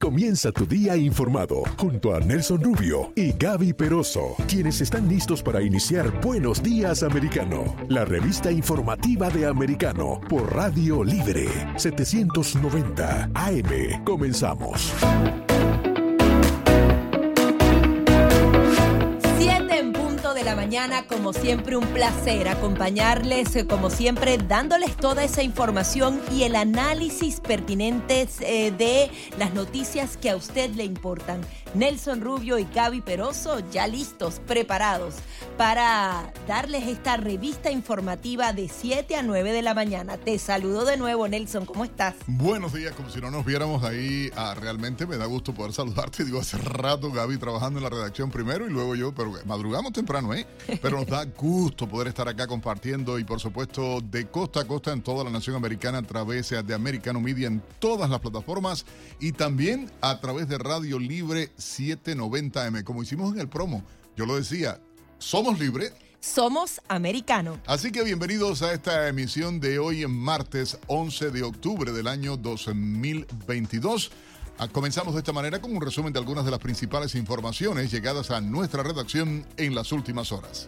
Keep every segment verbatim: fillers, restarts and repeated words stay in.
Comienza tu día informado junto a Nelson Rubio y Gaby Peroso, quienes están listos para iniciar Buenos Días Americano, la revista informativa de Americano por Radio Libre setecientos noventa A M. Comenzamos. De la mañana, como siempre un placer acompañarles, como siempre dándoles toda esa información y el análisis pertinentes eh, de las noticias que a usted le importan. Nelson Rubio y Gaby Peroso ya listos, preparados para darles esta revista informativa de siete a nueve de la mañana. Te saludo de nuevo, Nelson, ¿cómo estás? Buenos días, como si no nos viéramos ahí. Ah, realmente me da gusto poder saludarte. Digo, hace rato Gaby trabajando en la redacción primero y luego yo, pero madrugamos temprano, ¿eh? Pero nos da gusto poder estar acá compartiendo y por supuesto de costa a costa en toda la nación americana a través de Americano Media en todas las plataformas y también a través de Radio Libre setecientos noventa A M. Como hicimos en el promo, yo lo decía, somos libres. Somos americano. Así que bienvenidos a esta emisión de hoy en martes once de octubre del año dos mil veintidós. Comenzamos de esta manera con un resumen de algunas de las principales informaciones llegadas a nuestra redacción en las últimas horas.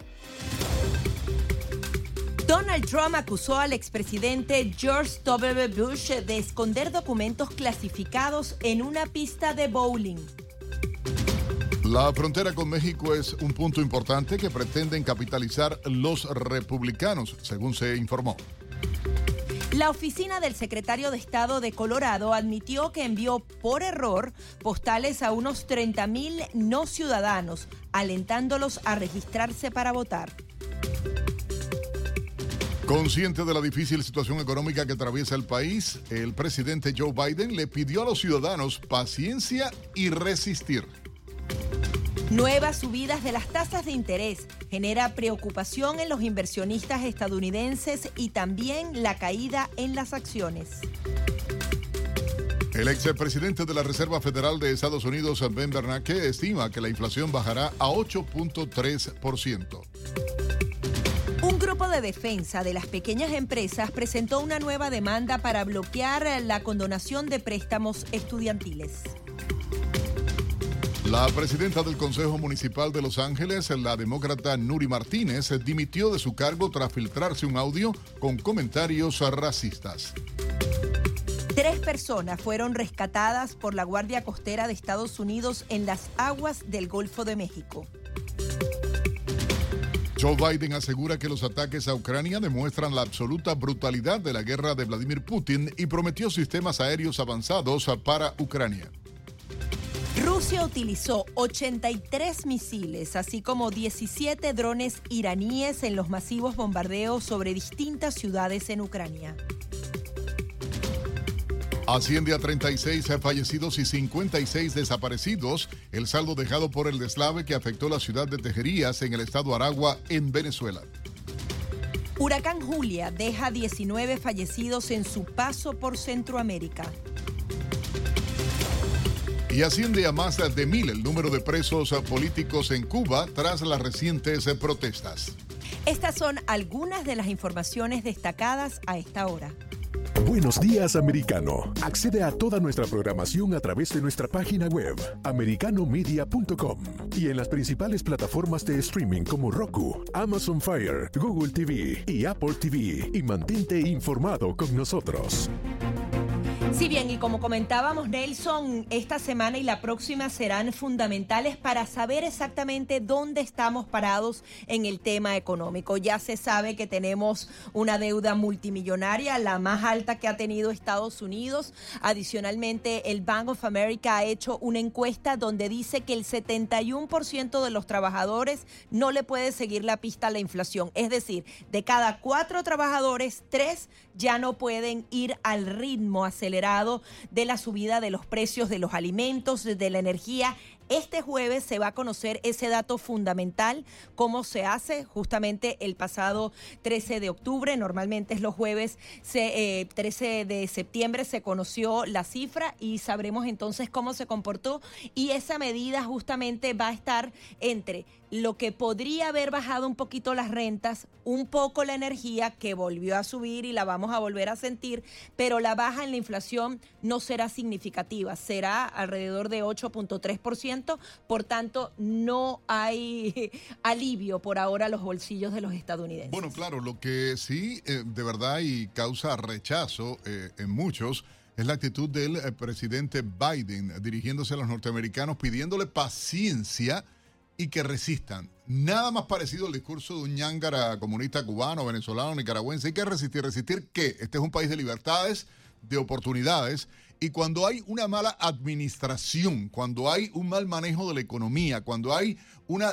Donald Trump acusó al expresidente George W. Bush de esconder documentos clasificados en una pista de bowling. La frontera con México es un punto importante que pretenden capitalizar los republicanos, según se informó. La oficina del secretario de Estado de Colorado admitió que envió por error postales a unos treinta mil no ciudadanos, alentándolos a registrarse para votar. Consciente de la difícil situación económica que atraviesa el país, el presidente Joe Biden le pidió a los ciudadanos paciencia y resistir. Nuevas subidas de las tasas de interés genera preocupación en los inversionistas estadounidenses y también la caída en las acciones. El expresidente de la Reserva Federal de Estados Unidos, Ben Bernanke, estima que la inflación bajará a ocho punto tres por ciento. Un grupo de defensa de las pequeñas empresas presentó una nueva demanda para bloquear la condonación de préstamos estudiantiles. La presidenta del Consejo Municipal de Los Ángeles, la demócrata Nury Martínez, dimitió de su cargo tras filtrarse un audio con comentarios racistas. Tres personas fueron rescatadas por la Guardia Costera de Estados Unidos en las aguas del Golfo de México. Joe Biden asegura que los ataques a Ucrania demuestran la absoluta brutalidad de la guerra de Vladimir Putin y prometió sistemas aéreos avanzados para Ucrania. Rusia utilizó ochenta y tres misiles, así como diecisiete drones iraníes en los masivos bombardeos sobre distintas ciudades en Ucrania. Asciende a treinta y seis fallecidos y cincuenta y seis desaparecidos, el saldo dejado por el deslave que afectó la ciudad de Tejerías en el estado Aragua, en Venezuela. Huracán Julia deja diecinueve fallecidos en su paso por Centroamérica. Y asciende a más de mil el número de presos políticos en Cuba tras las recientes protestas. Estas son algunas de las informaciones destacadas a esta hora. Buenos días, americano. Accede a toda nuestra programación a través de nuestra página web, americano media punto com, y en las principales plataformas de streaming como Roku, Amazon Fire, Google T V y Apple T V, y mantente informado con nosotros. Sí, bien, y como comentábamos, Nelson, esta semana y la próxima serán fundamentales para saber exactamente dónde estamos parados en el tema económico. Ya se sabe que tenemos una deuda multimillonaria, la más alta que ha tenido Estados Unidos. Adicionalmente, el Bank of America ha hecho una encuesta donde dice que el setenta y uno por ciento de los trabajadores no le puede seguir la pista a la inflación. Es decir, de cada cuatro trabajadores, tres ya no pueden ir al ritmo acelerado de la subida de los precios de los alimentos, de la energía. Este jueves se va a conocer ese dato fundamental, cómo se hace justamente el pasado trece de octubre. Normalmente es los jueves se, eh, trece de septiembre se conoció la cifra y sabremos entonces cómo se comportó, y esa medida justamente va a estar entre lo que podría haber bajado un poquito las rentas, un poco la energía, que volvió a subir y la vamos a volver a sentir, pero la baja en la inflación no será significativa, será alrededor de ocho punto tres por ciento, por tanto no hay alivio por ahora a los bolsillos de los estadounidenses. Bueno, claro, lo que sí eh, de verdad y causa rechazo eh, en muchos es la actitud del eh, presidente Biden dirigiéndose a los norteamericanos, pidiéndole paciencia y que resistan. Nada más parecido al discurso de un ñángara comunista cubano, venezolano, nicaragüense. Hay que resistir. ¿Resistir qué? Este es un país de libertades, de oportunidades, y cuando hay una mala administración, cuando hay un mal manejo de la economía, cuando hay una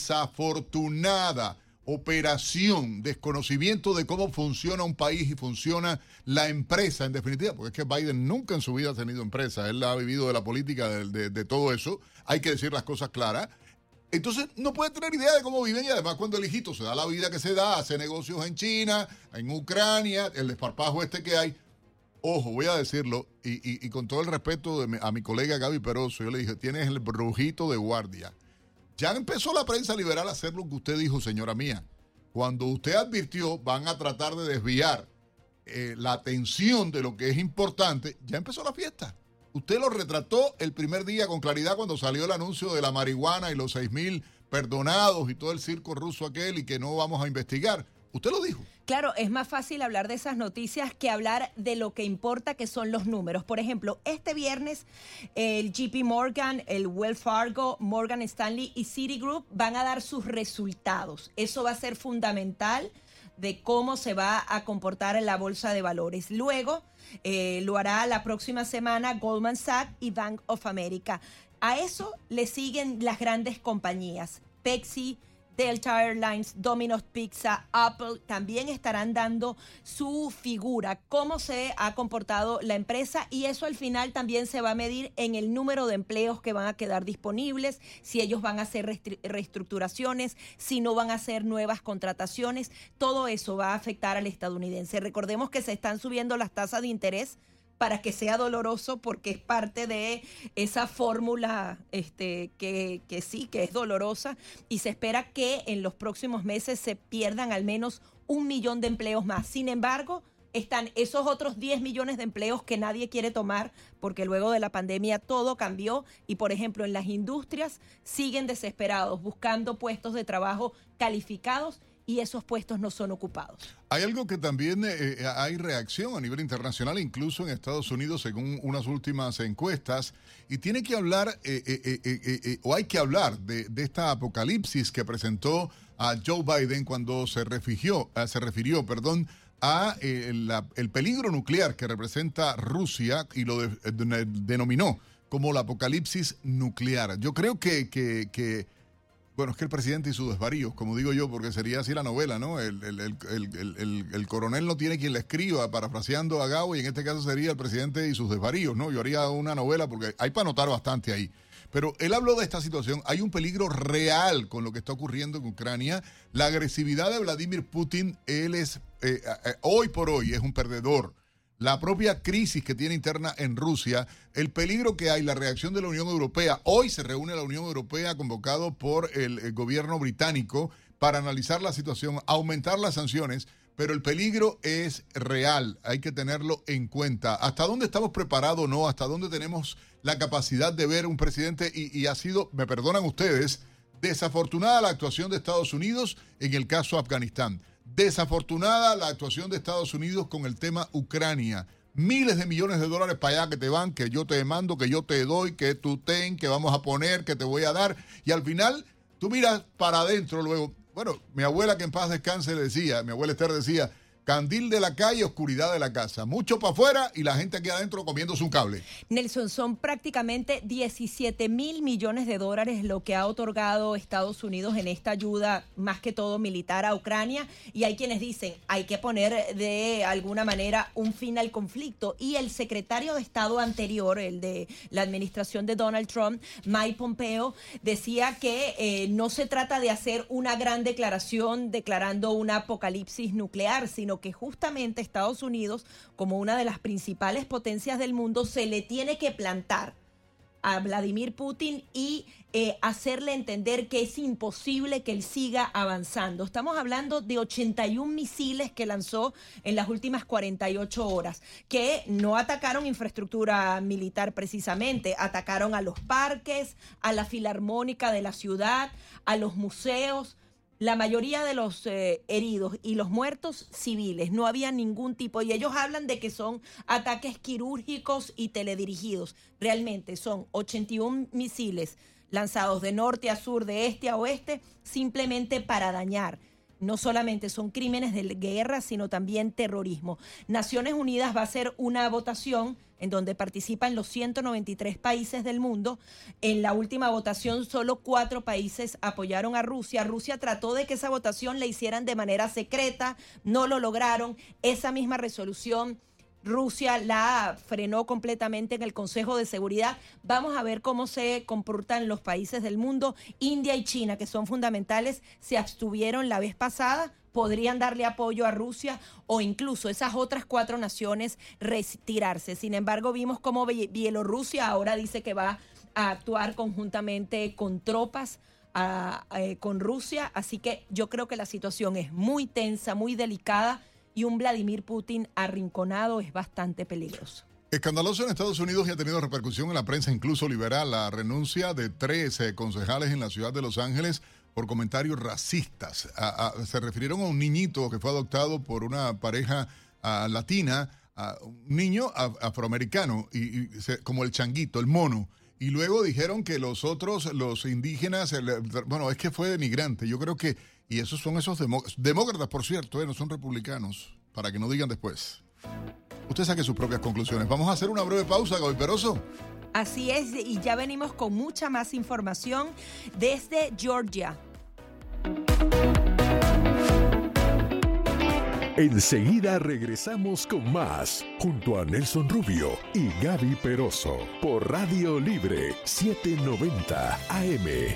desafortunada operación, desconocimiento de cómo funciona un país y funciona la empresa, en definitiva, porque es que Biden nunca en su vida ha tenido empresa, él ha vivido de la política, de, de, de todo eso, hay que decir las cosas claras. Entonces no puede tener idea de cómo viven, y además cuando el hijito se da la vida que se da, hace negocios en China, en Ucrania, el desparpajo este que hay. Ojo, voy a decirlo, y, y, y con todo el respeto de mi, a mi colega Gaby Peroso, yo le dije, tienes el brujito de guardia. Ya empezó la prensa liberal a hacer lo que usted dijo, señora mía. Cuando usted advirtió, van a tratar de desviar eh, la atención de lo que es importante, ya empezó la fiesta. Usted lo retrató el primer día con claridad cuando salió el anuncio de la marihuana y los seis mil perdonados y todo el circo ruso aquel y que no vamos a investigar. Usted lo dijo. Claro, es más fácil hablar de esas noticias que hablar de lo que importa, que son los números. Por ejemplo, este viernes el J P Morgan, el Wells Fargo, Morgan Stanley y Citigroup van a dar sus resultados. Eso va a ser fundamental de cómo se va a comportar en la bolsa de valores. Luego eh, lo hará la próxima semana Goldman Sachs y Bank of America. A eso le siguen las grandes compañías, Pepsi, Delta Airlines, Domino's Pizza, Apple, también estarán dando su figura, cómo se ha comportado la empresa, y eso al final también se va a medir en el número de empleos que van a quedar disponibles, si ellos van a hacer restru- reestructuraciones, si no van a hacer nuevas contrataciones. Todo eso va a afectar al estadounidense. Recordemos que se están subiendo las tasas de interés para que sea doloroso, porque es parte de esa fórmula este, que, que sí, que es dolorosa, y se espera que en los próximos meses se pierdan al menos un millón de empleos más. Sin embargo, están esos otros diez millones de empleos que nadie quiere tomar, porque luego de la pandemia todo cambió, y por ejemplo en las industrias siguen desesperados buscando puestos de trabajo calificados, y esos puestos no son ocupados. Hay algo que también eh, hay reacción a nivel internacional, incluso en Estados Unidos, según unas últimas encuestas, y tiene que hablar, eh, eh, eh, eh, eh, o hay que hablar de, de esta apocalipsis que presentó a Joe Biden cuando se refirió, eh, se refirió, perdón, a eh, la, el peligro nuclear que representa Rusia, y lo de, de, denominó como la apocalipsis nuclear. Yo creo que... que, que Bueno, es que el presidente y sus desvaríos, como digo yo, porque sería así la novela, ¿no? El, el, el, el, el, el coronel no tiene quien le escriba, parafraseando a Gao, y en este caso sería el presidente y sus desvaríos, ¿no? Yo haría una novela porque hay para anotar bastante ahí. Pero él habló de esta situación. Hay un peligro real con lo que está ocurriendo en Ucrania. La agresividad de Vladimir Putin, él es, eh, eh, hoy por hoy, es un perdedor. La propia crisis que tiene interna en Rusia, el peligro que hay, la reacción de la Unión Europea. Hoy se reúne la Unión Europea convocado por el, el gobierno británico para analizar la situación, aumentar las sanciones, pero el peligro es real, hay que tenerlo en cuenta. ¿Hasta dónde estamos preparados o no? ¿Hasta dónde tenemos la capacidad de ver un presidente? Y, y ha sido, me perdonan ustedes, desafortunada la actuación de Estados Unidos en el caso Afganistán. Desafortunada la actuación de Estados Unidos con el tema Ucrania. Miles de millones de dólares para allá que te van, que yo te mando, que yo te doy, que tú ten, que vamos a poner, que te voy a dar. Y al final, tú miras para adentro luego. Bueno, mi abuela, que en paz descanse, decía, mi abuela Esther decía, candil de la calle, oscuridad de la casa. Mucho para afuera y la gente aquí adentro comiéndose un cable. Nelson, son prácticamente diecisiete mil millones de dólares lo que ha otorgado Estados Unidos en esta ayuda, más que todo militar, a Ucrania. Y hay quienes dicen, hay que poner de alguna manera un fin al conflicto. Y el secretario de Estado anterior, el de la administración de Donald Trump, Mike Pompeo, decía que eh, no se trata de hacer una gran declaración declarando una apocalipsis nuclear, sino que justamente Estados Unidos, como una de las principales potencias del mundo, se le tiene que plantar a Vladimir Putin y eh, hacerle entender que es imposible que él siga avanzando. Estamos hablando de ochenta y un misiles que lanzó en las últimas cuarenta y ocho horas, que no atacaron infraestructura militar precisamente, atacaron a los parques, a la filarmónica de la ciudad, a los museos. La mayoría de los eh, heridos y los muertos civiles, no había ningún tipo, y ellos hablan de que son ataques quirúrgicos y teledirigidos. Realmente son ochenta y un misiles lanzados de norte a sur, de este a oeste, simplemente para dañar. No solamente son crímenes de guerra, sino también terrorismo. Naciones Unidas va a hacer una votación en donde participan los ciento noventa y tres países del mundo. En la última votación, solo cuatro países apoyaron a Rusia. Rusia trató de que esa votación la hicieran de manera secreta, no lo lograron. Esa misma resolución Rusia la frenó completamente en el Consejo de Seguridad. Vamos a ver cómo se comportan los países del mundo. India y China, que son fundamentales, se abstuvieron la vez pasada. Podrían darle apoyo a Rusia o incluso esas otras cuatro naciones retirarse. Sin embargo, vimos cómo Bielorrusia ahora dice que va a actuar conjuntamente con tropas a, a, con Rusia. Así que yo creo que la situación es muy tensa, muy delicada, y un Vladimir Putin arrinconado es bastante peligroso. Escandaloso en Estados Unidos y ha tenido repercusión en la prensa, incluso liberal, la renuncia de tres eh, concejales en la ciudad de Los Ángeles por comentarios racistas. A, a, se refirieron a un niñito que fue adoptado por una pareja a, latina, a un niño a, afroamericano, y, y se, como el changuito, el mono. Y luego dijeron que los otros, los indígenas, el, bueno, es que fue denigrante. Yo creo que, y esos son esos demó, demócratas, por cierto, eh, no son republicanos, para que no digan después. Usted saque sus propias conclusiones. Vamos a hacer una breve pausa, Gaby Peroso. Así es, y ya venimos con mucha más información desde Georgia. Enseguida regresamos con más, junto a Nelson Rubio y Gaby Peroso, por Radio Libre setecientos noventa A M.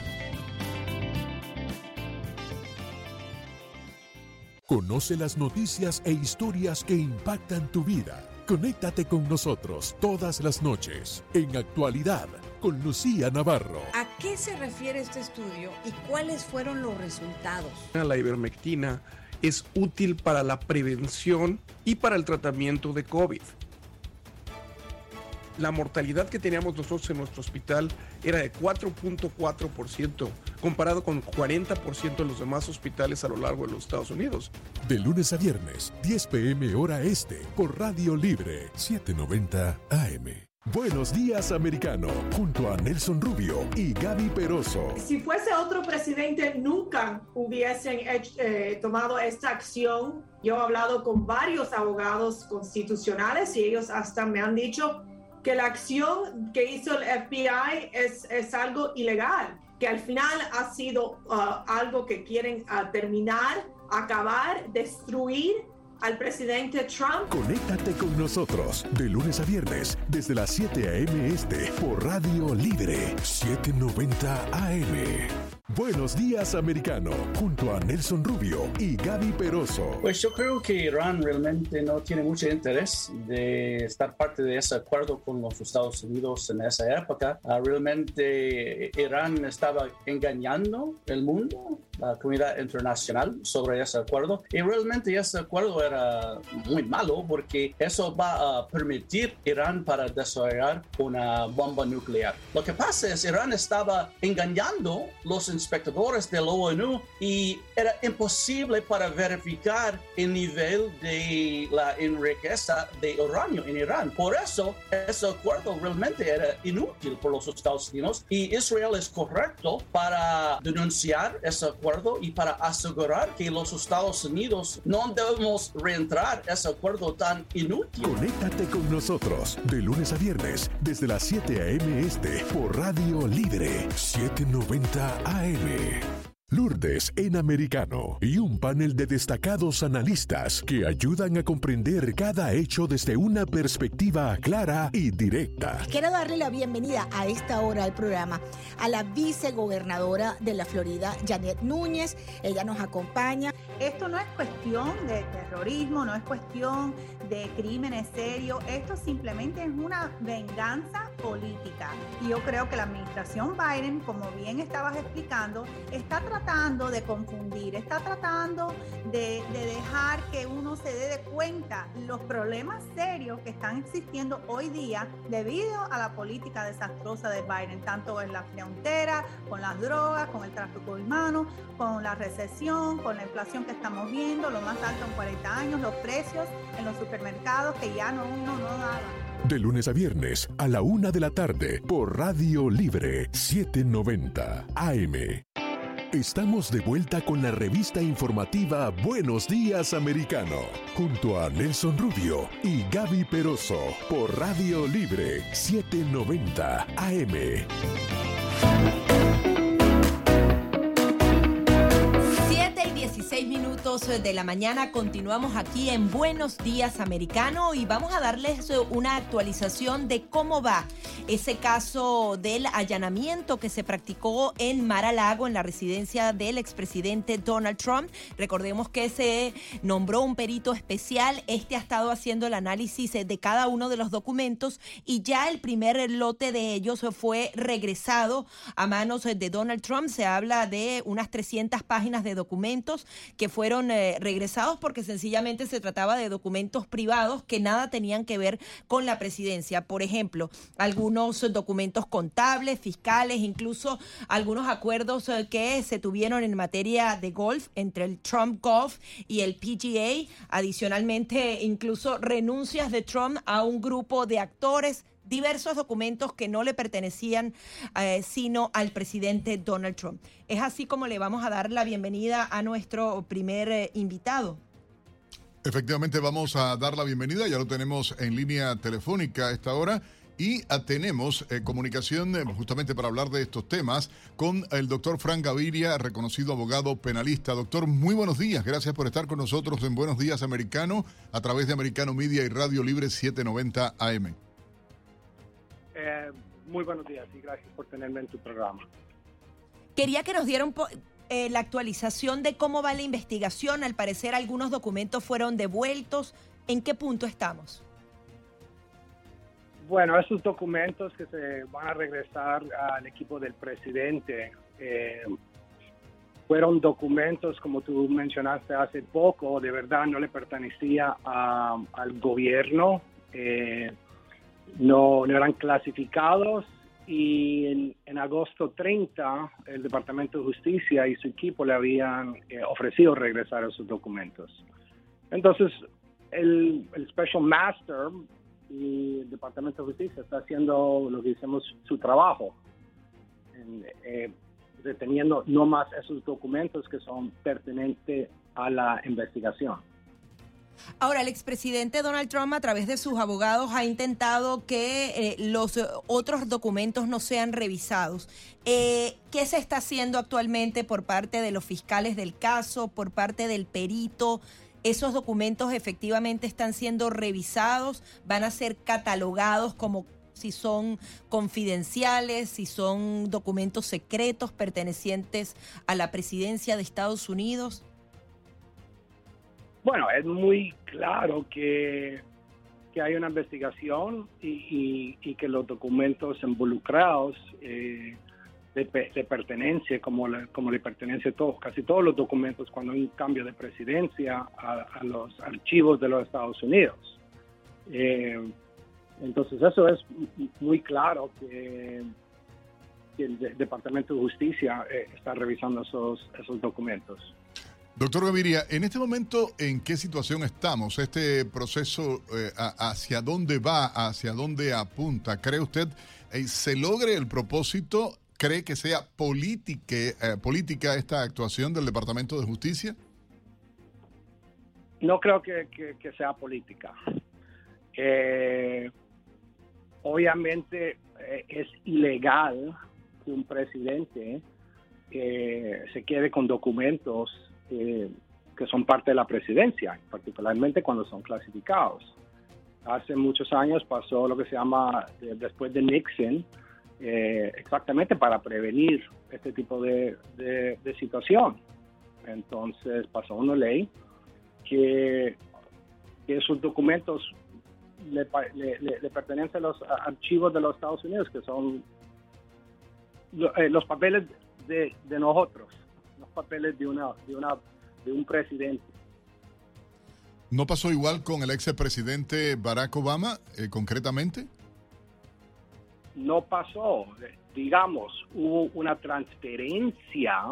Conoce las noticias e historias que impactan tu vida. Conéctate con nosotros todas las noches en Actualidad con Lucía Navarro. ¿A qué se refiere este estudio y cuáles fueron los resultados? La ivermectina es útil para la prevención y para el tratamiento de COVID. La mortalidad que teníamos nosotros en nuestro hospital era de cuatro punto cuatro por ciento, comparado con cuarenta por ciento de los demás hospitales a lo largo de los Estados Unidos. De lunes a viernes, diez p m hora este, por Radio Libre setecientos noventa A M. Buenos días, americano, junto a Nelson Rubio y Gaby Peroso. Si fuese otro presidente, nunca hubiesen hecho, eh, tomado esta acción. Yo he hablado con varios abogados constitucionales y ellos hasta me han dicho que la acción que hizo el F B I es, es algo ilegal, que al final ha sido uh, algo que quieren uh, terminar, acabar, destruir al presidente Trump. Conéctate con nosotros de lunes a viernes desde las siete a m este por Radio Libre setecientos noventa A M. Buenos días, americano, junto a Nelson Rubio y Gaby Peroso. Pues yo creo que Irán realmente no tiene mucho interés de estar parte de ese acuerdo con los Estados Unidos en esa época. Uh, realmente Irán estaba engañando el mundo, la comunidad internacional, sobre ese acuerdo, y realmente ese acuerdo era muy malo porque eso va a permitir a Irán para desarrollar una bomba nuclear. Lo que pasa es que Irán estaba engañando los inspectores de la ONU y era imposible para verificar el nivel de la riqueza de uranio en Irán. Por eso ese acuerdo realmente era inútil por los Estados Unidos, y Israel es correcto para denunciar ese acuerdo y para asegurar que los Estados Unidos no debemos reentrar ese acuerdo tan inútil. Conéctate con nosotros de lunes a viernes desde las siete a m este por Radio Libre setecientos noventa A M. Lourdes en americano y un panel de destacados analistas que ayudan a comprender cada hecho desde una perspectiva clara y directa. Quiero darle la bienvenida a esta hora al programa a la vicegobernadora de la Florida, Janet Núñez. Ella nos acompaña. Esto no es cuestión de terrorismo, no es cuestión de crímenes serios. Esto simplemente es una venganza política. Y yo creo que la administración Biden, como bien estabas explicando, está tratando de confundir, está tratando de, de dejar que uno se dé de cuenta los problemas serios que están existiendo hoy día debido a la política desastrosa de Biden, tanto en la frontera, con las drogas, con el tráfico humano, con la recesión, con la inflación que estamos viendo, lo más alto en cuarenta años, los precios en los supermercados que ya no uno no daba. De lunes a viernes a la una de la tarde por Radio Libre setecientos noventa A M. Estamos de vuelta con la revista informativa Buenos Días Americano, junto a Nelson Rubio y Gaby Peroso por Radio Libre setecientos noventa A M. dieciséis minutos de la mañana, continuamos aquí en Buenos Días Americano y vamos a darles una actualización de cómo va ese caso del allanamiento que se practicó en Mar-a-Lago, en la residencia del expresidente Donald Trump. Recordemos que se nombró un perito especial. Este ha estado haciendo el análisis de cada uno de los documentos y ya el primer lote de ellos fue regresado a manos de Donald Trump. Se habla de unas trescientas páginas de documentos que fueron eh, regresados porque sencillamente se trataba de documentos privados que nada tenían que ver con la presidencia. Por ejemplo, algunos documentos contables, fiscales, incluso algunos acuerdos eh, que se tuvieron en materia de golf entre el Trump Golf y el P G A. Adicionalmente, incluso renuncias de Trump a un grupo de actores, diversos documentos que no le pertenecían eh, sino al presidente Donald Trump. Es así como le vamos a dar la bienvenida a nuestro primer eh, invitado. Efectivamente, vamos a dar la bienvenida, ya lo tenemos en línea telefónica a esta hora y uh, tenemos eh, comunicación eh, justamente para hablar de estos temas con el doctor Frank Gaviria, reconocido abogado penalista. Doctor, muy buenos días, gracias por estar con nosotros en Buenos Días Americano a través de Americano Media y Radio Libre setecientos noventa A M. Eh, muy buenos días y gracias por tenerme en tu programa. Quería que nos diera un po- eh, la actualización de cómo va la investigación. Al parecer algunos documentos fueron devueltos. ¿En qué punto estamos? Bueno, esos documentos que se van a regresar al equipo del presidente eh, fueron documentos, como tú mencionaste hace poco, de verdad no le pertenecía a, al gobierno. Eh, No, no eran clasificados y en, en agosto treinta el Departamento de Justicia y su equipo le habían eh, ofrecido regresar esos documentos. Entonces, el, el Special Master y el Departamento de Justicia está haciendo lo que decimos su trabajo, en, eh, reteniendo no más esos documentos que son pertinentes a la investigación. Ahora, el expresidente Donald Trump, a través de sus abogados, ha intentado que eh, los otros documentos no sean revisados. Eh, ¿Qué se está haciendo actualmente por parte de los fiscales del caso, por parte del perito? ¿Esos documentos efectivamente están siendo revisados? ¿Van a ser catalogados como si son confidenciales, si son documentos secretos pertenecientes a la presidencia de Estados Unidos? Bueno, es muy claro que, que hay una investigación y, y, y que los documentos involucrados eh, de, de pertenencia, como le, como le pertenece a todos, casi todos los documentos cuando hay un cambio de presidencia a, a los archivos de los Estados Unidos. Eh, entonces eso es muy claro que, que el de, Departamento de Justicia eh, está revisando esos, esos documentos. Doctor Gaviria, en este momento, ¿en qué situación estamos? Este proceso, eh, a, ¿hacia dónde va? ¿Hacia dónde apunta? ¿Cree usted eh, se logre el propósito? ¿Cree que sea política, eh, política esta actuación del Departamento de Justicia? No creo que, que, que sea política. Eh, obviamente eh, es ilegal que un presidente eh, se quede con documentos Eh, que son parte de la presidencia, particularmente cuando son clasificados. Hace muchos años pasó lo que se llama, eh, después de Nixon, eh, exactamente para prevenir este tipo de, de, de situación. Entonces pasó una ley que, que esos documentos le, le, le, le pertenecen a los archivos de los Estados Unidos, que son eh, los papeles de, de nosotros, los papeles de una, de una, de un presidente. ¿No pasó igual con el expresidente Barack Obama, eh, concretamente? No pasó. Digamos, hubo una transferencia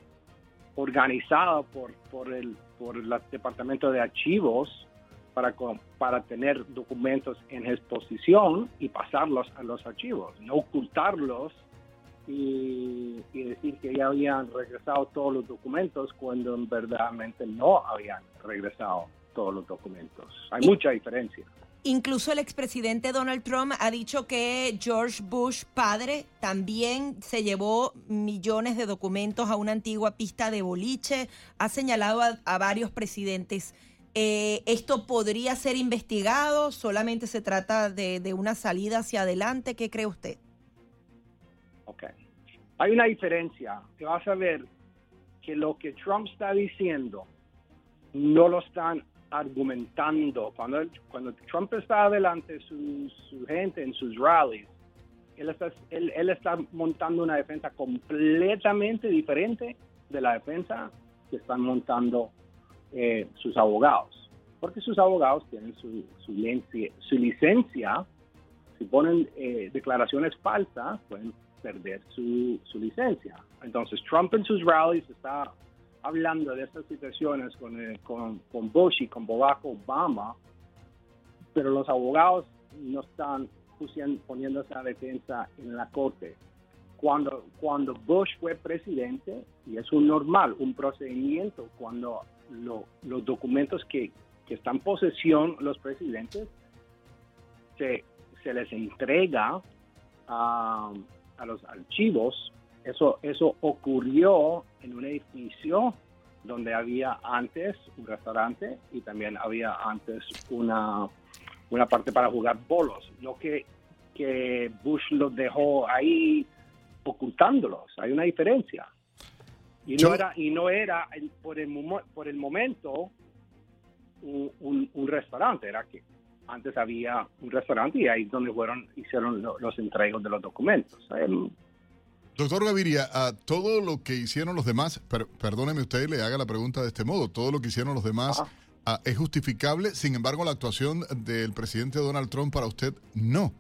organizada por, por el por el Departamento de Archivos para, para tener documentos en exposición y pasarlos a los archivos, no ocultarlos y, y decir que ya habían regresado todos los documentos cuando verdaderamente no habían regresado todos los documentos. Hay mucha diferencia. Incluso el expresidente Donald Trump ha dicho que George Bush padre también se llevó millones de documentos a una antigua pista de boliche. Ha señalado a, a varios presidentes. Eh, ¿Esto podría ser investigado? ¿Solamente se trata de, de una salida hacia adelante? ¿Qué cree usted? Ok. Hay una diferencia. Te vas a ver que lo que Trump está diciendo no lo están argumentando. Cuando, cuando Trump está adelante, su, su gente en sus rallies, él está, él, él está montando una defensa completamente diferente de la defensa que están montando eh, sus abogados. Porque sus abogados tienen su, su, licencia, su licencia. Si ponen eh, declaraciones falsas, pueden perder su, su licencia. Entonces, Trump en sus rallies está hablando de estas situaciones con, eh, con, con Bush y con Barack Obama, pero los abogados no están poniendo esa defensa en la corte. Cuando, cuando Bush fue presidente, y es un normal, un procedimiento, cuando lo, los documentos que, que están en posesión los presidentes, se, se les entrega a, a los archivos. Eso, eso ocurrió en un edificio donde había antes un restaurante y también había antes una, una parte para jugar bolos. No que, que Bush los dejó ahí ocultándolos. Hay una diferencia. Y Yo... no era, y no era por, el, por el momento un, un, un restaurante. Era que antes había un restaurante y ahí es donde fueron, hicieron los, los entregos de los documentos. El, Doctor Gaviria, a todo lo que hicieron los demás, per, perdóneme usted, le haga la pregunta de este modo, todo lo que hicieron los demás a, es justificable, sin embargo la actuación del presidente Donald Trump para usted no.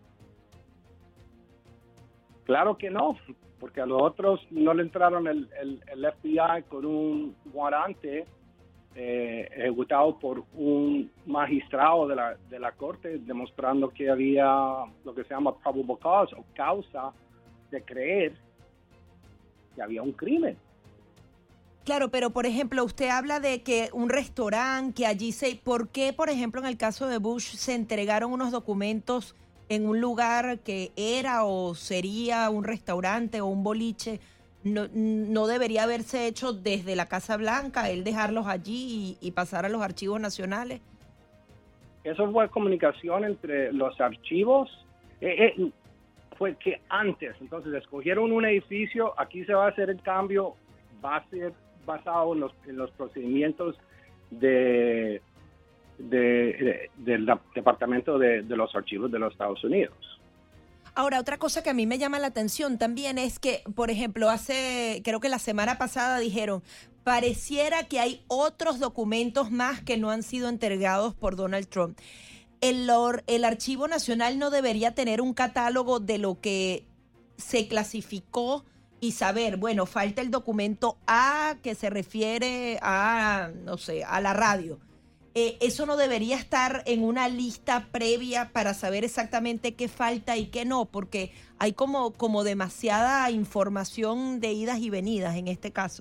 Claro que no, porque a los otros no le entraron el, el, el F B I con un guarante eh, ejecutado por un magistrado de la, de la corte, demostrando que había lo que se llama probable cause o causa de creer que había un crimen. Claro, pero por ejemplo, usted habla de que un restaurante, que allí se... ¿Por qué, por ejemplo, en el caso de Bush se entregaron unos documentos en un lugar que era o sería un restaurante o un boliche? No, no debería haberse hecho desde la Casa Blanca, él dejarlos allí y, y pasar a los archivos nacionales. Eso fue comunicación entre los archivos. Eh, eh, fue que antes, entonces escogieron un edificio, aquí se va a hacer el cambio, va a ser basado en los, en los procedimientos de, de, de, del Departamento de, de los Archivos de los Estados Unidos. Ahora, otra cosa que a mí me llama la atención también es que, por ejemplo, hace, creo que la semana pasada dijeron, pareciera que hay otros documentos más que no han sido entregados por Donald Trump. El, el Archivo Nacional no debería tener un catálogo de lo que se clasificó y saber, bueno, falta el documento A que se refiere a, no sé, a la radio. Eh, eso no debería estar en una lista previa para saber exactamente qué falta y qué no, porque hay como, como demasiada información de idas y venidas en este caso.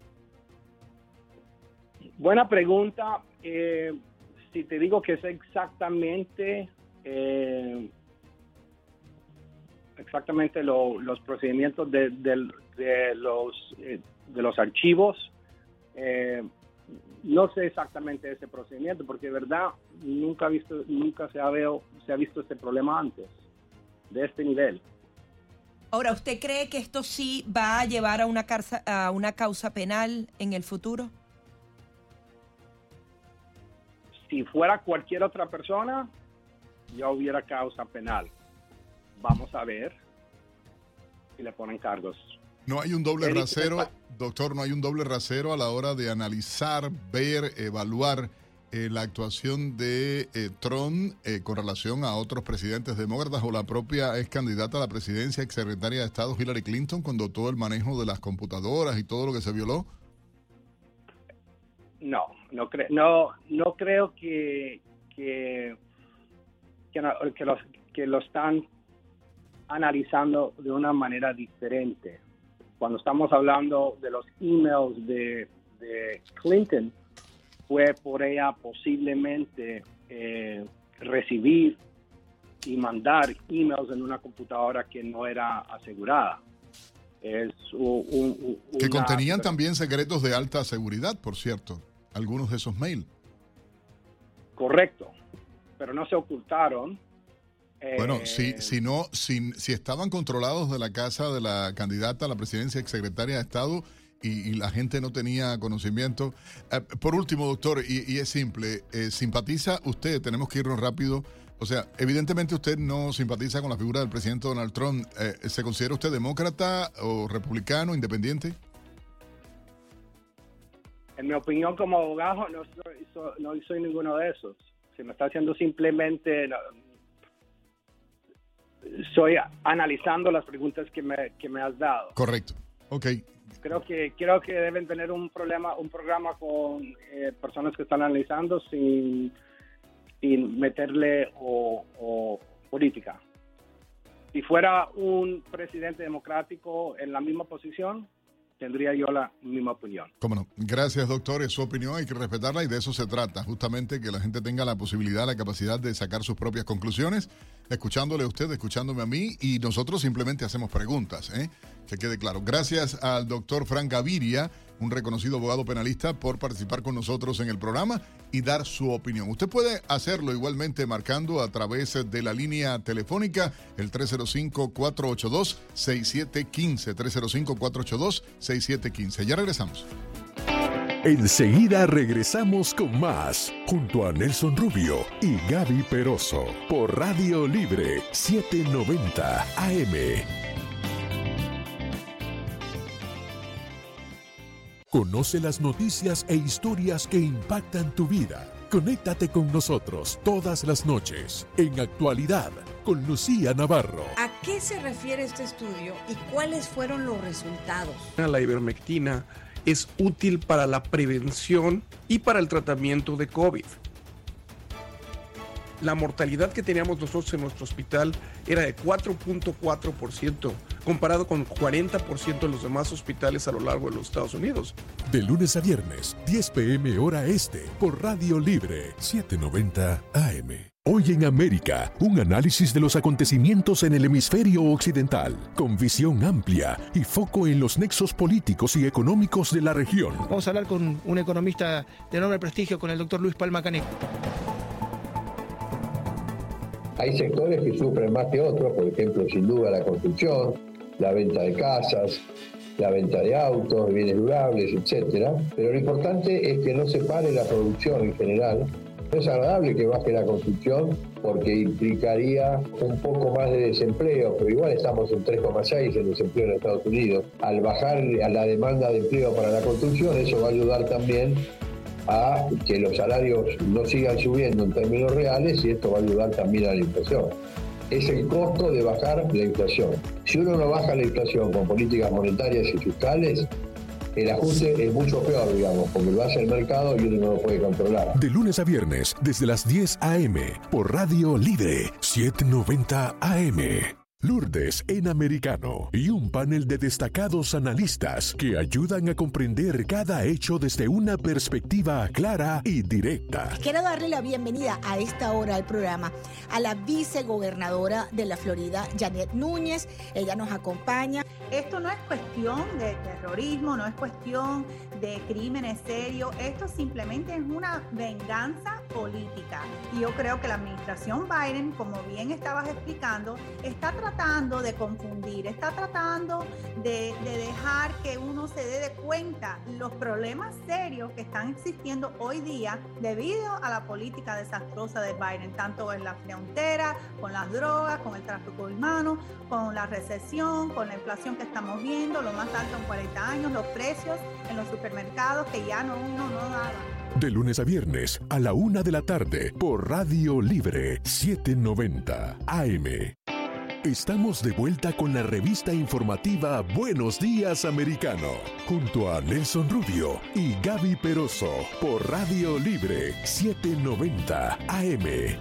Buena pregunta. Eh... Si te digo que es exactamente eh, exactamente lo, los procedimientos de, de, de los eh, de los archivos, eh, no sé exactamente ese procedimiento porque de verdad nunca visto nunca se ha veo, se ha visto este problema antes de este nivel. Ahora, ¿usted cree que esto sí va a llevar a una causa, a una causa penal en el futuro? Si fuera cualquier otra persona, ya hubiera causa penal. Vamos a ver si le ponen cargos. No hay un doble Él- rasero, doctor, no hay un doble rasero a la hora de analizar, ver, evaluar eh, la actuación de eh, Trump eh, con relación a otros presidentes demócratas o la propia ex candidata a la presidencia, ex secretaria de Estado Hillary Clinton, cuando todo el manejo de las computadoras y todo lo que se violó. No, no, cre no, no creo que, que, que, no- que los, que lo están analizando de una manera diferente. Cuando estamos hablando de los emails de, de Clinton, fue por ella posiblemente eh, recibir y mandar emails en una computadora que no era asegurada. Es un, un, Que una- contenían también secretos de alta seguridad, por cierto, algunos de esos mails. Correcto, pero no se ocultaron. Bueno, Eh, si, si no, si, si estaban controlados de la casa de la candidata a la presidencia, exsecretaria de Estado, y, y la gente no tenía conocimiento. Eh, por último, doctor, y, y es simple, eh, ¿simpatiza usted? Tenemos que irnos rápido. O sea, evidentemente usted no simpatiza con la figura del presidente Donald Trump. Eh, ¿Se considera usted demócrata o republicano, independiente? En mi opinión como abogado no soy, so- no soy ninguno de esos. Se me está haciendo simplemente... no, soy analizando las preguntas que me, que me has dado. Correcto. Ok. Creo que creo que deben tener un problema, un programa con eh, personas que están analizando sin, sin meterle o, o política. Si fuera un presidente democrático en la misma posición, tendría yo la misma opinión. Cómo no. Gracias, doctor. Es su opinión, hay que respetarla y de eso se trata. Justamente que la gente tenga la posibilidad, la capacidad de sacar sus propias conclusiones, escuchándole a usted, escuchándome a mí, y nosotros simplemente hacemos preguntas, ¿eh? Que quede claro. Gracias al doctor Frank Gaviria, un reconocido abogado penalista, por participar con nosotros en el programa y dar su opinión. Usted puede hacerlo igualmente marcando a través de la línea telefónica el tres cero cinco, cuatro ocho dos, seis siete uno cinco, tres cero cinco, cuatro ocho dos, seis siete uno cinco. Ya regresamos. Enseguida regresamos con más, junto a Nelson Rubio y Gaby Peroso, por Radio Libre setecientos noventa A M. Conoce las noticias e historias que impactan tu vida. Conéctate con nosotros todas las noches en Actualidad con Lucía Navarro. ¿A qué se refiere este estudio y cuáles fueron los resultados? La ivermectina es útil para la prevención y para el tratamiento de COVID. La mortalidad que teníamos nosotros en nuestro hospital era de cuatro punto cuatro por ciento, comparado con cuarenta por ciento de los demás hospitales a lo largo de los Estados Unidos. De lunes a viernes, diez p m hora este, por Radio Libre setecientos noventa A M. Hoy en América, un análisis de los acontecimientos en el hemisferio occidental, con visión amplia y foco en los nexos políticos y económicos de la región. Vamos a hablar con un economista de enorme prestigio, con el doctor Luis Palma Caneco. Hay sectores que sufren más que otros, por ejemplo, sin duda la construcción, la venta de casas, la venta de autos, de bienes durables, etcétera. Pero lo importante es que no se pare la producción en general. No es agradable que baje la construcción porque implicaría un poco más de desempleo, pero igual estamos en tres coma seis en desempleo en Estados Unidos. Al bajar a la demanda de empleo para la construcción, eso va a ayudar también a que los salarios no sigan subiendo en términos reales, y esto va a ayudar también a la inflación. Es el costo de bajar la inflación. Si uno no baja la inflación con políticas monetarias y fiscales, el ajuste es mucho peor, digamos, porque lo hace el mercado y uno no lo puede controlar. De lunes a viernes, desde las diez a m, por Radio Libre setecientos noventa A M. Lourdes en Americano y un panel de destacados analistas que ayudan a comprender cada hecho desde una perspectiva clara y directa. Quiero darle la bienvenida a esta hora al programa a la vicegobernadora de la Florida, Janet Núñez. Ella nos acompaña. Esto no es cuestión de terrorismo, no es cuestión de crímenes serios. Esto simplemente es una venganza política. Y yo creo que la administración Biden, como bien estabas explicando, está tratando de confundir, está tratando de, de dejar que uno se dé de cuenta los problemas serios que están existiendo hoy día debido a la política desastrosa de Biden, tanto en la frontera, con las drogas, con el tráfico humano, con la recesión, con la inflación que estamos viendo, lo más alto en cuarenta años, los precios en los supermercados que ya no uno no daba. De lunes a viernes a la una de la tarde por Radio Libre setecientos noventa A M. Estamos de vuelta con la revista informativa Buenos Días Americano, junto a Nelson Rubio y Gaby Peroso por Radio Libre setecientos noventa A M.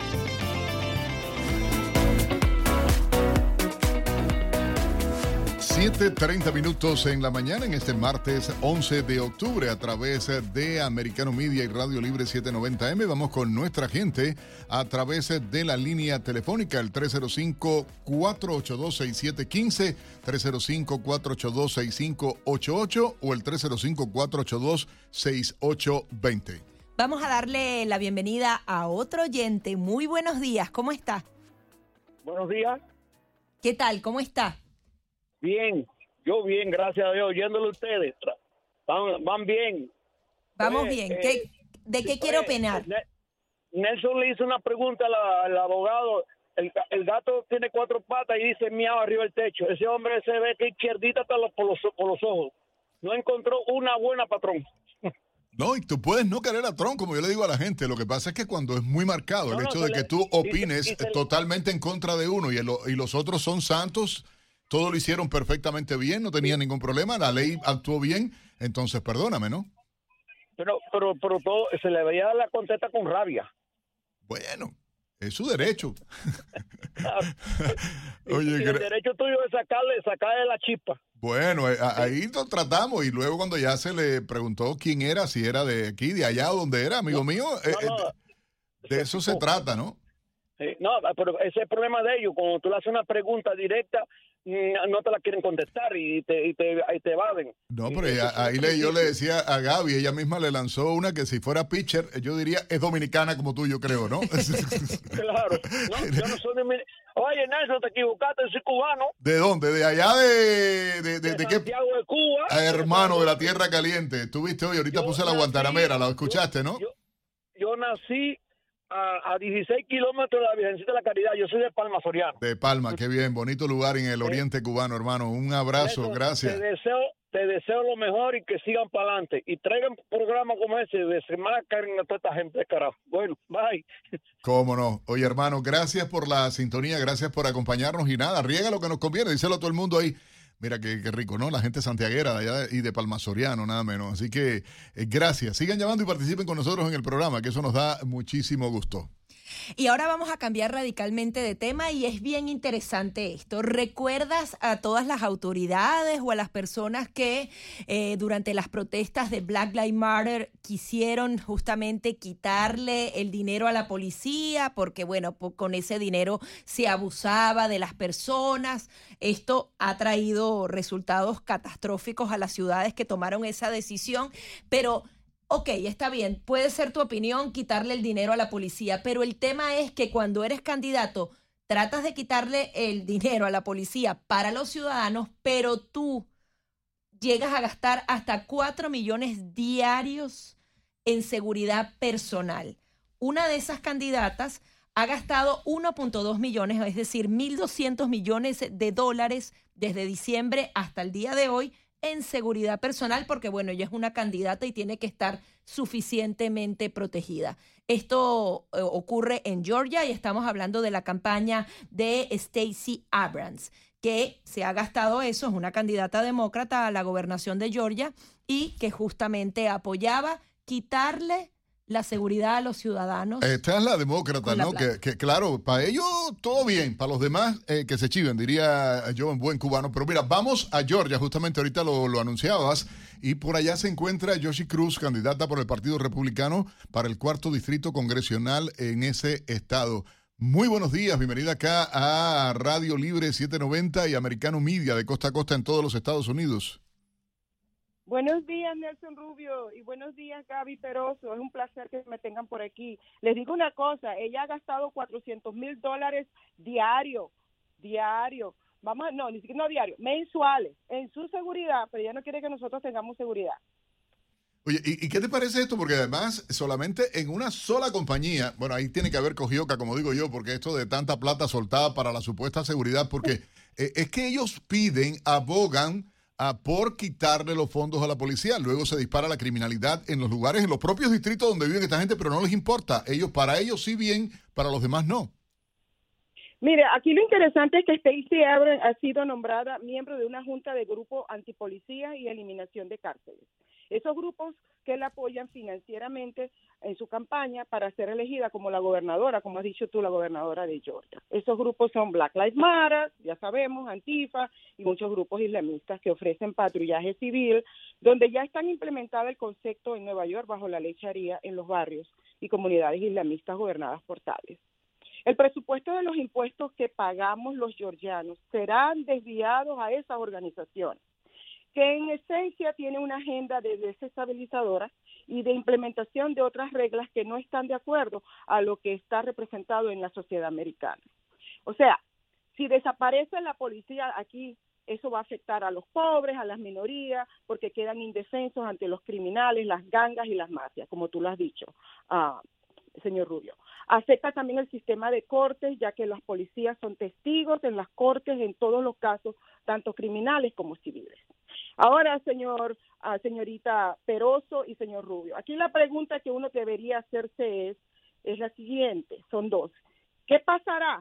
siete treinta minutos en la mañana en este martes once de octubre a través de Americano Media y Radio Libre setecientos noventa A M. Vamos con nuestra gente a través de la línea telefónica, el tres cero cinco, cuatro ocho dos, seis siete uno cinco, tres cero cinco, cuatro ocho dos, seis cinco ocho ocho o el tres cero cinco, cuatro ocho dos, seis ocho dos cero. Vamos a darle la bienvenida a otro oyente. Muy buenos días, ¿cómo está? Buenos días. ¿Qué tal? ¿Cómo está? Bien, yo bien, gracias a Dios, oyéndolo ustedes. Van, van bien. Vamos eh, bien. Eh, ¿Qué, ¿De qué quiere opinar? Nelson le hizo una pregunta al, al abogado. El, el gato tiene cuatro patas y dice miau arriba del techo. Ese hombre se ve que izquierdita hasta los, por, los, por los ojos. No encontró una buena patrón. No, y tú puedes no querer a Trump, como yo le digo a la gente. Lo que pasa es que cuando es muy marcado no, el no, hecho de que le, tú opines y se, y se totalmente en contra de uno y, el, y los otros son santos, todo lo hicieron perfectamente bien, no tenía ningún problema, la ley actuó bien, entonces perdóname, ¿no? Pero, pero, pero todo, se le veía la contesta con rabia. Bueno, es su derecho. Oye, y, y el derecho tuyo es sacarle, sacarle la chispa. Bueno, ahí lo tratamos y luego cuando ya se le preguntó quién era, si era de aquí, de allá, donde era, amigo no, mío, no, eh, no, de, de eso se trata, ¿no? Eh, no, pero ese es el problema de ellos. Cuando tú le haces una pregunta directa, no te la quieren contestar y te, y te, y te evaden. No, pero ella, ahí le, yo le decía a Gaby, ella misma le lanzó una que si fuera pitcher, yo diría es dominicana como tú, yo creo, ¿no? Claro. No, yo no soy de... Oye, Nelson, te equivocaste, soy cubano. ¿De dónde? ¿De allá de... De, de, de, de Santiago qué? de Cuba. Ah, hermano, de la tierra caliente. Tú viste hoy, ahorita yo puse la nací, Guantanamera, la escuchaste, ¿no? Yo, yo nací... A, a dieciséis kilómetros de la Virgencita de la Caridad. Yo soy de Palma Soriano. De Palma, qué bien, bonito lugar en el oriente cubano, hermano. Un abrazo, Eso, gracias. Te deseo, te deseo lo mejor y que sigan para adelante. Y traigan programas como ese de semana a toda esta gente, carajo. Bueno, bye. Cómo no. Oye, hermano, gracias por la sintonía, gracias por acompañarnos y nada, riega lo que nos conviene, díselo a todo el mundo ahí. Mira qué, qué rico, ¿no? La gente santiaguera de allá y de Palma Soriano, nada menos. Así que eh, gracias. Sigan llamando y participen con nosotros en el programa, que eso nos da muchísimo gusto. Y ahora vamos a cambiar radicalmente de tema y es bien interesante esto. ¿Recuerdas a todas las autoridades o a las personas que eh, durante las protestas de Black Lives Matter quisieron justamente quitarle el dinero a la policía? Porque, bueno, con ese dinero se abusaba de las personas. Esto ha traído resultados catastróficos a las ciudades que tomaron esa decisión, pero... Ok, está bien, puede ser tu opinión quitarle el dinero a la policía, pero el tema es que cuando eres candidato tratas de quitarle el dinero a la policía para los ciudadanos, pero tú llegas a gastar hasta cuatro millones diarios en seguridad personal. Una de esas candidatas ha gastado uno punto dos millones, es decir, mil doscientos millones de dólares desde diciembre hasta el día de hoy en seguridad personal, porque bueno, ella es una candidata y tiene que estar suficientemente protegida. Esto eh, ocurre en Georgia y estamos hablando de la campaña de Stacey Abrams, que se ha gastado eso, es una candidata demócrata a la gobernación de Georgia y que justamente apoyaba quitarle la seguridad a los ciudadanos. Esta es la demócrata, ¿no? Que, que claro, para ellos todo bien, para los demás eh, que se chiven, diría yo en buen cubano. Pero mira, vamos a Georgia, justamente ahorita lo, lo anunciabas, y por allá se encuentra Yoshi Cruz, candidata por el Partido Republicano para el cuarto distrito congresional en ese estado. Muy buenos días, bienvenida acá a Radio Libre setecientos noventa y Americano Media de costa a costa en todos los Estados Unidos. Buenos días, Nelson Rubio, y buenos días, Gaby Peroso. Es un placer que me tengan por aquí. Les digo una cosa, ella ha gastado cuatrocientos mil dólares diario, diario. Vamos, no, ni siquiera no diario, mensuales, en su seguridad, pero ella no quiere que nosotros tengamos seguridad. Oye, ¿y, ¿y qué te parece esto? Porque además, solamente en una sola compañía, bueno, ahí tiene que haber cogioca, como digo yo, porque esto de tanta plata soltada para la supuesta seguridad, porque eh, es que ellos piden, abogan, a por quitarle los fondos a la policía. Luego se dispara la criminalidad en los lugares, en los propios distritos donde viven esta gente, pero no les importa. Ellos, para ellos sí bien, para los demás no. Mire, aquí lo interesante es que Stacey Abrams ha sido nombrada miembro de una junta de grupo antipolicía y eliminación de cárceles. Esos grupos que la apoyan financieramente en su campaña para ser elegida como la gobernadora, como has dicho tú, la gobernadora de Georgia. Esos grupos son Black Lives Matter, ya sabemos, Antifa y muchos grupos islamistas que ofrecen patrullaje civil, donde ya están implementado el concepto en Nueva York bajo la ley Sharia en los barrios y comunidades islamistas gobernadas por tales. El presupuesto de los impuestos que pagamos los georgianos serán desviados a esas organizaciones, que en esencia tiene una agenda de desestabilizadora y de implementación de otras reglas que no están de acuerdo a lo que está representado en la sociedad americana. O sea, si desaparece la policía aquí, eso va a afectar a los pobres, a las minorías, porque quedan indefensos ante los criminales, las gangas y las mafias, como tú lo has dicho, uh, señor Rubio. Afecta también el sistema de cortes, ya que las policías son testigos en las cortes en todos los casos, tanto criminales como civiles. Ahora, señor, uh, señorita Peroso y señor Rubio, aquí la pregunta que uno debería hacerse es, es la siguiente, son dos. ¿Qué pasará?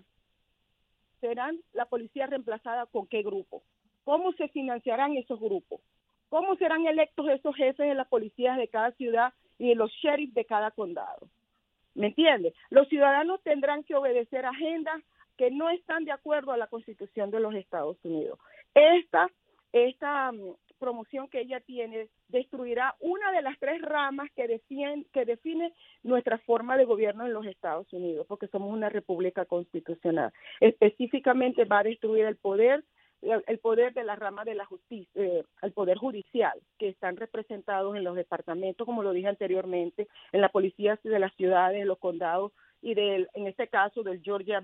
¿Serán la policía reemplazada con qué grupo? ¿Cómo se financiarán esos grupos? ¿Cómo serán electos esos jefes de las policías de cada ciudad y de los sheriffs de cada condado? ¿Me entiende? Los ciudadanos tendrán que obedecer agendas que no están de acuerdo a la Constitución de los Estados Unidos. Esta, esta um, promoción que ella tiene destruirá una de las tres ramas que, define, que define nuestra forma de gobierno en los Estados Unidos, porque somos una república constitucional. Específicamente va a destruir el poder el poder de la rama de la justicia, eh, el poder judicial, que están representados en los departamentos, como lo dije anteriormente, en la policía de las ciudades, en los condados y del, en este caso del Georgia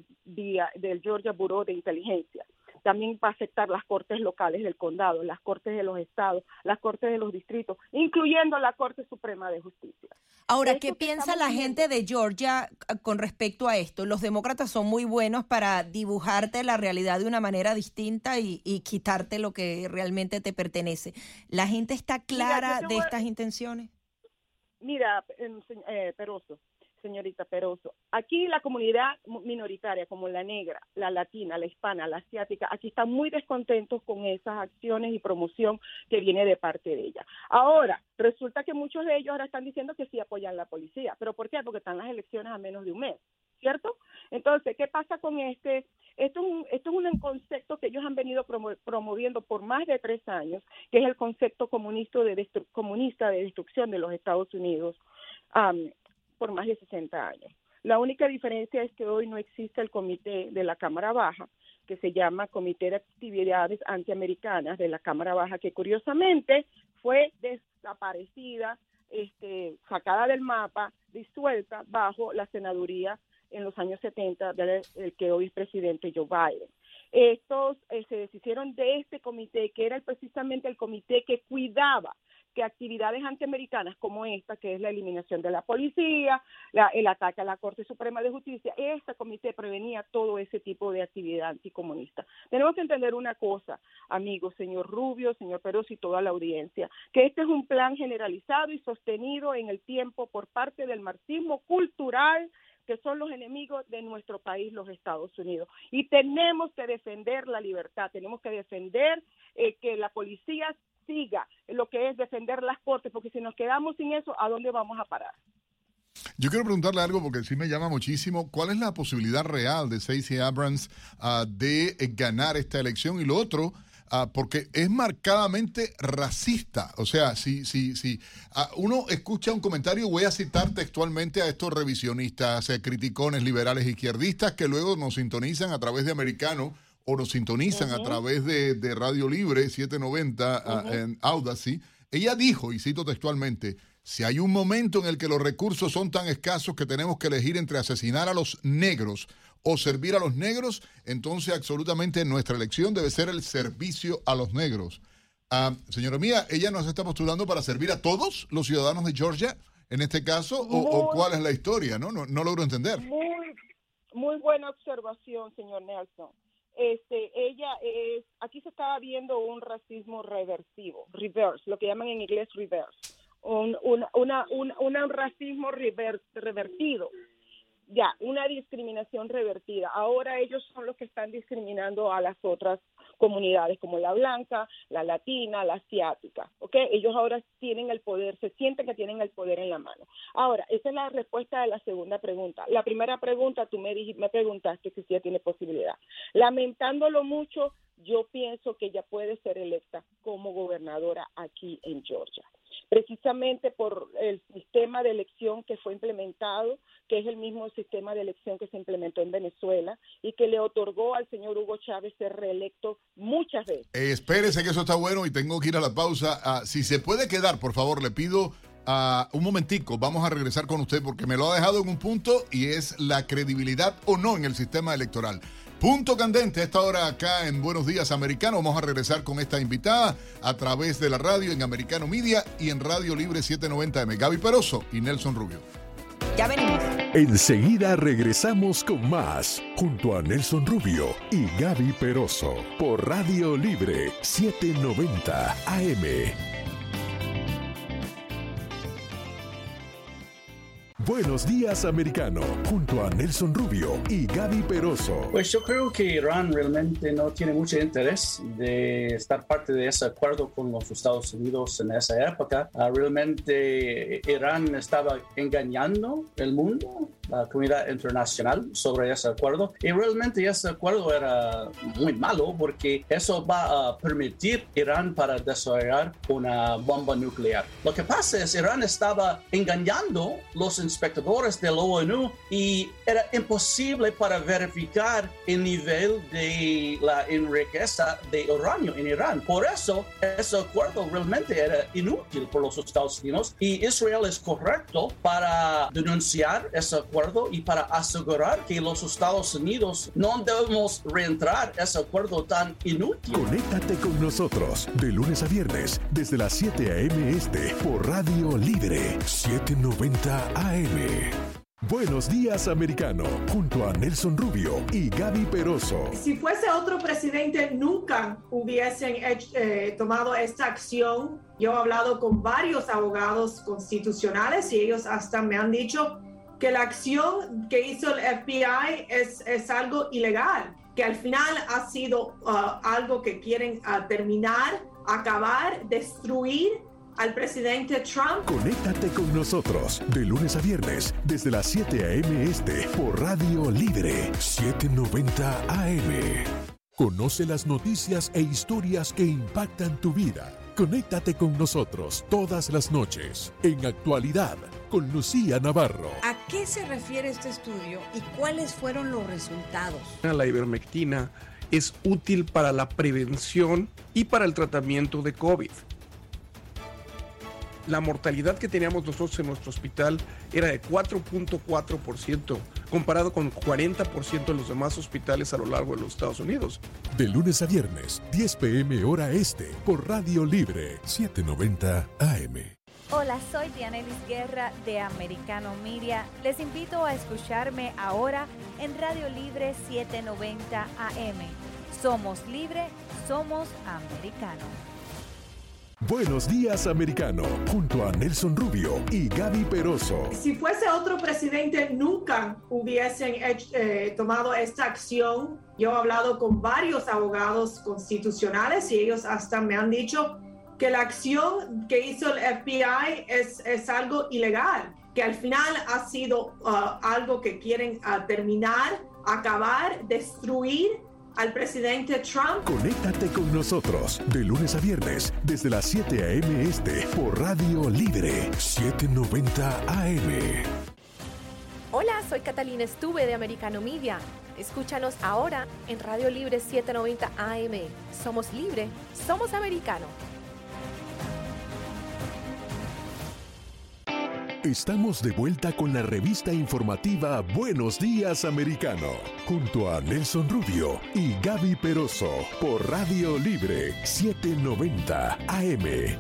del Georgia Bureau de Inteligencia. También va a afectar las cortes locales del condado, las cortes de los estados, las cortes de los distritos, incluyendo la Corte Suprema de Justicia. Ahora, ¿qué piensa la gente de Georgia con respecto a esto? Los demócratas son muy buenos para dibujarte la realidad de una manera distinta y, y quitarte lo que realmente te pertenece. ¿La gente está clara Mira, de voy... estas intenciones? Mira, eh, Peroso, señorita Peroso, aquí la comunidad minoritaria como la negra, la latina, la hispana, la asiática, aquí están muy descontentos con esas acciones y promoción que viene de parte de ella. Ahora, resulta que muchos de ellos ahora están diciendo que sí apoyan la policía. ¿Pero por qué? Porque están las elecciones a menos de un mes, ¿cierto? Entonces, ¿qué pasa con este? Esto es un, esto es un concepto que ellos han venido promo, promoviendo por más de tres años, que es el concepto comunista de, destru, comunista de destrucción de los Estados Unidos, um, por más de sesenta años. La única diferencia es que hoy no existe el comité de la Cámara Baja, que se llama Comité de Actividades Antiamericanas de la Cámara Baja, que curiosamente fue desaparecida, este, sacada del mapa, disuelta bajo la senaduría en los años setenta del, del que hoy es presidente Joe Biden. Estos eh, se deshicieron de este comité, que era precisamente el comité que cuidaba que actividades antiamericanas como esta, que es la eliminación de la policía, la, el ataque a la Corte Suprema de Justicia, este comité prevenía todo ese tipo de actividad anticomunista. Tenemos que entender una cosa, amigos, señor Rubio, señor Peroso y toda la audiencia, que este es un plan generalizado y sostenido en el tiempo por parte del marxismo cultural, que son los enemigos de nuestro país, los Estados Unidos. Y tenemos que defender la libertad, tenemos que defender eh, que la policía siga lo que es defender las cortes, porque si nos quedamos sin eso, ¿a dónde vamos a parar? Yo quiero preguntarle algo porque sí me llama muchísimo. ¿Cuál es la posibilidad real de Stacey Abrams uh, de eh, ganar esta elección? Y lo otro, uh, porque es marcadamente racista. O sea, si, si, si uh, uno escucha un comentario, voy a citar textualmente a estos revisionistas, eh, criticones, liberales, izquierdistas, que luego nos sintonizan a través de Americano o nos sintonizan uh-huh. a través de, de Radio Libre setecientos noventa uh-huh. uh, en Audacy, Ella dijo, y cito textualmente, si hay un momento en el que los recursos son tan escasos que tenemos que elegir entre asesinar a los negros o servir a los negros, entonces absolutamente nuestra elección debe ser el servicio a los negros. Uh, señora mía, ¿ella nos está postulando para servir a todos los ciudadanos de Georgia en este caso? ¿O, o cuál es la historia? No, no, no logro entender. Muy, muy buena observación, señor Nelson. Este, ella es, aquí se estaba viendo un racismo reversivo, reverse, lo que llaman en inglés reverse, un, una, una, una, una, un racismo rever, revertido. Ya, una discriminación revertida. Ahora ellos son los que están discriminando a las otras comunidades, como la blanca, la latina, la asiática, ¿ok? Ellos ahora tienen el poder, se sienten que tienen el poder en la mano. Ahora, esa es la respuesta de la segunda pregunta. La primera pregunta, tú me, dijiste, me preguntaste que si ella tiene posibilidad. Lamentándolo mucho, yo pienso que ella puede ser electa como gobernadora aquí en Georgia. Precisamente por el sistema de elección que fue implementado, que es el mismo sistema de elección que se implementó en Venezuela y que le otorgó al señor Hugo Chávez ser reelecto muchas veces. Eh, espérese que eso está bueno y tengo que ir a la pausa. Uh, si se puede quedar, por favor, le pido uh, un momentico. Vamos a regresar con usted porque me lo ha dejado en un punto y es la credibilidad o no en el sistema electoral. Punto candente a esta hora acá en Buenos Días Americano. Vamos a regresar con esta invitada a través de la radio en Americano Media y en Radio Libre setecientos noventa eme. Gaby Peroso y Nelson Rubio. Ya venimos. Enseguida regresamos con más, junto a Nelson Rubio y Gaby Peroso, por Radio Libre setecientos noventa A M. Buenos Días Americano, junto a Nelson Rubio y Gaby Peroso. Pues yo creo que Irán realmente no tiene mucho interés de estar parte de ese acuerdo con los Estados Unidos en esa época. Uh, realmente Irán estaba engañando el mundo, la comunidad internacional, sobre ese acuerdo. Y realmente ese acuerdo era muy malo porque eso va a permitir a Irán para desarrollar una bomba nuclear. Lo que pasa es que Irán estaba engañando los inspectores de la ONU y era imposible para verificar el nivel de la riqueza de uranio en Irán. Por eso, ese acuerdo realmente era inútil por los Estados Unidos y Israel es correcto para denunciar ese acuerdo y para asegurar que los Estados Unidos no debemos reentrar ese acuerdo tan inútil. Conéctate con nosotros de lunes a viernes desde las siete a eme este por Radio Libre setecientos noventa A M. Buenos Días Americano, junto a Nelson Rubio y Gaby Peroso. Si fuese otro presidente, nunca hubiesen hecho, eh, tomado esta acción. Yo he hablado con varios abogados constitucionales y ellos hasta me han dicho que la acción que hizo el F B I es, es algo ilegal, que al final ha sido uh, algo que quieren uh, terminar, acabar, destruir al presidente Trump. Conéctate con nosotros de lunes a viernes desde las siete a eme este por Radio Libre setecientos noventa A M. Conoce las noticias e historias que impactan tu vida. Conéctate con nosotros todas las noches en Actualidad con Lucía Navarro. ¿A qué se refiere este estudio y cuáles fueron los resultados? La ivermectina es útil para la prevención y para el tratamiento de COVID. La mortalidad que teníamos nosotros en nuestro hospital era de cuatro punto cuatro por ciento, comparado con cuarenta por ciento en los demás hospitales a lo largo de los Estados Unidos. De lunes a viernes, diez pe eme hora este, por Radio Libre setecientos noventa A M. Hola, soy Dianelis Guerra de Americano Media. Les invito a escucharme ahora en Radio Libre setecientos noventa A M. Somos libre, somos americano. Buenos Días Americano, junto a Nelson Rubio y Gaby Peroso. Si fuese otro presidente, nunca hubiesen hecho, eh, tomado esta acción. Yo he hablado con varios abogados constitucionales y ellos hasta me han dicho que la acción que hizo el F B I es, es algo ilegal, que al final ha sido uh, algo que quieren uh, terminar, acabar, destruir al presidente Trump. Conéctate con nosotros de lunes a viernes desde las siete a eme este por Radio Libre setecientos noventa A M. Hola, soy Catalina Estuve de Americano Media. Escúchanos ahora en Radio Libre setecientos noventa A M. Somos libre, somos americano. Estamos de vuelta con la revista informativa Buenos Días Americano, junto a Nelson Rubio y Gaby Peroso, por Radio Libre setecientos noventa A M.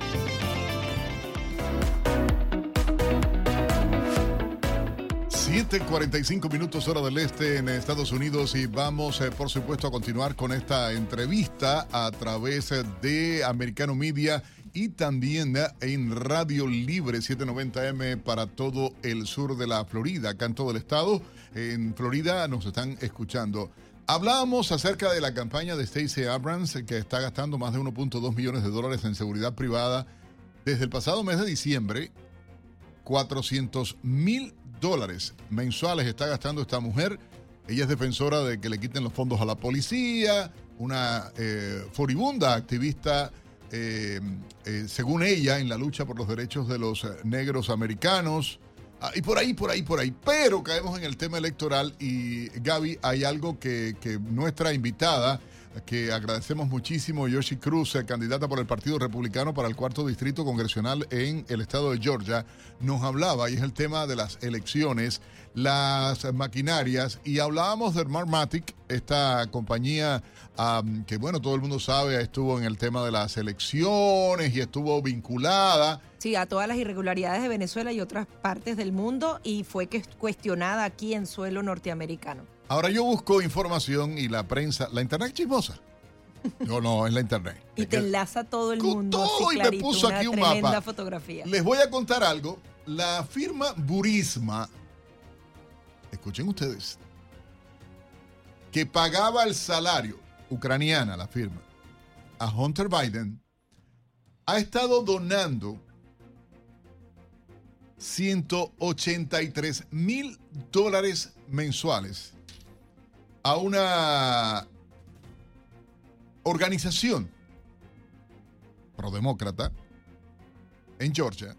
siete cuarenta y cinco minutos hora del este en Estados Unidos y vamos eh, por supuesto a continuar con esta entrevista a través de Americano Media y también en Radio Libre setecientos noventa A M para todo el sur de la Florida, acá en todo el estado. En Florida nos están escuchando. Hablábamos acerca de la campaña de Stacey Abrams, que está gastando más de uno punto dos millones de dólares en seguridad privada desde el pasado mes de diciembre. cuatrocientos mil dólares mensuales está gastando esta mujer. Ella es defensora de que le quiten los fondos a la policía, una eh, furibunda activista, eh, eh, según ella, en la lucha por los derechos de los negros americanos. Ah, y por ahí, por ahí, por ahí. Pero caemos en el tema electoral y, Gaby, hay algo que, que nuestra invitada, que agradecemos muchísimo, Yoshi Cruz, candidata por el Partido Republicano para el cuarto distrito congresional en el estado de Georgia, nos hablaba, y es el tema de las elecciones, las maquinarias, y hablábamos de Smartmatic, esta compañía um, que, bueno, todo el mundo sabe, estuvo en el tema de las elecciones y estuvo vinculada. Sí, a todas las irregularidades de Venezuela y otras partes del mundo, y fue que cuestionada aquí en suelo norteamericano. Ahora yo busco información y la prensa, la internet chismosa. Yo no, es la internet. Y te enlaza todo el mundo. Todo, así y clarito, me puso una aquí un tremenda mapa. Fotografía. Les voy a contar algo. La firma Burisma, escuchen ustedes, que pagaba el salario, ucraniana la firma, a Hunter Biden, ha estado donando ciento ochenta y tres mil dólares mensuales a una organización prodemócrata en Georgia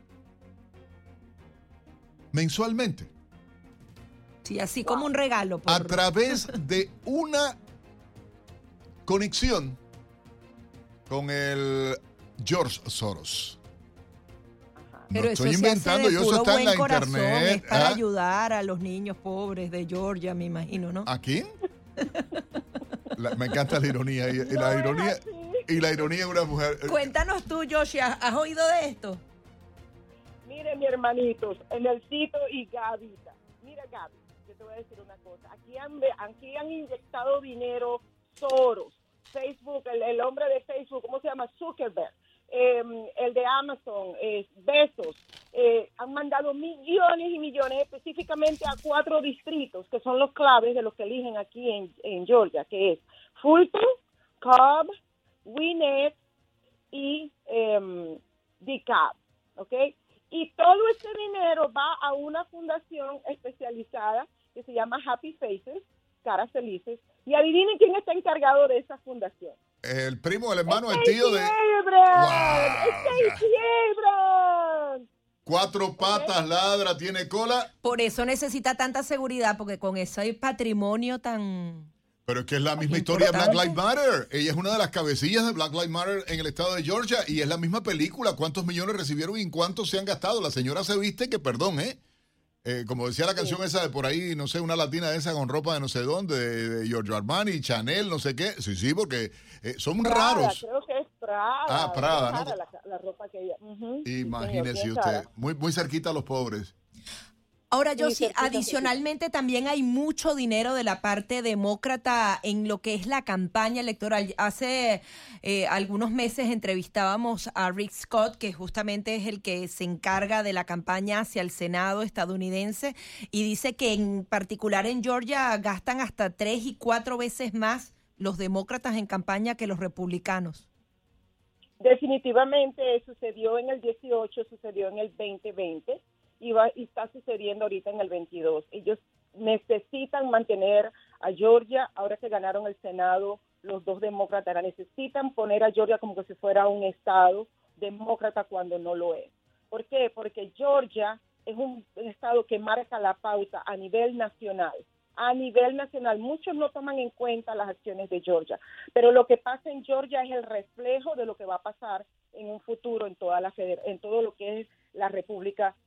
mensualmente. Sí, así como un regalo. Por... A través de una conexión con el George Soros. Pero no eso estoy se inventando, hace de yo puro eso está buen en la corazón, internet. es para ¿Ah? ayudar a los niños pobres de Georgia, me imagino, ¿no? ¿A quién? La, me encanta la ironía y, y la ironía y la ironía de una mujer. Cuéntanos tú, Joshi, ¿has, has oído de esto? Mire, mi hermanitos, Nelsito y Gavita. Mira, Gaby, yo te voy a decir una cosa. Aquí han, aquí han inyectado dinero Soros, Facebook, el, el hombre de Facebook, ¿cómo se llama? Zuckerberg. Eh, el de Amazon, eh, Bezos, eh, han mandado millones y millones específicamente a cuatro distritos que son los claves de los que eligen aquí en, en Georgia, que es Fulton, Cobb, Gwinnett y eh, DeKalb, ¿ok? Y todo ese dinero va a una fundación especializada que se llama Happy Faces, Caras Felices, y adivinen quién está encargado de esa fundación. El primo, el hermano, el Stacey tío de... Abrams. Wow, Stacey Abrams. Cuatro patas, ladra, tiene cola. Por eso necesita tanta seguridad, porque con ese patrimonio tan... Pero es que es la misma historia de Black Lives Matter. Ella es una de las cabecillas de Black Lives Matter en el estado de Georgia y es la misma película. ¿Cuántos millones recibieron y en cuántos se han gastado? La señora se viste que, perdón, ¿eh? Eh, como decía la canción sí. esa de por ahí, no sé, una latina esa con ropa de no sé dónde, de, de Giorgio Armani, Chanel, no sé qué. Sí, sí, porque eh, son Prada, raros. Creo que es Prada. Ah, Prada, ¿no? Prada, la, la ropa que ella... Uh-huh. Imagínese sí, usted, muy, muy cerquita a los pobres. Ahora, yo sí, adicionalmente también hay mucho dinero de la parte demócrata en lo que es la campaña electoral. Hace eh, algunos meses entrevistábamos a Rick Scott, que justamente es el que se encarga de la campaña hacia el Senado estadounidense, y dice que en particular en Georgia gastan hasta tres y cuatro veces más los demócratas en campaña que los republicanos. Definitivamente sucedió en el dieciocho, sucedió en el veinte veinte. Y, va, y está sucediendo ahorita en el veintidós. Ellos necesitan mantener a Georgia, ahora que ganaron el Senado, los dos demócratas, necesitan poner a Georgia como que si fuera un estado demócrata cuando no lo es. ¿Por qué? Porque Georgia es un estado que marca la pauta a nivel nacional. A nivel nacional, muchos no toman en cuenta las acciones de Georgia, pero lo que pasa en Georgia es el reflejo de lo que va a pasar en un futuro en toda la feder- en todo lo que es la República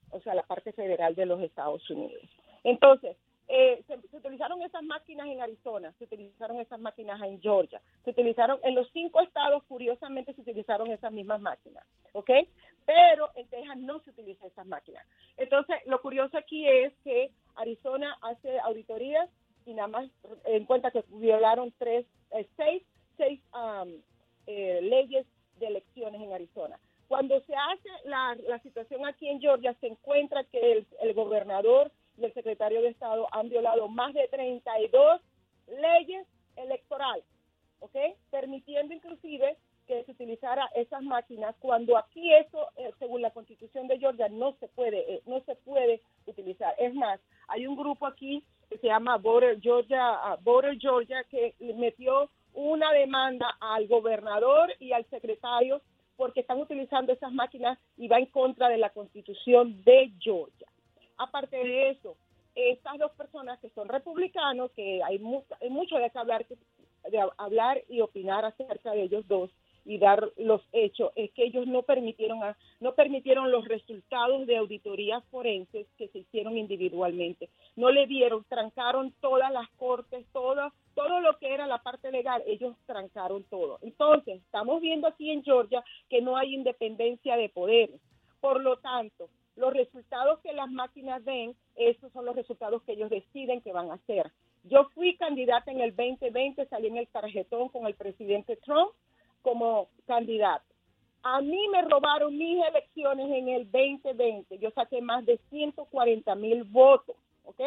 o sea, la parte federal de los Estados Unidos. Entonces, eh, se, se utilizaron esas máquinas en Arizona, se utilizaron esas máquinas en Georgia, se utilizaron en los cinco estados, curiosamente se utilizaron esas mismas máquinas, ¿ok? Pero en Texas no se utilizan esas máquinas. Entonces, lo curioso aquí es que Arizona hace auditorías y nada más en cuenta que violaron tres, eh, seis, seis um, eh, leyes de elecciones en Arizona. Cuando se hace la, la situación aquí en Georgia, se encuentra que el, el gobernador y el secretario de Estado han violado más de treinta y dos leyes electorales, ¿ok? Permitiendo inclusive que se utilizara esas máquinas cuando aquí eso, eh, según la Constitución de Georgia, no se puede, eh, no se puede utilizar. Es más, hay un grupo aquí que se llama Voter Georgia, uh, Voter Georgia, que metió una demanda al gobernador y al secretario porque están utilizando esas máquinas y va en contra de la Constitución de Georgia. Aparte de eso, estas dos personas que son republicanos, que hay, mu hay mucho de qué hablar, de hablar y opinar acerca de ellos dos y dar los hechos, es que ellos no permitieron a, no permitieron los resultados de auditorías forenses que se hicieron individualmente. No le dieron, trancaron todas las cortes, todo, todo lo que era la parte legal, ellos trancaron todo. Entonces, estamos viendo aquí en Georgia que no hay independencia de poderes. Por lo tanto, los resultados que las máquinas den, esos son los resultados que ellos deciden que van a hacer. Yo fui candidata en el veinte veinte, salí en el tarjetón con el presidente Trump como candidato. A mí me robaron mis elecciones en el veinte veinte. Yo saqué más de ciento cuarenta mil votos, ¿ok?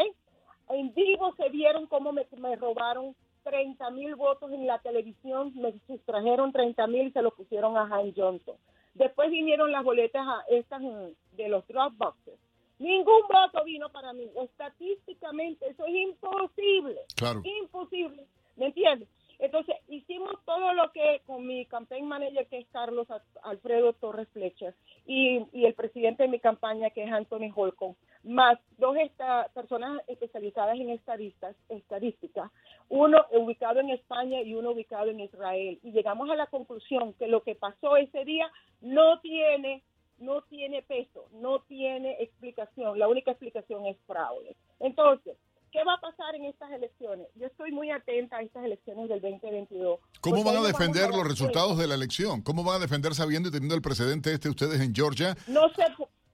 En vivo se vieron cómo me, me robaron treinta mil votos en la televisión, me sustrajeron treinta mil y se lo pusieron a Han Johnson. Después vinieron las boletas a estas de los drop boxes. Ningún voto vino para mí. Estadísticamente eso es imposible. Claro. Imposible. ¿Me entiendes? Entonces, hicimos todo lo que con mi campaign manager, que es Carlos Alfredo Torres Fletcher, y, y el presidente de mi campaña, que es Anthony Holcomb, más dos esta, personas especializadas en estadistas, estadística, uno ubicado en España y uno ubicado en Israel. Y llegamos a la conclusión que lo que pasó ese día no tiene, no tiene peso, no tiene explicación. La única explicación es fraude. Entonces, ¿qué va a pasar en estas elecciones? Yo estoy muy atenta a estas elecciones del veinte veintidós. ¿Cómo van a defender los resultados de la elección? ¿Cómo van a defender sabiendo y teniendo el precedente este ustedes en Georgia? No se,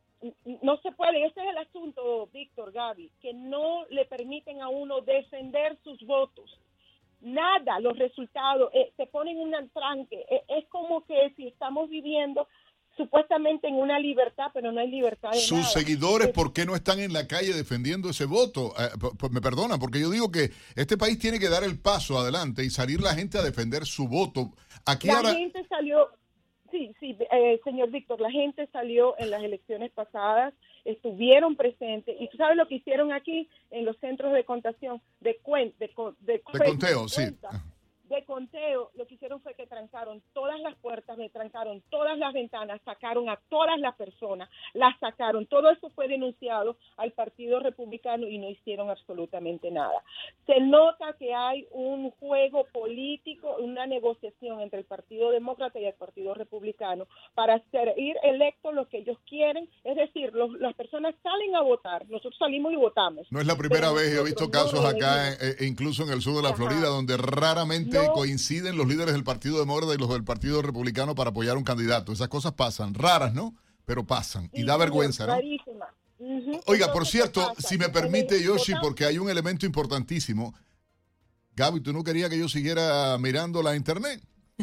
no se puede. Ese es el asunto, Víctor, Gaby, que no le permiten a uno defender sus votos. Nada, los resultados, eh, se ponen un tranque. Eh, es como que si estamos viviendo supuestamente en una libertad, pero no hay libertad de Sus nada. seguidores, ¿por qué no están en la calle defendiendo ese voto? Eh, pues me perdona, porque yo digo que este país tiene que dar el paso adelante y salir la gente a defender su voto. Aquí la ahora... gente salió, sí, sí, eh, señor Víctor, la gente salió en las elecciones pasadas, estuvieron presentes, y tú sabes lo que hicieron aquí en los centros de contación, de, cuen, de, de, de conteo, sí. De conteo, lo que hicieron fue que trancaron todas las puertas, me trancaron todas las ventanas, sacaron a todas las personas, las sacaron. Todo eso fue denunciado al Partido Republicano y no hicieron absolutamente nada. Se nota que hay un juego político, una negociación entre el Partido Demócrata y el Partido Republicano para ser ir electos los que ellos quieren. Es decir, los, las personas salen a votar, nosotros salimos y votamos. No es la primera vez, yo he visto casos no acá, eh, incluso en el sur de la Ajá. Florida, donde raramente no. coinciden los líderes del Partido Demócrata y los del Partido Republicano para apoyar a un candidato. Esas cosas pasan, raras, ¿no? Pero pasan. Y sí, da vergüenza, ¿no? Rarísima. Uh-huh. Oiga, por cierto, si me permite, Yoshi, porque hay un elemento importantísimo. Gaby, ¿tú no querías que yo siguiera mirando la internet?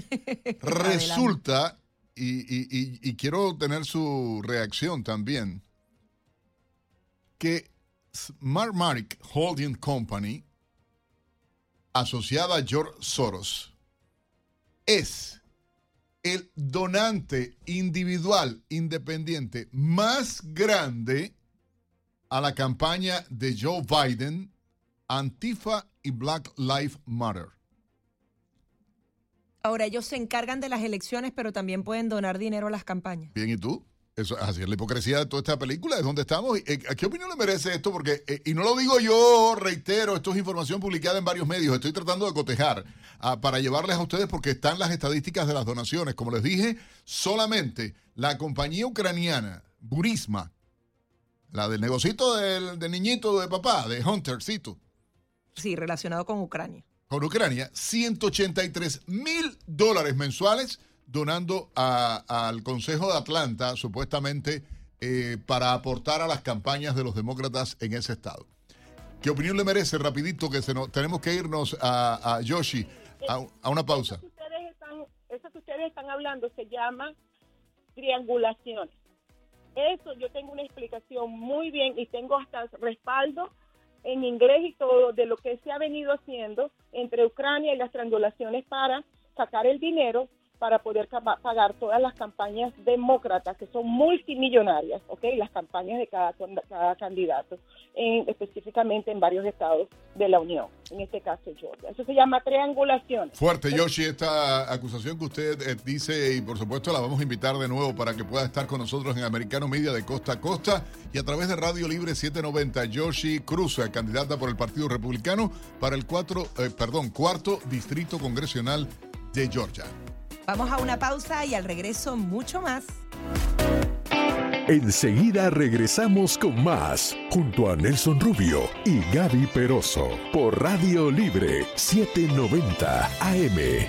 Resulta, y, y, y, y quiero tener su reacción también, que Smartmatic Holding Company, asociada a George Soros, es el donante individual independiente más grande a la campaña de Joe Biden, Antifa y Black Lives Matter. Ahora, ellos se encargan de las elecciones, pero también pueden donar dinero a las campañas. Bien, ¿y tú? Eso, así es la hipocresía de toda esta película, es donde estamos. ¿A qué opinión le merece esto? Porque, eh, y no lo digo yo, reitero, esto es información publicada en varios medios, estoy tratando de cotejar uh, para llevarles a ustedes porque están las estadísticas de las donaciones. Como les dije, solamente la compañía ucraniana, Burisma, La del negocito del, del niñito de papá, de Huntercito. Sí, relacionado con Ucrania. Con Ucrania, ciento ochenta y tres mil dólares mensuales donando a, al Consejo de Atlanta, supuestamente, eh, para aportar a las campañas de los demócratas en ese estado. ¿Qué opinión le merece, rapidito, que se nos, tenemos que irnos a, a Yoshi, a, a una pausa? Eso que, ustedes están, eso que ustedes están hablando se llama triangulaciones. Eso yo tengo una explicación muy bien y tengo hasta respaldo en inglés y todo de lo que se ha venido haciendo entre Ucrania y las triangulaciones para sacar el dinero para poder pagar todas las campañas demócratas, que son multimillonarias, ¿ok? Las campañas de cada, cada candidato, en, específicamente en varios estados de la Unión, en este caso Georgia. Eso se llama triangulación. Fuerte, Yoshi, esta acusación que usted eh, dice, y por supuesto la vamos a invitar de nuevo para que pueda estar con nosotros en Americano Media de costa a costa y a través de Radio Libre setecientos noventa. Yoshi Cruz, candidata por el Partido Republicano para el cuatro, eh, perdón, cuarto Distrito Congresional de Georgia. Vamos a una pausa y al regreso mucho más. Enseguida regresamos con más, junto a Nelson Rubio y Gaby Peroso, por Radio Libre setecientos noventa A M.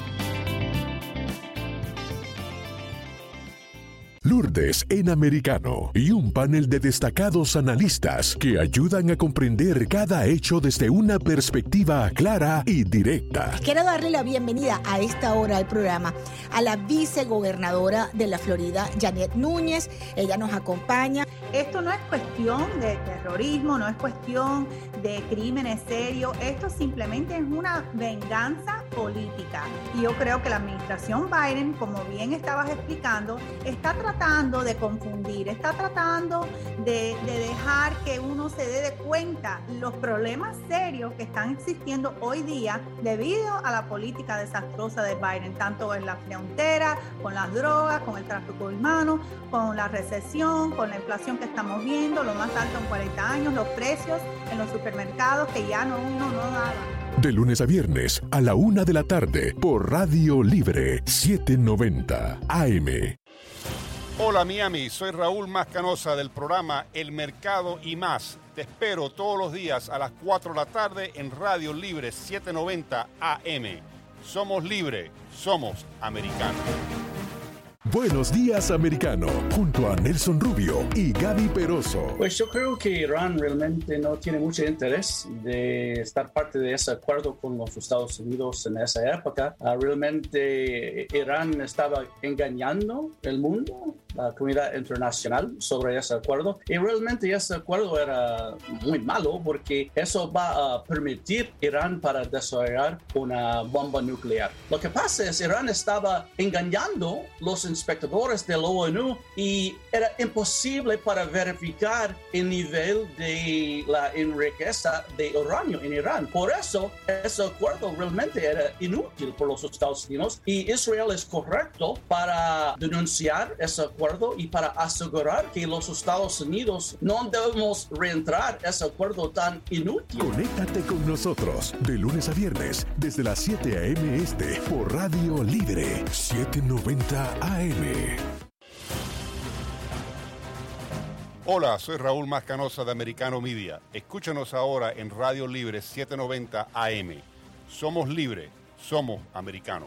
Lourdes en Americano y un panel de destacados analistas que ayudan a comprender cada hecho desde una perspectiva clara y directa. Quiero darle la bienvenida a esta hora al programa a la vicegobernadora de la Florida, Janet Núñez. Ella nos acompaña. Esto no es cuestión de terrorismo, no es cuestión de crímenes serios. Esto simplemente es una venganza política. Y yo creo que la administración Biden, como bien estabas explicando, está tratando de confundir, está tratando de, de dejar que uno se dé de cuenta los problemas serios que están existiendo hoy día debido a la política desastrosa de Biden, tanto en la frontera, con las drogas, con el tráfico humano, con la recesión, con la inflación que estamos viendo, lo más alto en cuarenta años, los precios en los supermercados que ya no uno no daba. De lunes a viernes a la una de la tarde por Radio Libre setecientos noventa A M. Hola Miami, soy Raúl Mascanosa del programa El Mercado y Más. Te espero todos los días a las cuatro de la tarde en Radio Libre setecientos noventa A M. Somos libre, somos americanos. Buenos días, Americano, junto a Nelson Rubio y Gaby Peroso. Pues yo creo que Irán realmente no tiene mucho interés de estar parte de ese acuerdo con los Estados Unidos en esa época. Uh, realmente Irán estaba engañando el mundo, la comunidad internacional, sobre ese acuerdo. Y realmente ese acuerdo era muy malo porque eso va a permitir a Irán para desarrollar una bomba nuclear. Lo que pasa es que Irán estaba engañando los inspectores de la ONU y era imposible para verificar el nivel de la riqueza de uranio en Irán. Por eso, ese acuerdo realmente era inútil por los Estados Unidos y Israel es correcto para denunciar ese acuerdo y para asegurar que los Estados Unidos no debemos reentrar ese acuerdo tan inútil. Conéctate con nosotros de lunes a viernes desde las siete a eme este por Radio Libre setecientos noventa A M. Hola, soy Raúl Mascanosa de Americano Media. Escúchanos ahora en Radio Libre setecientos noventa A M. Somos libre, somos americanos.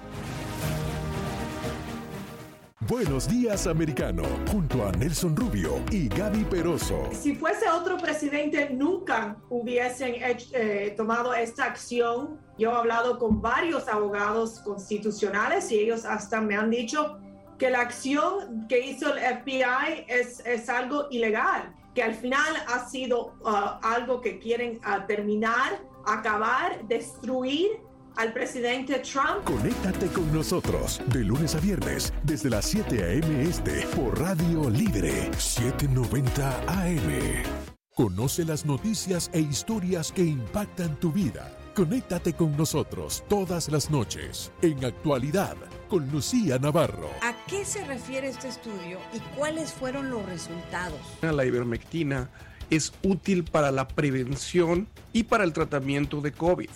Buenos días, Americano, junto a Nelson Rubio y Gaby Peroso. Si fuese otro presidente, nunca hubiesen hecho, eh, tomado esta acción. Yo he hablado con varios abogados constitucionales y ellos hasta me han dicho que la acción que hizo el F B I es, es algo ilegal, que al final ha sido uh, algo que quieren uh, terminar, acabar, destruir al presidente Trump. Conéctate con nosotros de lunes a viernes desde las siete a eme este por Radio Libre setecientos noventa A M. Conoce las noticias e historias que impactan tu vida. Conéctate con nosotros todas las noches en Actualidad con Lucía Navarro. ¿A qué se refiere este estudio y cuáles fueron los resultados? La ivermectina es útil para la prevención y para el tratamiento de COVID.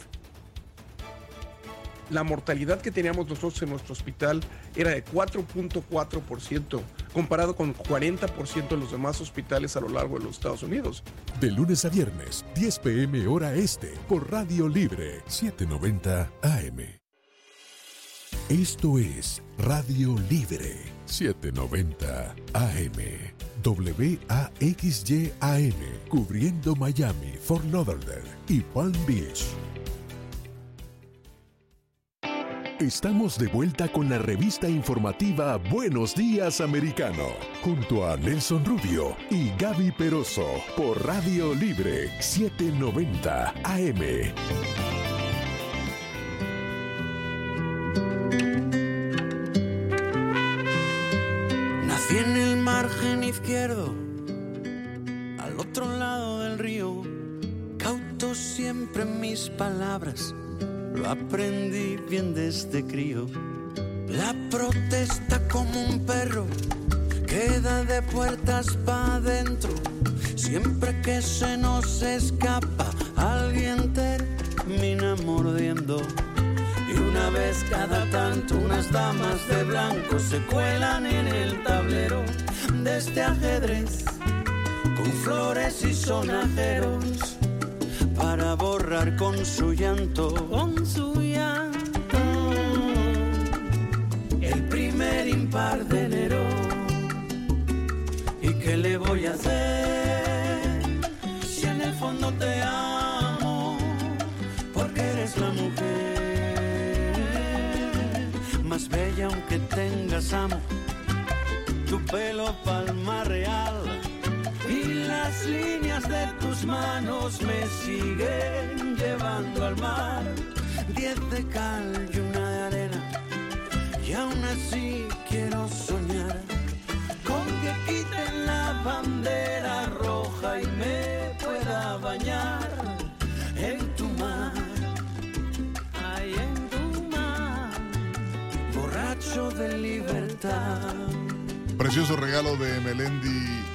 La mortalidad que teníamos nosotros en nuestro hospital era de cuatro punto cuatro por ciento, comparado con cuarenta por ciento de los demás hospitales a lo largo de los Estados Unidos. De lunes a viernes, diez p m hora este, por Radio Libre setecientos noventa A M. Esto es Radio Libre setecientos noventa A M. W A X Y A M, cubriendo Miami, Fort Lauderdale y Palm Beach. Estamos de vuelta con la revista informativa Buenos Días Americano, junto a Nelson Rubio y Gaby Peroso, por Radio Libre setecientos noventa A M. Nací en el margen izquierdo, al otro lado del río, cauto siempre en mis palabras, lo aprendí bien desde crío. La protesta como un perro queda de puertas pa' adentro, siempre que se nos escapa alguien termina mordiendo. Y una vez cada tanto unas damas de blanco se cuelan en el tablero de este ajedrez con flores y sonajeros para borrar con su llanto, con su llanto, el primer impar de enero. ¿Y qué le voy a hacer si en el fondo te amo? Porque eres la mujer más bella aunque tengas amo, tu pelo palma real y las líneas de tus manos me siguen llevando al mar. Diez de cal y una de arena, y aún así quiero soñar con que quiten la bandera roja y me pueda bañar en tu mar. Ay, en tu mar, borracho de libertad. Precioso regalo de Melendi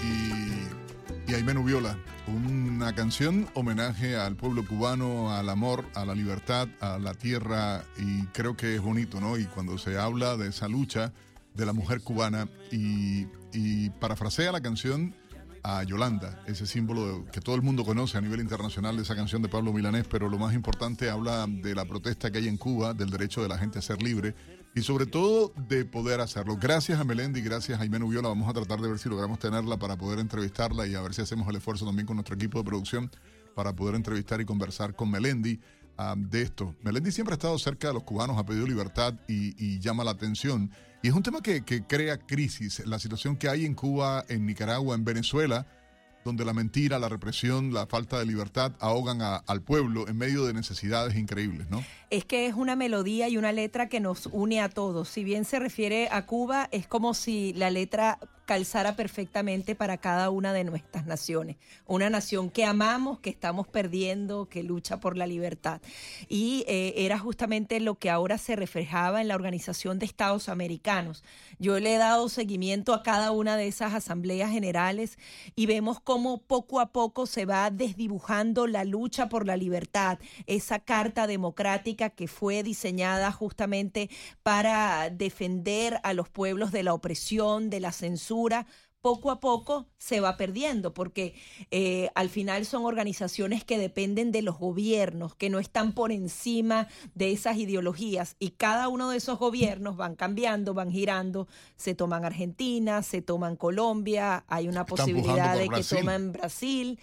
y, y Aimé Nubiola. Una canción homenaje al pueblo cubano, al amor, a la libertad, a la tierra, y creo que es bonito, ¿no? Y cuando se habla de esa lucha de la mujer cubana y, y parafrasea la canción a Yolanda, ese símbolo que todo el mundo conoce a nivel internacional de esa canción de Pablo Milanés, pero lo más importante habla de la protesta que hay en Cuba, del derecho de la gente a ser libre y sobre todo de poder hacerlo. Gracias a Melendi, gracias a Aimé Nubiola. Vamos a tratar de ver si logramos tenerla para poder entrevistarla y a ver si hacemos el esfuerzo también con nuestro equipo de producción para poder entrevistar y conversar con Melendi um, de esto. Melendi siempre ha estado cerca de los cubanos, ha pedido libertad y, y llama la atención. Y es un tema que, que crea crisis, la situación que hay en Cuba, en Nicaragua, en Venezuela, donde la mentira, la represión, la falta de libertad ahogan a, al pueblo en medio de necesidades increíbles, ¿no? Es que es una melodía y una letra que nos une a todos. Si bien se refiere a Cuba, es como si la letra calzara perfectamente para cada una de nuestras naciones. Una nación que amamos, que estamos perdiendo, que lucha por la libertad. Y eh, era justamente lo que ahora se reflejaba en la Organización de Estados Americanos. Yo le he dado seguimiento a cada una de esas asambleas generales y vemos cómo poco a poco se va desdibujando la lucha por la libertad, esa carta democrática que fue diseñada justamente para defender a los pueblos de la opresión, de la censura. Poco a poco se va perdiendo porque eh, al final son organizaciones que dependen de los gobiernos, que no están por encima de esas ideologías, y cada uno de esos gobiernos van cambiando, van girando, se toman Argentina, se toman Colombia, hay una Están posibilidad de que Brasil. tomen Brasil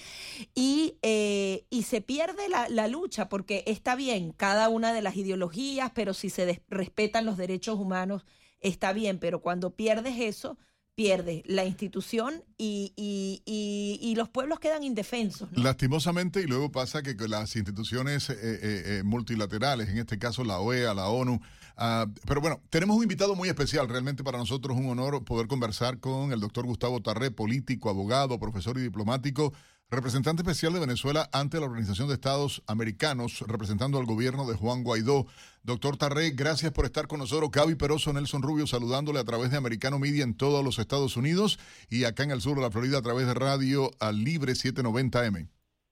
y, eh, y se pierde la, la lucha porque está bien cada una de las ideologías, pero si se des- respetan los derechos humanos está bien, pero cuando pierdes eso, pierde la institución y, y, y, y los pueblos quedan indefensos, ¿no? Lastimosamente, y luego pasa que las instituciones eh, eh, eh, multilaterales, en este caso la O E A, la ONU, uh, pero bueno, tenemos un invitado muy especial, realmente para nosotros es un honor poder conversar con el doctor Gustavo Tarré, político, abogado, profesor y diplomático, representante especial de Venezuela ante la Organización de Estados Americanos, representando al gobierno de Juan Guaidó. Doctor Tarré, gracias por estar con nosotros. Gaby Peroso, Nelson Rubio, saludándole a través de Americano Media en todos los Estados Unidos y acá en el sur de la Florida a través de Radio al Libre setecientos noventa A M.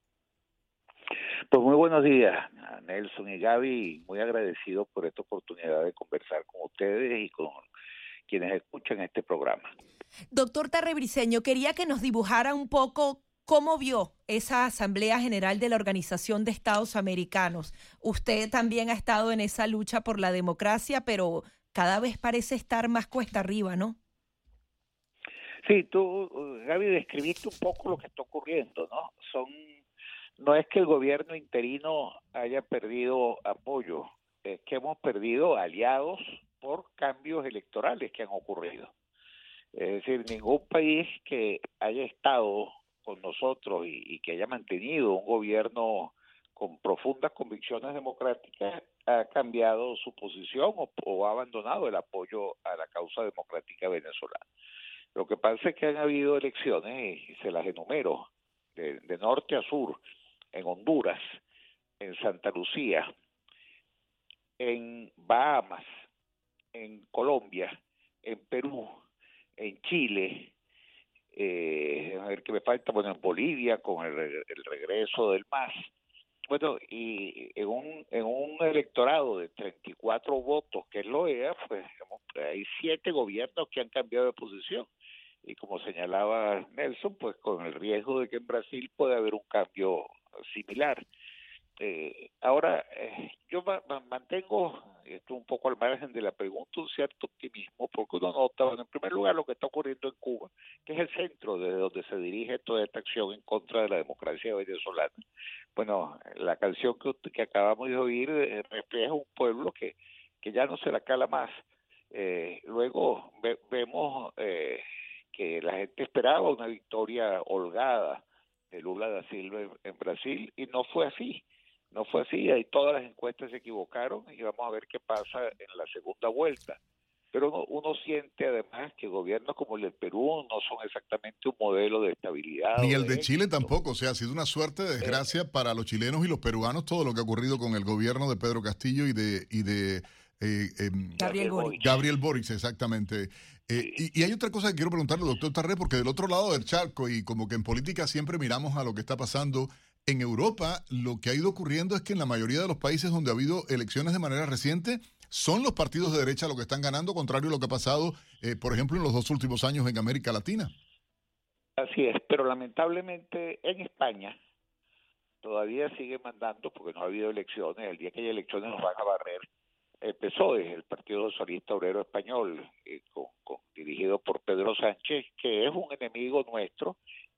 Pues muy buenos días, Nelson y Gaby, muy agradecido por esta oportunidad de conversar con ustedes y con quienes escuchan este programa. Doctor Tarré Briceño, quería que nos dibujara un poco cómo vio esa Asamblea General de la Organización de Estados Americanos. Usted también ha estado en esa lucha por la democracia, pero cada vez parece estar más cuesta arriba, ¿no? Sí, tú, Gaby, describiste un poco lo que está ocurriendo, ¿no? Son, no es que el gobierno interino haya perdido apoyo, es que hemos perdido aliados por cambios electorales que han ocurrido. Es decir, ningún país que haya estado con nosotros y, y que haya mantenido un gobierno con profundas convicciones democráticas ha cambiado su posición o, o ha abandonado el apoyo a la causa democrática venezolana. Lo que pasa es que han habido elecciones, y se las enumero, de, de norte a sur, en Honduras, en Santa Lucía, en Bahamas, en Colombia, en Perú, en Chile, eh, a ver qué me falta, bueno, en Bolivia, con el, el regreso del M A S. Bueno, y en un, en un electorado de treinta y cuatro votos, que es la O E A, pues hay siete gobiernos que han cambiado de posición. Y como señalaba Nelson, pues con el riesgo de que en Brasil pueda haber un cambio similar. Eh, ahora, eh, yo ma- ma- mantengo, esto un poco al margen de la pregunta, un cierto optimismo, porque uno nota, bueno, en primer lugar, lo que está ocurriendo en Cuba, que es el centro desde donde se dirige toda esta acción en contra de la democracia venezolana. Bueno, la canción que, que acabamos de oír eh, refleja un pueblo que, que ya no se la cala más. Eh, luego ve, vemos eh, que la gente esperaba una victoria holgada de Lula da Silva en, en Brasil, y no fue así. No fue así, ahí todas las encuestas se equivocaron y vamos a ver qué pasa en la segunda vuelta. Pero uno, uno siente además que gobiernos como el del Perú no son exactamente un modelo de estabilidad. Ni o el de éxito. Chile tampoco, o sea, ha sido una suerte de desgracia eh, para los chilenos y los peruanos todo lo que ha ocurrido con el gobierno de Pedro Castillo y de y de eh, eh, Gabriel Boric. Gabriel Boric, exactamente. Eh, y, y hay otra cosa que quiero preguntarle, doctor Tarré, porque del otro lado del charco, y como que en política siempre miramos a lo que está pasando en Europa, lo que ha ido ocurriendo es que en la mayoría de los países donde ha habido elecciones de manera reciente, son los partidos de derecha los que están ganando, contrario a lo que ha pasado, eh, por ejemplo, en los dos últimos años en América Latina. Así es, pero lamentablemente en España todavía sigue mandando, porque no ha habido elecciones. El día que haya elecciones nos van a barrer el P S O E, el Partido Socialista Obrero Español, eh, con, con, dirigido por Pedro Sánchez, que es un enemigo nuestro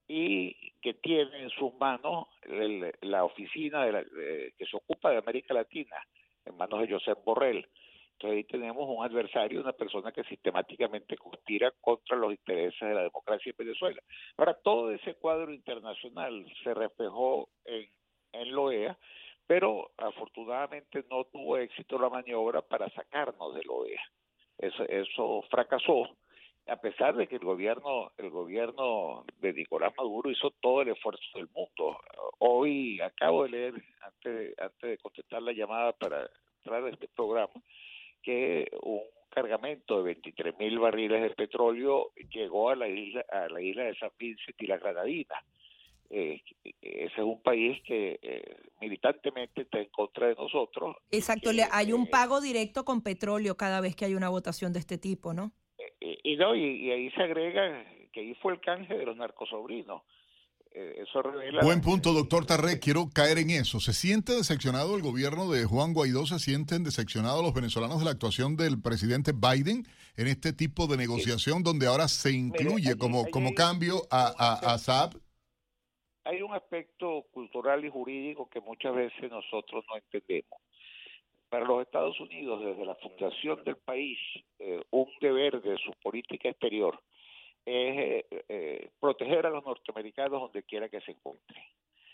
y que tiene en sus manos el, la oficina de la, de, que se ocupa de América Latina, en manos de Josep Borrell. Entonces ahí tenemos un adversario, una persona que sistemáticamente conspira contra los intereses de la democracia en Venezuela. Ahora, todo ese cuadro internacional se reflejó en, en la O E A, pero afortunadamente no tuvo éxito la maniobra para sacarnos de la O E A. Eso, eso fracasó, a pesar de que el gobierno el gobierno de Nicolás Maduro hizo todo el esfuerzo del mundo. Hoy acabo de leer, antes, antes de contestar la llamada para entrar a este programa, que un cargamento de veintitrés mil barriles de petróleo llegó a la isla a la isla de San Vicente y las Granadinas. Eh, ese es un país que eh, militantemente está en contra de nosotros. Exacto, que, le, hay un eh, pago directo con petróleo cada vez que hay una votación de este tipo, ¿no? Eh, y, no, y, y ahí se agrega que ahí fue el canje de los narcosobrinos. Eh, eso revela... Buen punto, doctor Tarré. Quiero caer en eso. ¿Se siente decepcionado el gobierno de Juan Guaidó? ¿Se sienten decepcionados los venezolanos de la actuación del presidente Biden en este tipo de negociación sí. donde ahora se incluye Mire, allí, como, allí como cambio a, a, a Saab? Hay un aspecto cultural y jurídico que muchas veces nosotros no entendemos. Para los Estados Unidos, desde la fundación del país, eh, un deber de su política exterior es eh, eh, proteger a los norteamericanos donde quiera que se encuentren.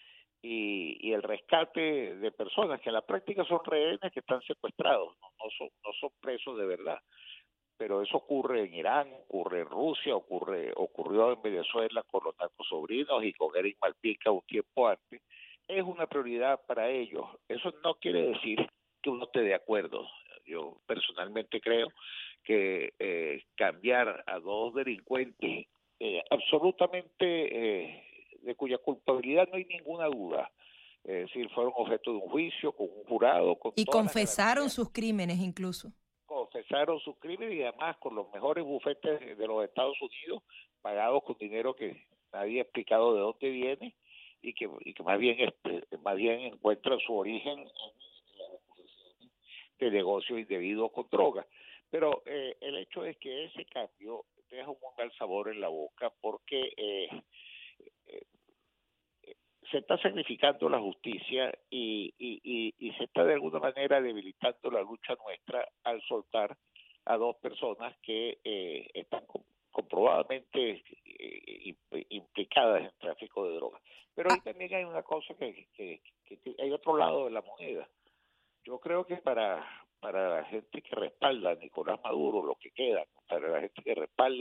Y, y el rescate de personas que en la práctica son rehenes que están secuestrados, no, no, son, no son presos de verdad. Pero eso ocurre en Irán, ocurre en Rusia, ocurre ocurrió en Venezuela con los narcosobrinos y con Eric Malpica un tiempo antes. Es una prioridad para ellos. Eso no quiere decir que uno esté de acuerdo. Yo personalmente creo que eh, cambiar a dos delincuentes eh, absolutamente eh, de cuya culpabilidad no hay ninguna duda, es decir, fueron objeto de un juicio con un jurado, con y confesaron sus crímenes incluso. confesaron sus crímenes y además con los mejores bufetes de los Estados Unidos, pagados con dinero que nadie ha explicado de dónde viene y que, y que más bien más bien encuentra su origen en de negocio indebido con drogas. Pero eh, el hecho es que ese cambio deja un muy mal sabor en la boca porque eh, eh, se está sacrificando la justicia y, y, y, y se está de alguna manera debilitando la lucha nuestra al soltar a dos personas que eh, están com- comprobadamente eh, implicadas en tráfico de drogas. Pero ahí también hay una cosa que, que, que, que hay otro lado de la moneda. Yo creo que para, para la gente que respalda a Nicolás Maduro, lo que queda, para la gente que respalda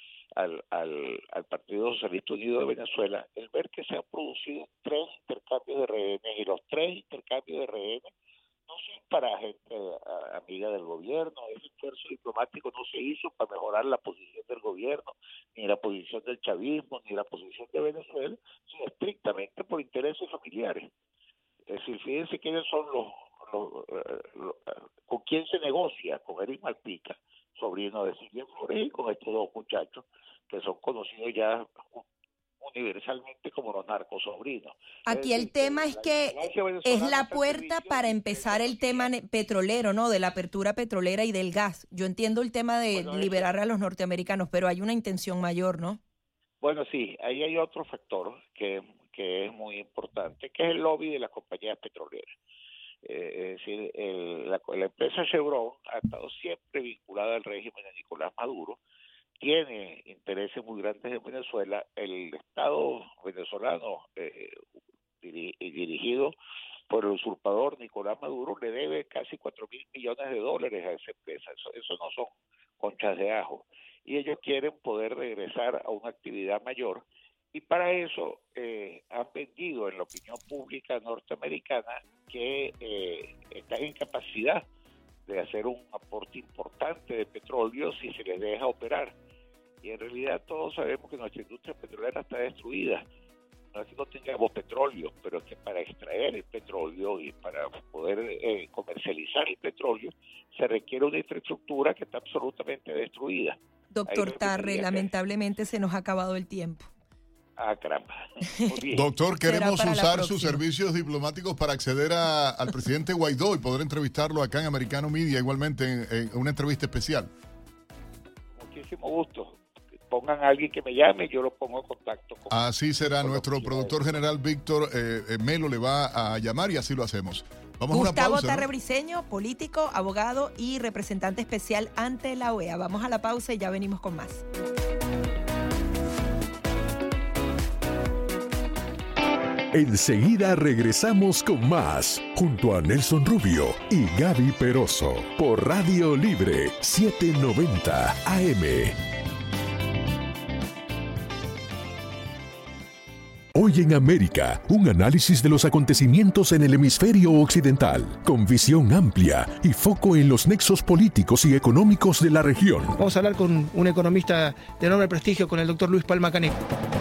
al, al, al Partido Socialista Unido de Venezuela, el ver que se han producido tres intercambios de rehenes y los tres intercambios de rehenes no son para gente a, amiga del gobierno. Ese esfuerzo diplomático no se hizo para mejorar la posición del gobierno, ni la posición del chavismo, ni la posición de Venezuela, sino estrictamente por intereses familiares. Es decir, fíjense quiénes son los, los, los, los con quién se negocia, con Eric Malpica, sobrino de Silvia Flores, y con estos dos muchachos que son conocidos ya universalmente como los narcosobrinos. Aquí el tema es que es la puerta para empezar el tema petrolero, ¿no? De la apertura petrolera y del gas. Yo entiendo el tema de bueno, liberar a los norteamericanos, pero hay una intención mayor, ¿no? Bueno, sí, ahí hay otro factor que, que es muy importante, que es el lobby de las compañías petroleras. Eh, es decir, el, la, la empresa Chevron ha estado siempre vinculada al régimen de Nicolás Maduro, tiene intereses muy grandes en Venezuela. El Estado venezolano eh, diri, dirigido por el usurpador Nicolás Maduro le debe casi cuatro mil millones de dólares a esa empresa. Eso, eso no son conchas de ajo. Y ellos quieren poder regresar a una actividad mayor. Y para eso eh, han vendido en la opinión pública norteamericana que eh, están en capacidad de hacer un aporte importante de petróleo si se les deja operar. Y en realidad todos sabemos que nuestra industria petrolera está destruida. No es que no tengamos petróleo, pero es que para extraer el petróleo y para poder eh, comercializar el petróleo se requiere una infraestructura que está absolutamente destruida. Doctor Tarre, lamentablemente se nos ha acabado el tiempo. Ah, caramba. Doctor, queremos usar sus servicios diplomáticos para acceder a, al presidente Guaidó y poder entrevistarlo acá en Americano Media, igualmente en, en una entrevista especial. Muchísimo gusto. Pongan a alguien que me llame y yo lo pongo en contacto con Así será. Nuestro productor general Víctor eh, Melo le va a llamar y así lo hacemos. Vamos Gustavo a una pausa, Tarre ¿no? Briceño, político, abogado y representante especial ante la O E A. Vamos a la pausa y ya venimos con más. Enseguida regresamos con más, junto a Nelson Rubio y Gaby Peroso, por Radio Libre setecientos noventa A M. Hoy en América, un análisis de los acontecimientos en el hemisferio occidental, con visión amplia y foco en los nexos políticos y económicos de la región. Vamos a hablar con un economista de enorme prestigio, con el doctor Luis Palma Caneco.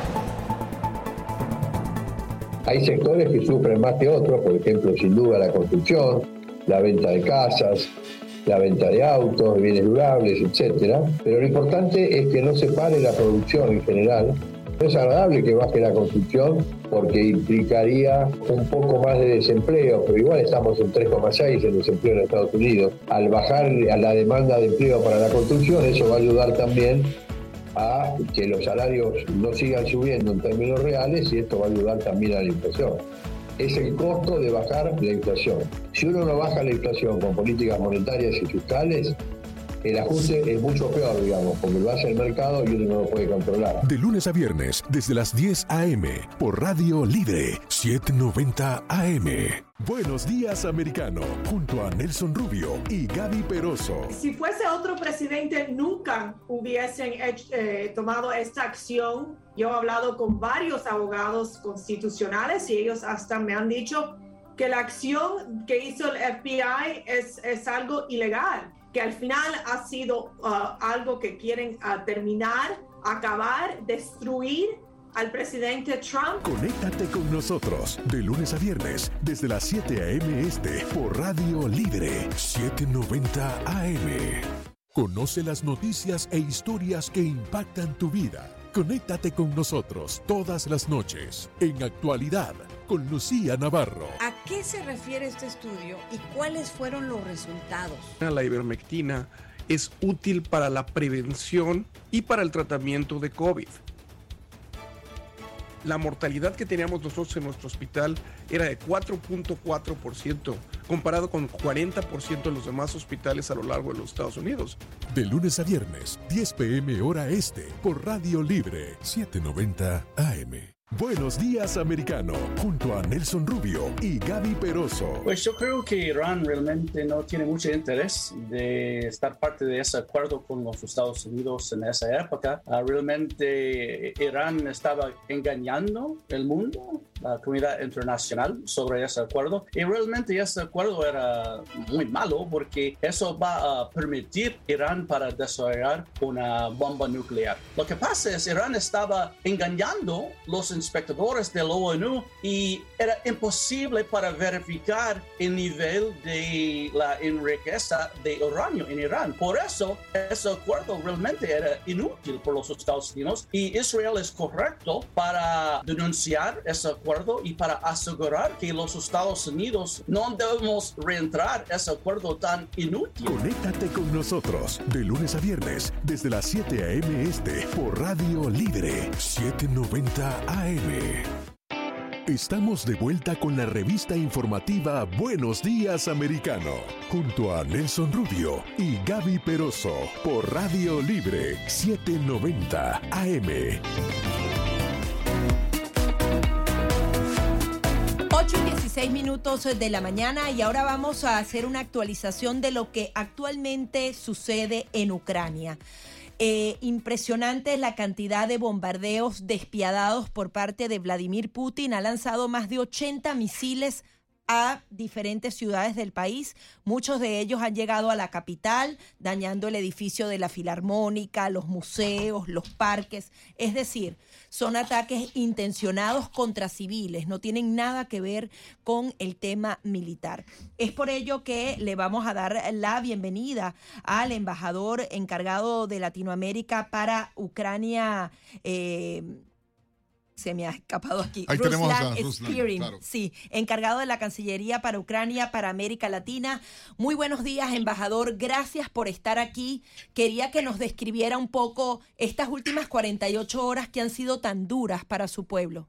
Hay sectores que sufren más que otros, por ejemplo, sin duda la construcción, la venta de casas, la venta de autos, de bienes durables, etcétera. Pero lo importante es que no se pare la producción en general. No es agradable que baje la construcción porque implicaría un poco más de desempleo, pero igual estamos en tres coma seis en desempleo en Estados Unidos. Al bajar a la demanda de empleo para la construcción, eso va a ayudar también a que los salarios no sigan subiendo en términos reales y esto va a ayudar también a la inflación. Es el costo de bajar la inflación. Si uno no baja la inflación con políticas monetarias y fiscales, el ajuste es mucho peor, digamos, porque lo hace el mercado y uno no lo puede controlar. De lunes a viernes, desde las diez a eme, por Radio Libre setecientos noventa A M. Buenos días, americano, junto a Nelson Rubio y Gaby Peroso. Si fuese otro presidente, nunca hubiesen hecho, eh, tomado esta acción. Yo he hablado con varios abogados constitucionales y ellos hasta me han dicho que la acción que hizo el F B I es, es algo ilegal, que al final ha sido uh, algo que quieren uh, terminar, acabar, destruir al presidente Trump. Conéctate con nosotros de lunes a viernes desde las siete a.m. este por Radio Libre setecientos noventa A M. Conoce las noticias e historias que impactan tu vida. Conéctate con nosotros todas las noches en Actualidad con Lucía Navarro. ¿A qué se refiere este estudio y cuáles fueron los resultados? La ivermectina es útil para la prevención y para el tratamiento de COVID. La mortalidad que teníamos nosotros en nuestro hospital era de cuatro punto cuatro por ciento, comparado con cuarenta por ciento de los demás hospitales a lo largo de los Estados Unidos. De lunes a viernes, diez p.m. hora este, por Radio Libre setecientos noventa A M. Buenos días, americano, junto a Nelson Rubio y Gaby Peroso. Pues yo creo que Irán realmente no tiene mucho interés de estar parte de ese acuerdo con los Estados Unidos en esa época. Uh, realmente Irán estaba engañando el mundo, la comunidad internacional, sobre ese acuerdo. Y realmente ese acuerdo era muy malo porque eso va a permitir a Irán para desarrollar una bomba nuclear. Lo que pasa es que Irán estaba engañando los inspectores de la ONU y era imposible para verificar el nivel de la riqueza de uranio en Irán. Por eso, ese acuerdo realmente era inútil por los Estados Unidos y Israel es correcto para denunciar ese acuerdo y para asegurar que los Estados Unidos no debemos reentrar ese acuerdo tan inútil. Conéctate con nosotros de lunes a viernes desde las siete a.m. este por Radio Libre setecientos noventa A M. Estamos de vuelta con la revista informativa Buenos Días Americano, junto a Nelson Rubio y Gaby Peroso por Radio Libre setecientos noventa A M. ocho y dieciséis minutos de la mañana y ahora vamos a hacer una actualización de lo que actualmente sucede en Ucrania. Eh, impresionante la cantidad de bombardeos despiadados por parte de Vladimir Putin. Ha lanzado más de ochenta misiles a diferentes ciudades del país. Muchos de ellos han llegado a la capital, dañando el edificio de la Filarmónica, los museos, los parques. Es decir, son ataques intencionados contra civiles, no tienen nada que ver con el tema militar. Es por ello que le vamos a dar la bienvenida al embajador encargado de Latinoamérica para Ucrania, eh, se me ha escapado aquí. Ahí Ruslan tenemos a Ruslan, Spirin, claro. sí, encargado de la Cancillería para Ucrania, para América Latina. Muy buenos días, embajador. Gracias por estar aquí. Quería que nos describiera un poco estas últimas cuarenta y ocho horas que han sido tan duras para su pueblo.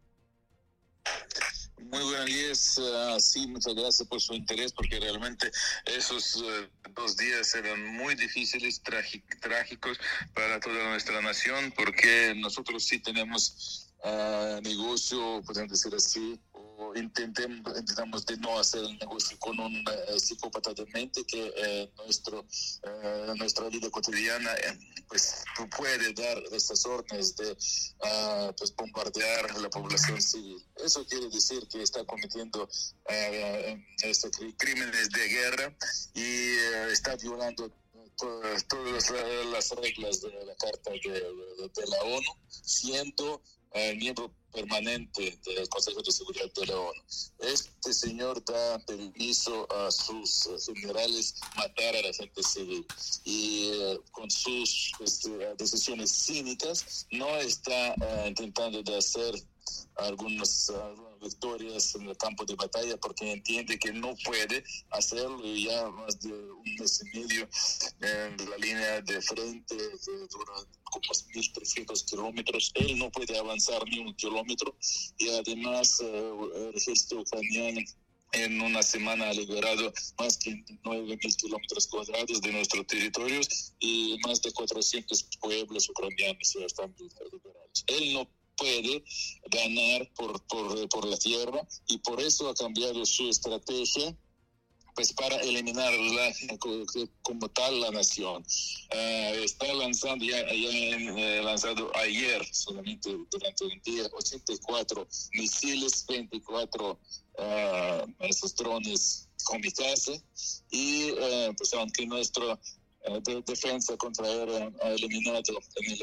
Muy buenos días, uh, sí, muchas gracias por su interés, porque realmente esos uh, dos días eran muy difíciles, trágicos para toda nuestra nación, porque nosotros sí tenemos uh, negocio, podemos decir así, o intentemos, intentamos de no hacer el negocio con un uh, psicópata de mente que eh, nuestro, uh, nuestra vida cotidiana eh, pues puede dar estas órdenes de uh, pues bombardear la población civil. Eso quiere decir que está cometiendo uh, estos crímenes de guerra y uh, está violando todas, todas las reglas de la Carta de, de, de la ONU, siendo uh, miembro permanente del Consejo de Seguridad de la ONU. Este señor da permiso a sus generales matar a la gente civil y uh, con sus este, decisiones cínicas no está uh, intentando de hacer algunas uh, victorias en el campo de batalla porque entiende que no puede hacerlo y ya más de un mes y medio en la línea de frente que dura como mil trescientos kilómetros, él no puede avanzar ni un kilómetro y además uh, el ejército ucraniano en una semana ha liberado más de nueve mil kilómetros cuadrados de nuestros territorios y más de cuatrocientos pueblos ucranianos ya están liberados. Él no puede ganar por, por, por la tierra y por eso ha cambiado su estrategia pues para eliminarla como tal la nación. Uh, está lanzando, ya, ya han uh, lanzado ayer, solamente durante un día, ochenta y cuatro misiles, veinticuatro uh, esos drones kamikaze y uh, pues aunque nuestra uh, de defensa contraaérea ha eliminado en el aire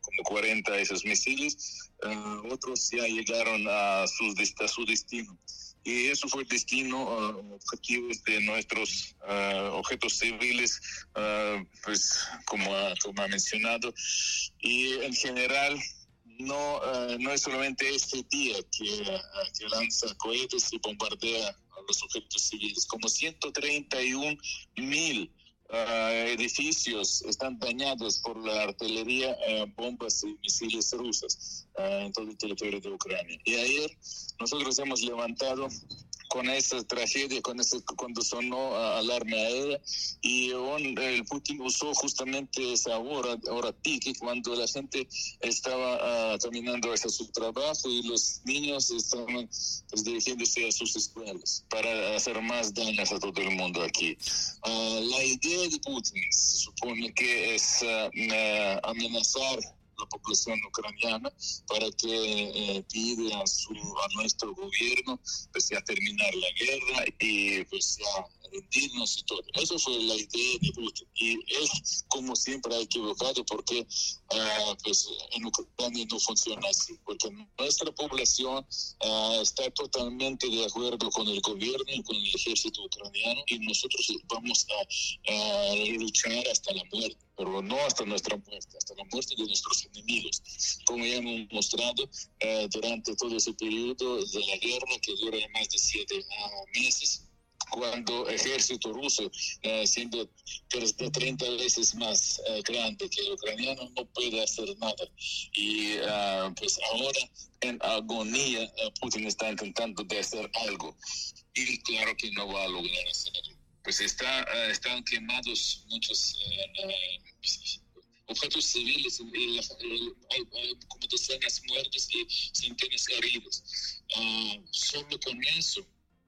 como cuarenta de esos misiles, uh, otros ya llegaron a, sus, a su destino. Y eso fue el destino, uh, objetivos de nuestros uh, objetos civiles, uh, pues como ha, como ha mencionado. Y en general, no, uh, no es solamente este día que, uh, que lanza cohetes y bombardea a los objetos civiles. Como ciento treinta y un mil Uh, edificios están dañados por la artillería, uh, bombas y misiles rusas uh, en todo el territorio de Ucrania. Y ayer nosotros hemos levantado con esa tragedia, con ese, cuando sonó uh, alarma aérea, y un, el Putin usó justamente esa hora, hora pique, cuando la gente estaba uh, caminando hacia su trabajo y los niños estaban pues, dirigiéndose a sus escuelas para hacer más daños a todo el mundo aquí. Uh, la idea de Putin se supone que es uh, uh, amenazar la población ucraniana para que eh, pide a, su, a nuestro gobierno pues ya terminar la guerra y pues ya rendirnos y todo. Eso fue la idea de Putin y es como siempre ha equivocado porque uh, pues en Ucrania no funciona así, porque nuestra población uh, está totalmente de acuerdo con el gobierno y con el ejército ucraniano y nosotros vamos a, a luchar hasta la muerte, pero no hasta nuestra muerte, hasta la muerte de nuestros enemigos, como ya hemos mostrado uh, durante todo ese periodo de la guerra que dura más de siete uh, meses, cuando el ejército ruso, uh, siendo treinta veces más uh, grande que el ucraniano, no puede hacer nada. Y uh, pues ahora, en agonía, uh, Putin está intentando de hacer algo. Y claro que no va a lograr hacerlo. Pues está, uh, están quemados muchos uh, uh, objetos civiles, y, uh, hay, hay como decenas muertos y centenas heridos. Uh, solo con eso,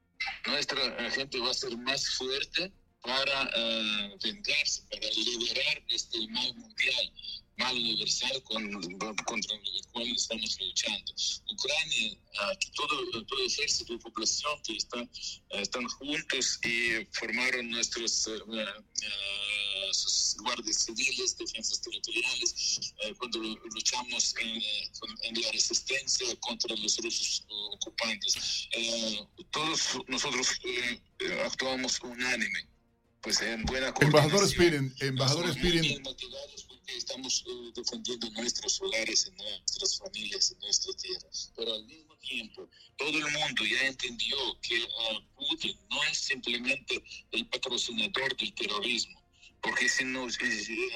nuestra gente va a ser más fuerte para uh, vengarse, para liberar este mal mundial, mal universal con, contra el cual estamos luchando. Ucrania, uh, todo, todo ejército y población que están, uh, están juntos y formaron nuestros uh, uh, sus guardias civiles, defensas territoriales, uh, cuando luchamos en, en la resistencia contra los rusos uh, ocupantes. Uh, todos nosotros uh, actuamos unánime, pues en buena coordinación. Embajador Spirin, embajador Spirin. Estamos uh, defendiendo nuestros hogares, y nuestras familias, y nuestra tierra. Pero al mismo tiempo, todo el mundo ya entendió que uh, Putin no es simplemente el patrocinador del terrorismo, porque si no, eh,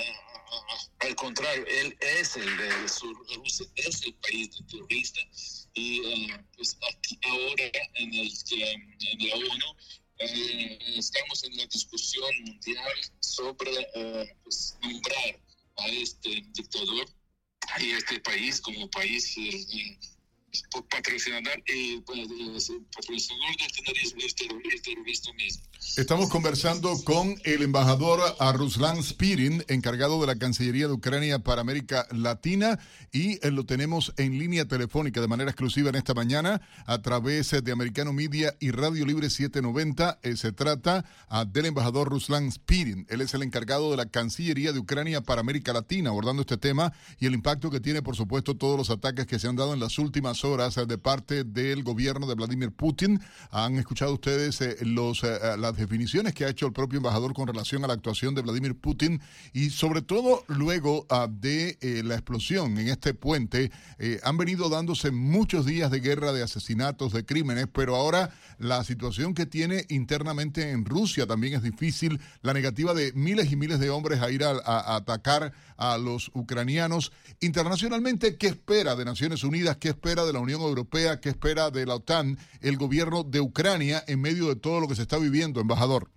uh, al contrario, él es el, el Rusia es el país del terrorista y uh, pues aquí ahora en, el, en la ONU eh, estamos en la discusión mundial sobre uh, pues, nombrar a este dictador y este país como país eh, eh, patrocinador, eh, patrocinador del terrorismo, el terrorista mismo. Estamos conversando con el embajador a Ruslan Spirin, encargado de la Cancillería de Ucrania para América Latina, y eh, lo tenemos en línea telefónica de manera exclusiva en esta mañana a través de Americano Media y Radio Libre setecientos noventa. Eh, se trata uh, del embajador Ruslan Spirin. Él es el encargado de la Cancillería de Ucrania para América Latina, abordando este tema y el impacto que tiene, por supuesto, todos los ataques que se han dado en las últimas horas de parte del gobierno de Vladimir Putin. Han escuchado ustedes eh, los, eh, las definiciones que ha hecho el propio embajador con relación a la actuación de Vladimir Putin y sobre todo luego uh, de eh, la explosión en este puente. Eh, han venido dándose muchos días de guerra, de asesinatos, de crímenes, pero ahora la situación que tiene internamente en Rusia también es difícil. La negativa de miles y miles de hombres a ir a, a, a atacar a los ucranianos. Internacionalmente, ¿qué espera de Naciones Unidas? ¿Qué espera de la Unión Europea? ¿Qué espera de la OTAN, el gobierno de Ucrania, en medio de todo lo que se está viviendo, embajador?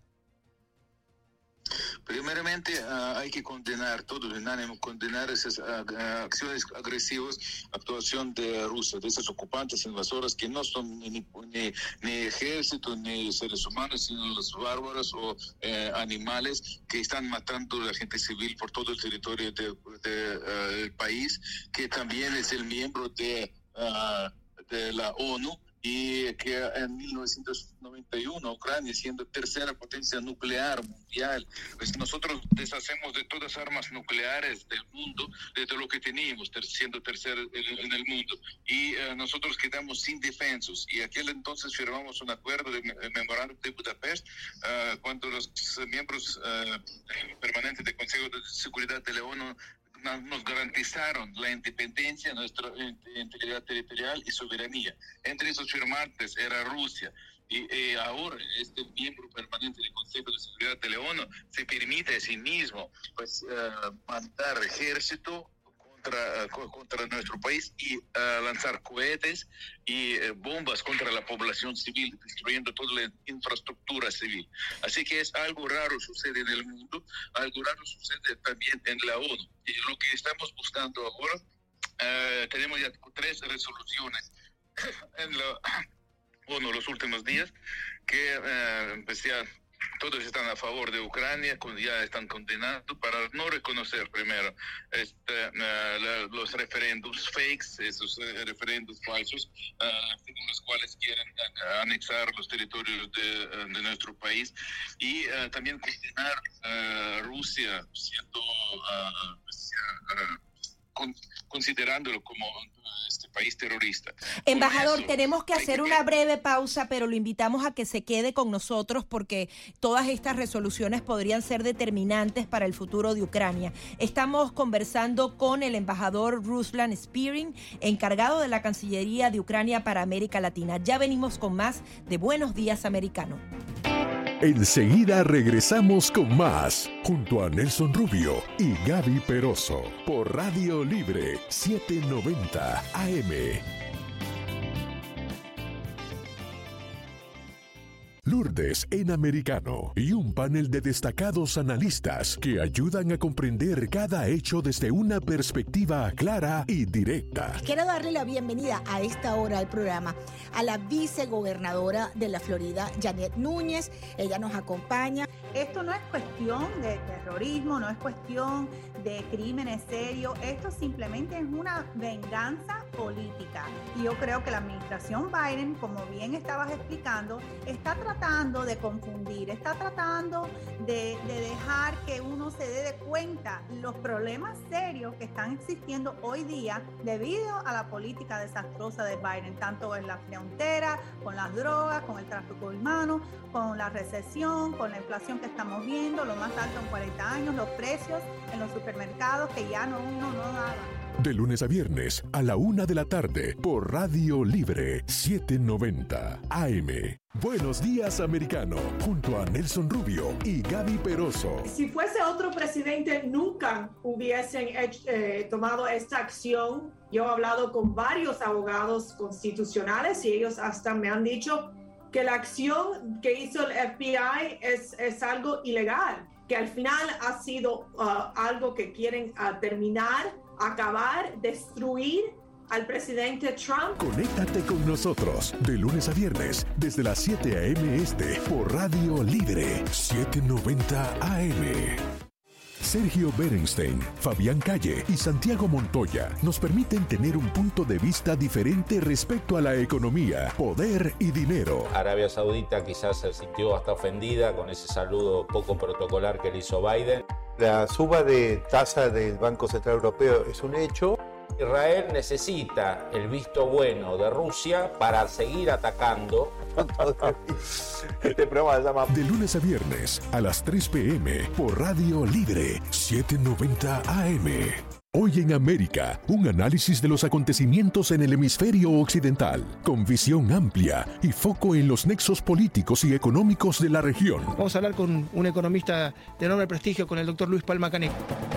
Primeramente, uh, hay que condenar, todos unánime, condenar esas uh, uh, acciones agresivas, actuación de Rusia, de esos ocupantes invasores que no son ni, ni, ni ejército ni seres humanos, sino los bárbaros o eh, animales que están matando a la gente civil por todo el territorio del de, uh, país, que también es el miembro de, uh, de la ONU, y que en mil novecientos noventa y uno Ucrania, siendo tercera potencia nuclear mundial, pues nosotros deshacemos de todas las armas nucleares del mundo, de todo lo que teníamos, ter- siendo tercera en, en el mundo, y uh, nosotros quedamos sin defensos, y aquel entonces firmamos un acuerdo de, de memorándum de Budapest, uh, cuando los miembros uh, permanentes del Consejo de Seguridad de la ONU nos garantizaron la independencia, nuestra integridad territorial y soberanía. Entre esos firmantes era Rusia. Y eh, ahora este miembro permanente del Consejo de Seguridad de la ONU se permite a sí mismo pues, uh, mandar ejército contra, uh, contra nuestro país y uh, lanzar cohetes y uh, bombas contra la población civil, destruyendo toda la infraestructura civil. Así que es algo raro sucede en el mundo, algo raro sucede también en la ONU. Y lo que estamos buscando ahora, uh, tenemos ya tres resoluciones en la ONU los últimos días, que uh, pues ya todos están a favor de Ucrania, ya están condenando para no reconocer primero este, uh, la, los referéndums fakes, esos uh, referéndums falsos, uh, según los cuales quieren uh, anexar los territorios de, uh, de nuestro país, y uh, también condenar a uh, Rusia, siendo uh, pues, uh, con, considerándolo como este país terrorista. Embajador, eso, tenemos que hacer que... una breve pausa, pero lo invitamos a que se quede con nosotros porque todas estas resoluciones podrían ser determinantes para el futuro de Ucrania. Estamos conversando con el embajador Ruslan Spiring, encargado de la Cancillería de Ucrania para América Latina. Ya venimos con más de Buenos Días Americano. Enseguida regresamos con más, junto a Nelson Rubio y Gaby Peroso, por Radio Libre setecientos noventa A M. Lourdes en Americano y un panel de destacados analistas que ayudan a comprender cada hecho desde una perspectiva clara y directa. Quiero darle la bienvenida a esta hora al programa a la vicegobernadora de la Florida, Janet Núñez. Ella nos acompaña. Esto no es cuestión de terrorismo, no es cuestión de crímenes serios, esto simplemente es una venganza política. Y yo creo que la administración Biden, como bien estabas explicando, está tratando de confundir, está tratando de, de dejar que uno se dé de cuenta los problemas serios que están existiendo hoy día debido a la política desastrosa de Biden, tanto en la frontera, con las drogas, con el tráfico humano, con la recesión, con la inflación que estamos viendo, lo más alto en cuarenta años, los precios en los supermercados que ya no uno no daba. De lunes a viernes a la una de la tarde por Radio Libre setecientos noventa A M. Buenos Días Americano, junto a Nelson Rubio y Gaby Peroso. Si fuese otro presidente, nunca hubiesen hecho, eh, tomado esta acción. Yo he hablado con varios abogados constitucionales y ellos hasta me han dicho que la acción que hizo el F B I es, es algo ilegal, que al final ha sido uh, algo que quieren uh, terminar, acabar, destruir al presidente Trump. Conéctate con nosotros de lunes a viernes desde las siete a eme este por Radio Libre setecientos noventa A M. Sergio Berenstein, Fabián Calle y Santiago Montoya nos permiten tener un punto de vista diferente respecto a la economía, poder y dinero. Arabia Saudita quizás se sintió hasta ofendida con ese saludo poco protocolar que le hizo Biden. La suba de tasa del Banco Central Europeo es un hecho. Israel necesita el visto bueno de Rusia para seguir atacando. Este programa se llama De lunes a viernes a las tres pe eme por Radio Libre setecientos noventa A M. Hoy en América, un análisis de los acontecimientos en el hemisferio occidental, con visión amplia y foco en los nexos políticos y económicos de la región. Vamos a hablar con un economista de enorme prestigio, con el doctor Luis Palma Canek.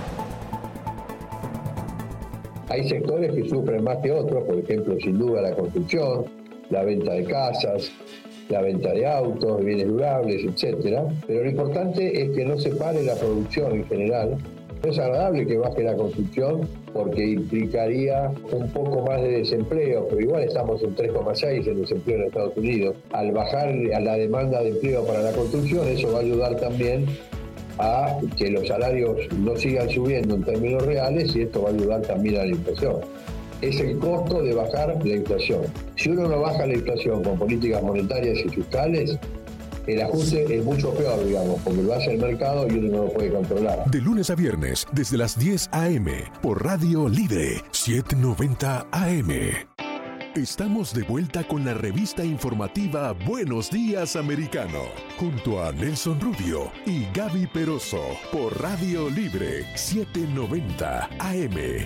Hay sectores que sufren más que otros, por ejemplo, sin duda la construcción, la venta de casas, la venta de autos, de bienes durables, etcétera. Pero lo importante es que no se pare la producción en general. No es agradable que baje la construcción porque implicaría un poco más de desempleo, pero igual estamos en tres coma seis en desempleo en Estados Unidos. Al bajar a la demanda de empleo para la construcción, eso va a ayudar también a que los salarios no sigan subiendo en términos reales y esto va a ayudar también a la inflación. es el costo de bajar la inflación. Si uno no baja la inflación con políticas monetarias y fiscales, el ajuste es mucho peor, digamos, porque lo hace el mercado y uno no lo puede controlar. De lunes a viernes, desde las diez a eme, por Radio Libre setecientos noventa A M. Estamos de vuelta con la revista informativa Buenos Días Americano, junto a Nelson Rubio y Gaby Peroso, por Radio Libre setecientos noventa A M.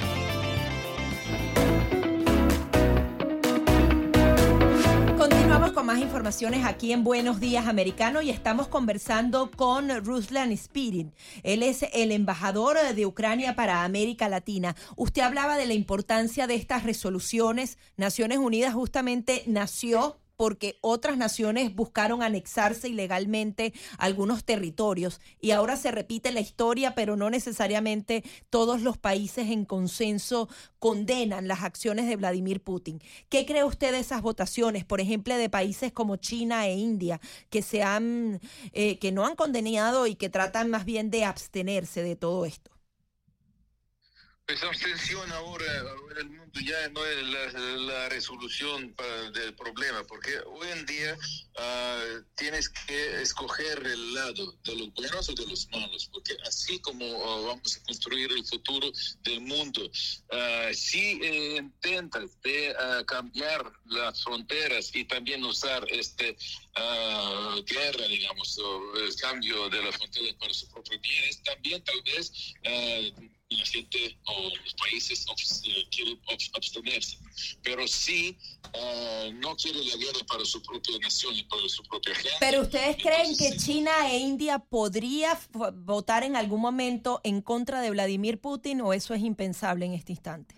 Continuamos con más informaciones aquí en Buenos Días Americano y estamos conversando con Ruslan Spirin. Él es el embajador de Ucrania para América Latina. Usted hablaba de la importancia de estas resoluciones. Naciones Unidas justamente nació porque otras naciones buscaron anexarse ilegalmente a algunos territorios y ahora se repite la historia, pero no necesariamente todos los países en consenso condenan las acciones de Vladimir Putin. ¿Qué cree usted de esas votaciones, por ejemplo, de países como China e India, que se han, eh, que no han condenado y que tratan más bien de abstenerse de todo esto? Pues abstención ahora en el mundo ya no es la, la resolución para, del problema, porque hoy en día uh, tienes que escoger el lado de los buenos o de los malos, porque así como uh, vamos a construir el futuro del mundo, uh, si eh, intentas de uh, cambiar las fronteras y también usar este uh, guerra, digamos, o el cambio de las fronteras para su propio bien, es también tal vez uh, la gente o los países uh, quieren abstenerse, pero sí uh, no quiere la guerra para su propia nación y para su propia gente. ¿Pero ustedes creen Entonces, que sí. China e India podría f- votar en algún momento en contra de Vladimir Putin o eso es impensable en este instante?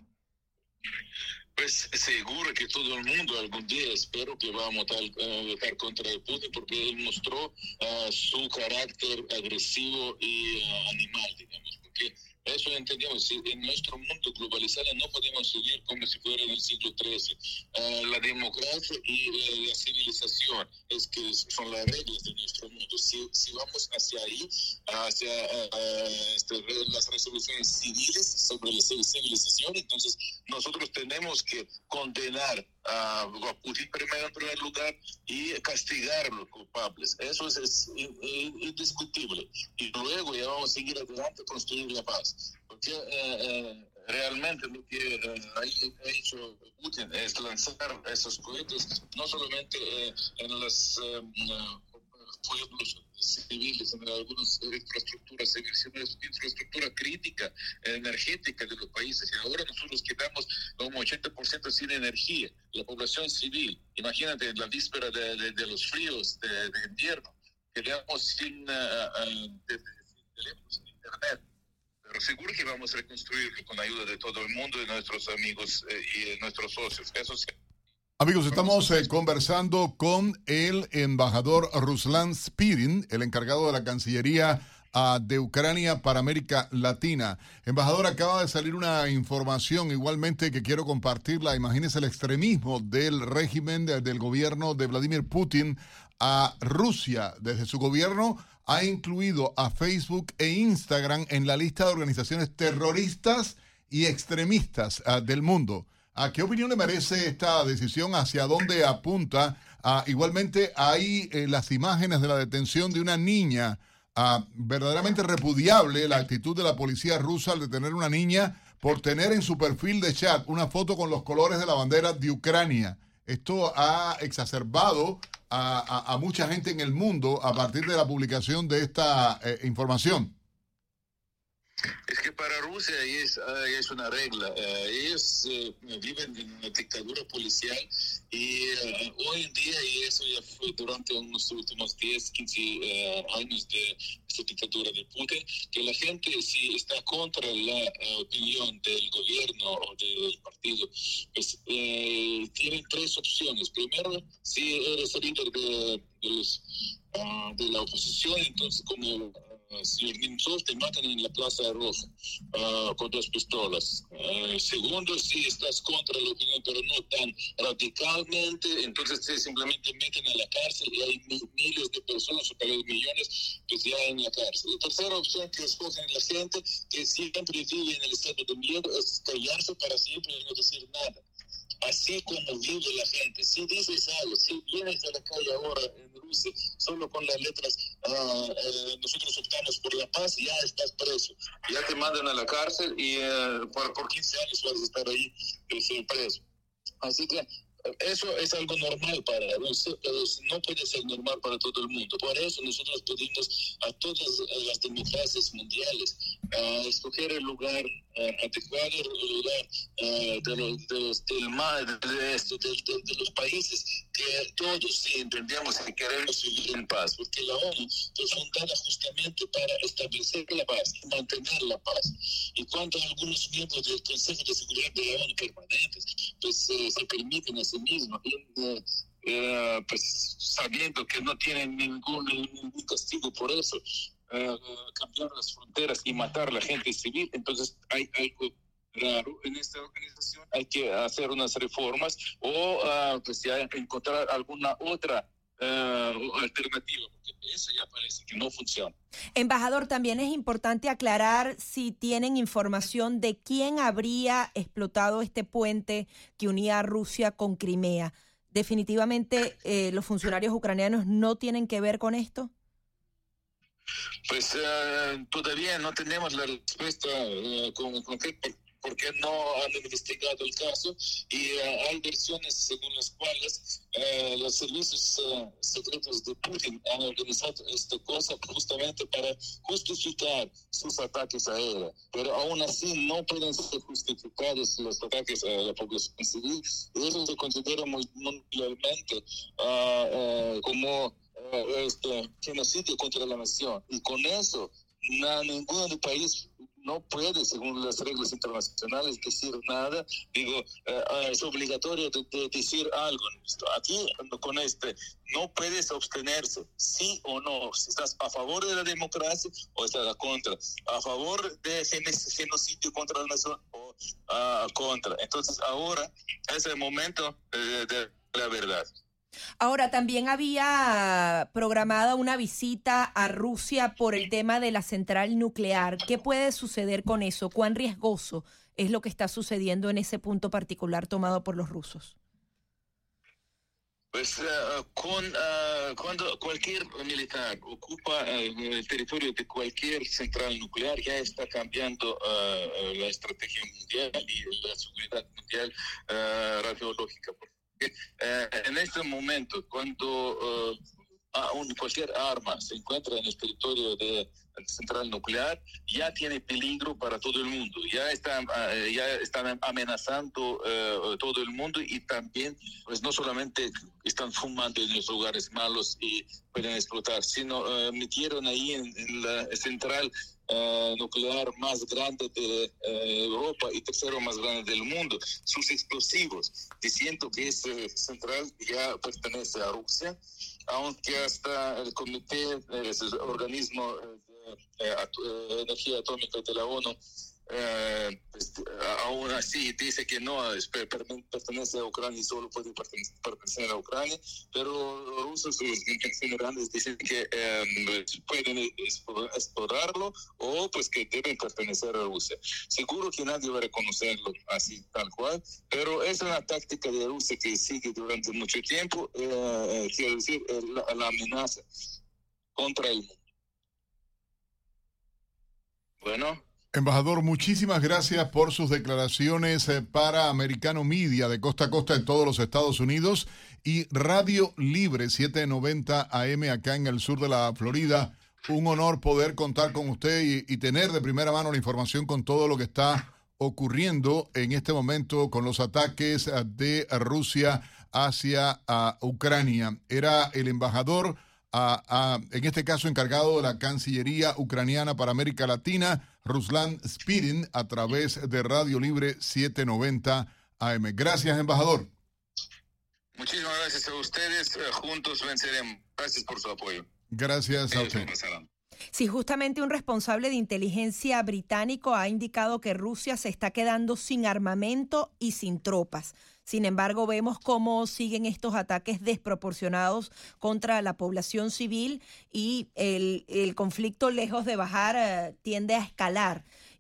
Pues seguro que todo el mundo algún día espero que va a votar, uh, votar contra Putin, porque él mostró uh, su carácter agresivo y uh, animal, digamos, porque eso entendemos, si en nuestro mundo globalizado no podemos seguir como si fuera en el siglo trece. Uh, la democracia y uh, la civilización es que son las reglas de nuestro mundo. Si, si vamos hacia ahí, hacia uh, este, las resoluciones civiles sobre la civilización, entonces nosotros tenemos que condenar a, a Putin primero en primer lugar y castigar a los culpables. Eso es, es indiscutible. Y luego ya vamos a seguir adelante a construir la paz. Porque eh, eh, realmente lo que eh, ha hecho Putin es lanzar esos cohetes no solamente eh, en los eh, pueblos civiles, en algunas infraestructuras civiles, sino infraestructura crítica, energética de los países. Y ahora nosotros quedamos como ochenta por ciento sin energía. La población civil, imagínate, en la víspera de, de, de los fríos de, de invierno, quedamos sin, uh, uh, de, de, sin teléfonos, sin internet. Pero seguro que vamos a reconstruirlo con ayuda de todo el mundo y nuestros amigos eh, y eh, nuestros socios. Eso sí. Amigos, estamos eh, conversando con el embajador Ruslan Spirin, el encargado de la Cancillería uh, de Ucrania para América Latina. Embajador, acaba de salir una información igualmente que quiero compartirla. Imagínese el extremismo del régimen de, del gobierno de Vladimir Putin a Rusia. Desde su gobierno ha incluido a Facebook e Instagram en la lista de organizaciones terroristas y extremistas uh, del mundo. ¿A qué opinión le merece esta decisión? ¿Hacia dónde apunta? Uh, igualmente hay eh, las imágenes de la detención de una niña. Uh, verdaderamente repudiable la actitud de la policía rusa al detener a una niña por tener en su perfil de chat una foto con los colores de la bandera de Ucrania. Esto ha exacerbado a, a, a mucha gente en el mundo a partir de la publicación de esta eh, información. Es que para Rusia es, es una regla. Uh, ellos uh, viven en una dictadura policial y uh, hoy en día, y eso ya fue durante los últimos diez, quince uh, años de esta dictadura de Putin, que la gente, si está contra la uh, opinión del gobierno o del partido, pues uh, tienen tres opciones. Primero, si eres líder de, de, los, uh, de la oposición, entonces como Uh, señor Nemtsov, te matan en la Plaza Roja uh, con dos pistolas. Uh, segundo, si estás contra la opinión, pero no tan radicalmente, entonces te simplemente meten a la cárcel y hay mil, miles de personas o tal vez millones pues ya en la cárcel. La tercera opción que escogen la gente, que siempre vive en el estado de miedo, es callarse para siempre y no decir así como vive la gente. Si dices algo, si vienes a la calle ahora en Rusia, solo con las letras, uh, uh, nosotros optamos por la paz, ya estás preso. Ya te mandan a la cárcel y uh, por, por quince años vas a estar ahí eh, preso. Así que eso es algo normal para Rusia, pero no puede ser normal para todo el mundo. Por eso nosotros pedimos a todas las democracias mundiales a escoger el lugar uh, adecuado, el lugar uh, de, los, de, los, del mar, de, esto, de, de, de los países que todos sí entendemos que queremos vivir en paz, porque la ONU fue fundada justamente para establecer la paz y mantener la paz. Y cuando algunos miembros del Consejo de Seguridad de la ONU permanentes pues eh, se permiten a sí mismos, eh, eh, pues sabiendo que no tienen ningún, ningún castigo por eso, eh, cambiar las fronteras y matar a la gente civil, entonces hay algo raro en esta organización. Hay que hacer unas reformas o uh, pues ya encontrar alguna otra uh, alternativa, porque eso ya parece que no funciona. Embajador, también es importante aclarar si tienen información de quién habría explotado este puente que unía a Rusia con Crimea. ¿Definitivamente eh, los funcionarios ucranianos no tienen que ver con esto? Pues uh, todavía no tenemos la respuesta uh, con, con qué, porque no han investigado el caso y uh, hay versiones según las cuales uh, los servicios uh, secretos de Putin han organizado esta cosa justamente para justificar sus ataques aéreos. Pero aún así no pueden ser justificados los ataques a la población civil y eso se considera muy mundialmente uh, uh, como este genocidio contra la nación, y con eso na, ningún país no puede, según las reglas internacionales, decir nada. Digo, uh, es obligatorio de, de decir algo. Aquí, con este, no puedes abstenerse, sí o no, si estás a favor de la democracia o estás a contra, a favor de genocidio contra la nación o uh, contra. Entonces ahora es el momento de, de la verdad. Ahora, también había programada una visita a Rusia por el tema de la central nuclear. ¿Qué puede suceder con eso? ¿Cuán riesgoso es lo que está sucediendo en ese punto particular tomado por los rusos? Pues uh, con, uh, cuando cualquier militar ocupa uh, el territorio de cualquier central nuclear, ya está cambiando uh, la estrategia mundial y la seguridad mundial uh, radiológica. Eh, en este momento, cuando uh, un, cualquier arma se encuentra en el territorio de la central nuclear, ya tiene peligro para todo el mundo, ya están, uh, ya están amenazando uh, todo el mundo y también, pues no solamente están fumando en los lugares malos y pueden explotar, sino uh, metieron ahí en, en la central Uh, nuclear más grande de uh, Europa y tercero más grande del mundo, sus explosivos, diciendo que ese central ya pertenece a Rusia, aunque hasta el comité, ese organismo de uh, energía atómica de la ONU, Uh, pues, aún así dice que no pertenece a Ucrania y solo puede pertenecer a Ucrania, pero los rusos en general dicen que um, pueden explorarlo o pues que deben pertenecer a Rusia. Seguro que nadie va a reconocerlo así tal cual, pero es una táctica de Rusia que sigue durante mucho tiempo, uh, quiero decir, la, la amenaza contra el mundo. Bueno. Embajador, muchísimas gracias por sus declaraciones para Americano Media de costa a costa en todos los Estados Unidos y Radio Libre setecientos noventa A M acá en el sur de la Florida. Un honor poder contar con usted y, y tener de primera mano la información con todo lo que está ocurriendo en este momento con los ataques de Rusia hacia uh, Ucrania. Era el embajador, uh, uh, en este caso encargado de la Cancillería ucraniana para América Latina, Ruslan Spirin, a través de Radio Libre setecientos noventa A M. Gracias, embajador. Muchísimas gracias a ustedes. Juntos venceremos. Gracias por su apoyo. Gracias a usted. Sí, justamente un responsable de inteligencia británico ha indicado que Rusia se está quedando sin armamento y sin tropas. Sin embargo, vemos cómo siguen estos ataques desproporcionados contra la población civil y el, el conflicto, lejos de bajar, uh, tiende a escalar.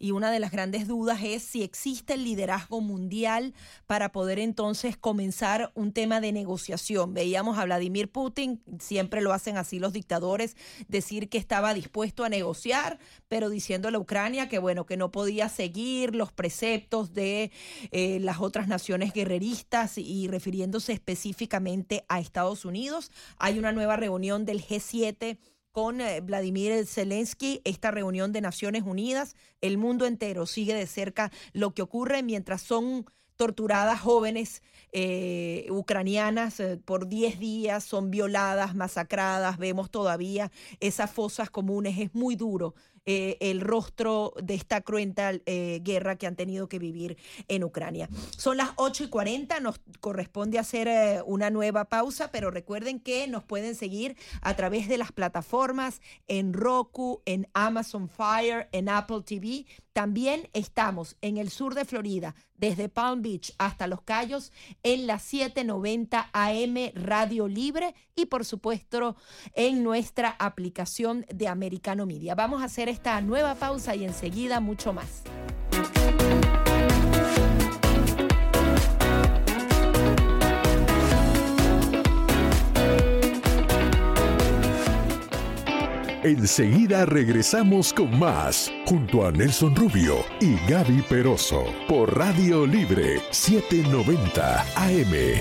y una de las grandes dudas es si existe el liderazgo mundial para poder entonces comenzar un tema de negociación. Veíamos a Vladimir Putin, siempre lo hacen así los dictadores, decir que estaba dispuesto a negociar, pero diciéndole a Ucrania que bueno, que no podía seguir los preceptos de eh, las otras naciones guerreristas y refiriéndose específicamente a Estados Unidos. Hay una nueva reunión del G siete con eh, Vladimir Zelensky, esta reunión de Naciones Unidas. El mundo entero sigue de cerca lo que ocurre mientras son torturadas jóvenes eh, ucranianas eh, por diez días, son violadas, masacradas, vemos todavía esas fosas comunes. Es muy duro eh, el rostro de esta cruenta eh, guerra que han tenido que vivir en Ucrania. Son las ocho y cuarenta, nos corresponde hacer eh, una nueva pausa, pero recuerden que nos pueden seguir a través de las plataformas en Roku, en Amazon Fire, en Apple T V. También estamos en el sur de Florida, desde Palm Beach hasta Los Cayos, en la setecientos noventa A M Radio Libre y, por supuesto, en nuestra aplicación de Americano Media. Vamos a hacer esta nueva pausa y enseguida mucho más. Enseguida regresamos con más, junto a Nelson Rubio y Gaby Peroso, por Radio Libre setecientos noventa A M.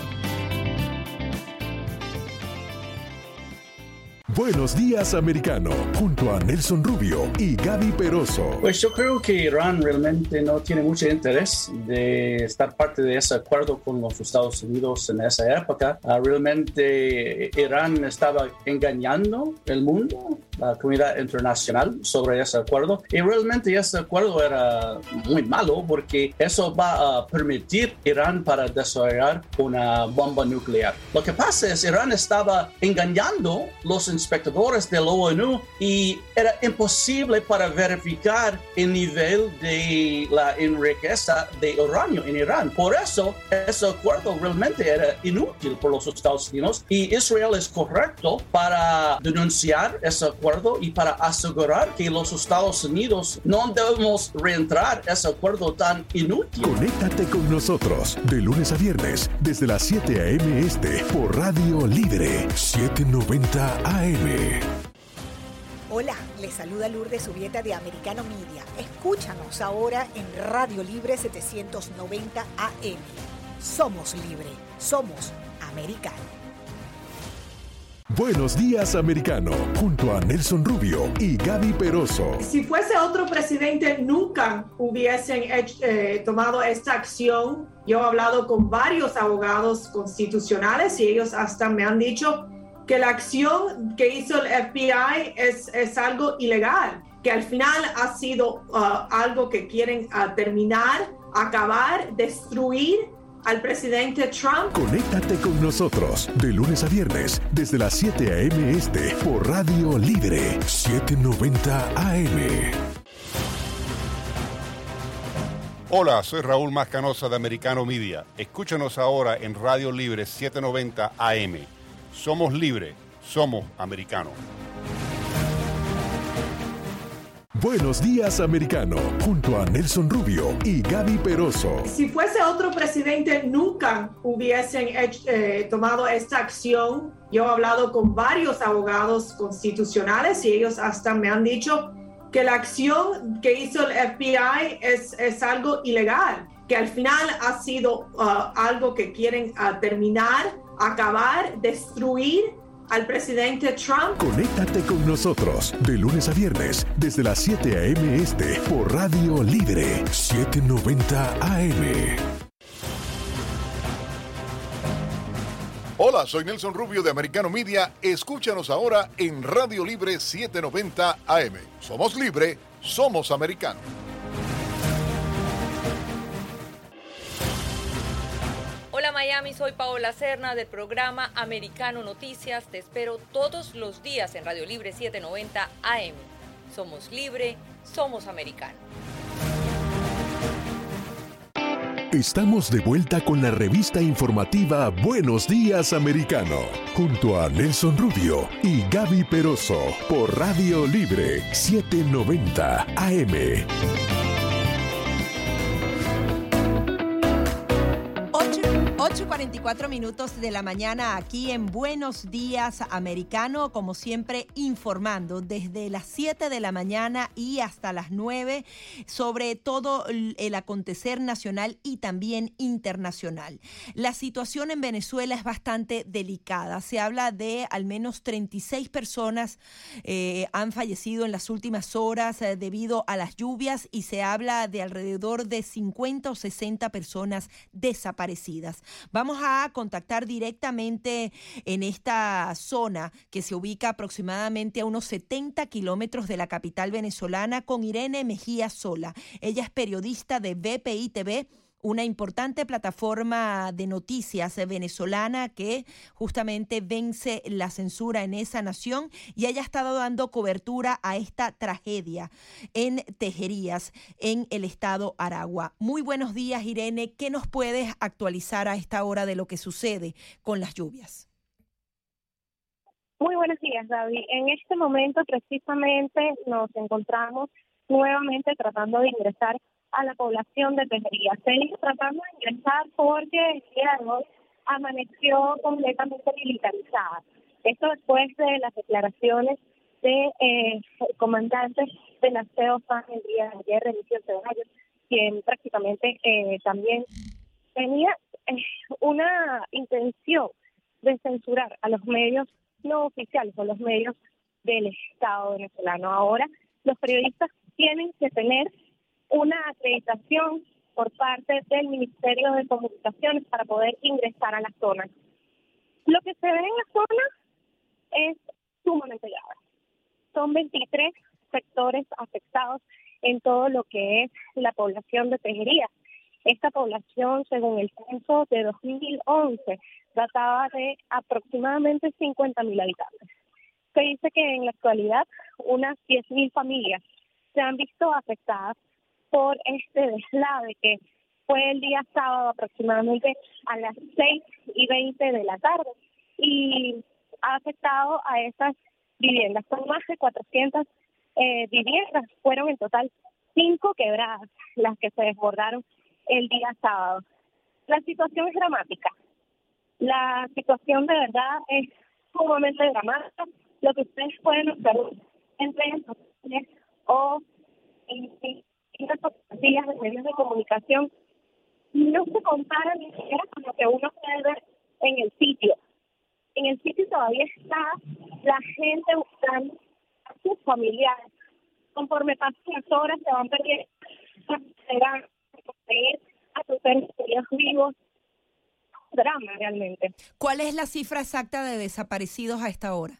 Buenos días, americano, junto a Nelson Rubio y Gaby Peroso. Pues yo creo que Irán realmente no tiene mucho interés de estar parte de ese acuerdo con los Estados Unidos en esa época. Uh, realmente Irán estaba engañando el mundo, la comunidad internacional, sobre ese acuerdo. Y realmente ese acuerdo era muy malo porque eso va a permitir a Irán para desarrollar una bomba nuclear. Lo que pasa es que Irán estaba engañando los inspectores de la ONU y era imposible para verificar el nivel de la riqueza de uranio en Irán. Por eso, ese acuerdo realmente era inútil por los Estados Unidos y Israel es correcto para denunciar ese acuerdo y para asegurar que los Estados Unidos no debemos reentrar ese acuerdo tan inútil. Conéctate con nosotros de lunes a viernes desde las siete A M este por Radio Libre setecientos noventa A M. Hola, les saluda Lourdes Subieta de Americano Media. Escúchanos ahora en Radio Libre setecientos noventa A M. Somos libre, somos americano. Buenos días, americano, junto a Nelson Rubio y Gaby Peroso. Si fuese otro presidente, nunca hubiesen hecho, eh, tomado esta acción. Yo he hablado con varios abogados constitucionales y ellos hasta me han dicho que la acción que hizo el F B I es, es algo ilegal, que al final ha sido uh, algo que quieren uh, terminar, acabar, destruir al presidente Trump. Conéctate con nosotros de lunes a viernes desde las siete A M este por Radio Libre setecientos noventa A M. Hola, soy Raúl Mascanosa de Americano Media. Escúchanos ahora en Radio Libre setecientos noventa A M. Somos libre, somos americanos. Buenos días, americano, junto a Nelson Rubio y Gaby Peroso. Si fuese otro presidente, nunca hubiesen hecho, eh, tomado esta acción. Yo he hablado con varios abogados constitucionales y ellos hasta me han dicho que la acción que hizo el F B I es, es algo ilegal, que al final ha sido uh, algo que quieren uh, terminar, acabar, destruir al presidente Trump. Conéctate con nosotros de lunes a viernes desde las siete A M este por Radio Libre setecientos noventa A M. Hola, soy Nelson Rubio de Americano Media. Escúchanos ahora en Radio Libre setecientos noventa A M. Somos libre, somos americanos. Hola Miami, soy Paola Serna del programa Americano Noticias. Te espero todos los días en Radio Libre setecientos noventa A M. Somos libre, somos americano. Estamos de vuelta con la revista informativa Buenos Días, Americano, junto a Nelson Rubio y Gaby Peroso por Radio Libre setecientos noventa A M. ocho y cuarenta y cuatro minutos de la mañana aquí en Buenos Días Americano, como siempre informando desde las siete de la mañana y hasta las nueve sobre todo el acontecer nacional y también internacional. La situación en Venezuela es bastante delicada. Se habla de al menos treinta y seis personas eh, han fallecido en las últimas horas eh, debido a las lluvias y se habla de alrededor de cincuenta o sesenta personas desaparecidas. Vamos a contactar directamente en esta zona que se ubica aproximadamente a unos setenta kilómetros de la capital venezolana con Irene Mejía Sola. Ella es periodista de V P I T V, una importante plataforma de noticias venezolana que justamente vence la censura en esa nación, y ella ha estado dando cobertura a esta tragedia en Tejerías, en el estado Aragua. Muy buenos días, Irene. ¿Qué nos puedes actualizar a esta hora de lo que sucede con las lluvias? Muy buenos días, Gaby. En este momento precisamente nos encontramos nuevamente tratando de ingresar a la población de Tejerías. Seguimos tratando de ingresar porque el día de hoy amaneció completamente militarizada. Esto después de las declaraciones de eh, el comandante de la C E O F A N el día de ayer, Remigio Ceballos, quien prácticamente eh, también tenía eh, una intención de censurar a los medios no oficiales o los medios del Estado venezolano. Ahora los periodistas tienen que tener una acreditación por parte del Ministerio de Comunicaciones para poder ingresar a la zona. Lo que se ve en la zona es sumamente grave. Son veintitrés sectores afectados en todo lo que es la población de Tejerías. Esta población, según el censo de dos mil once, databa de aproximadamente cincuenta mil habitantes. Se dice que en la actualidad unas diez mil familias se han visto afectadas por este deslave que fue el día sábado aproximadamente a las seis y veinte de la tarde y ha afectado a esas viviendas. Son más de cuatrocientas eh, viviendas, fueron en total cinco quebradas las que se desbordaron el día sábado. La situación es dramática. La situación de verdad es sumamente dramática. Lo que ustedes pueden observar en redes sociales o en, en las fotografías de medios de comunicación no se compara ni siquiera con lo que uno puede ver en el sitio. En el sitio todavía está la gente buscando a sus familiares. Conforme pasan las horas se van perdiendo, se van a conseguir a sus seres queridos vivos. Drama realmente. ¿Cuál es la cifra exacta de desaparecidos a esta hora?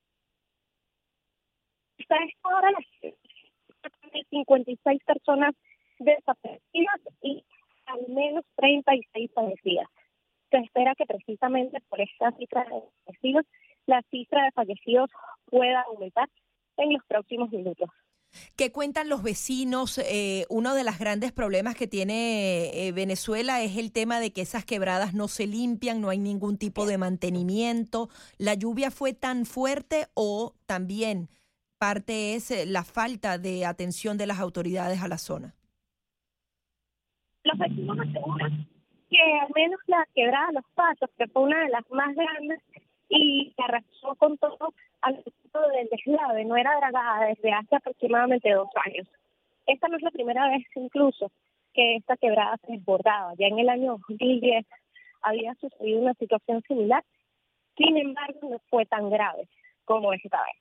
A esta hora las cincuenta y seis personas desaparecidas y al menos treinta y seis fallecidas. Se espera que precisamente por esta cifra de fallecidos, la cifra de fallecidos pueda aumentar en los próximos minutos. ¿Qué cuentan los vecinos? Eh, uno de los grandes problemas que tiene eh, Venezuela es el tema de que esas quebradas no se limpian, no hay ningún tipo de mantenimiento. ¿La lluvia fue tan fuerte o también parte es eh, la falta de atención de las autoridades a la zona? Los vecinos aseguran que al menos la quebrada Los Pasos, que fue una de las más grandes y que arrasó con todo al punto del deslave, no era dragada desde hace aproximadamente dos años. Esta no es la primera vez incluso que esta quebrada se desbordaba. Ya en el año dos mil diez había sucedido una situación similar, sin embargo no fue tan grave como esta vez.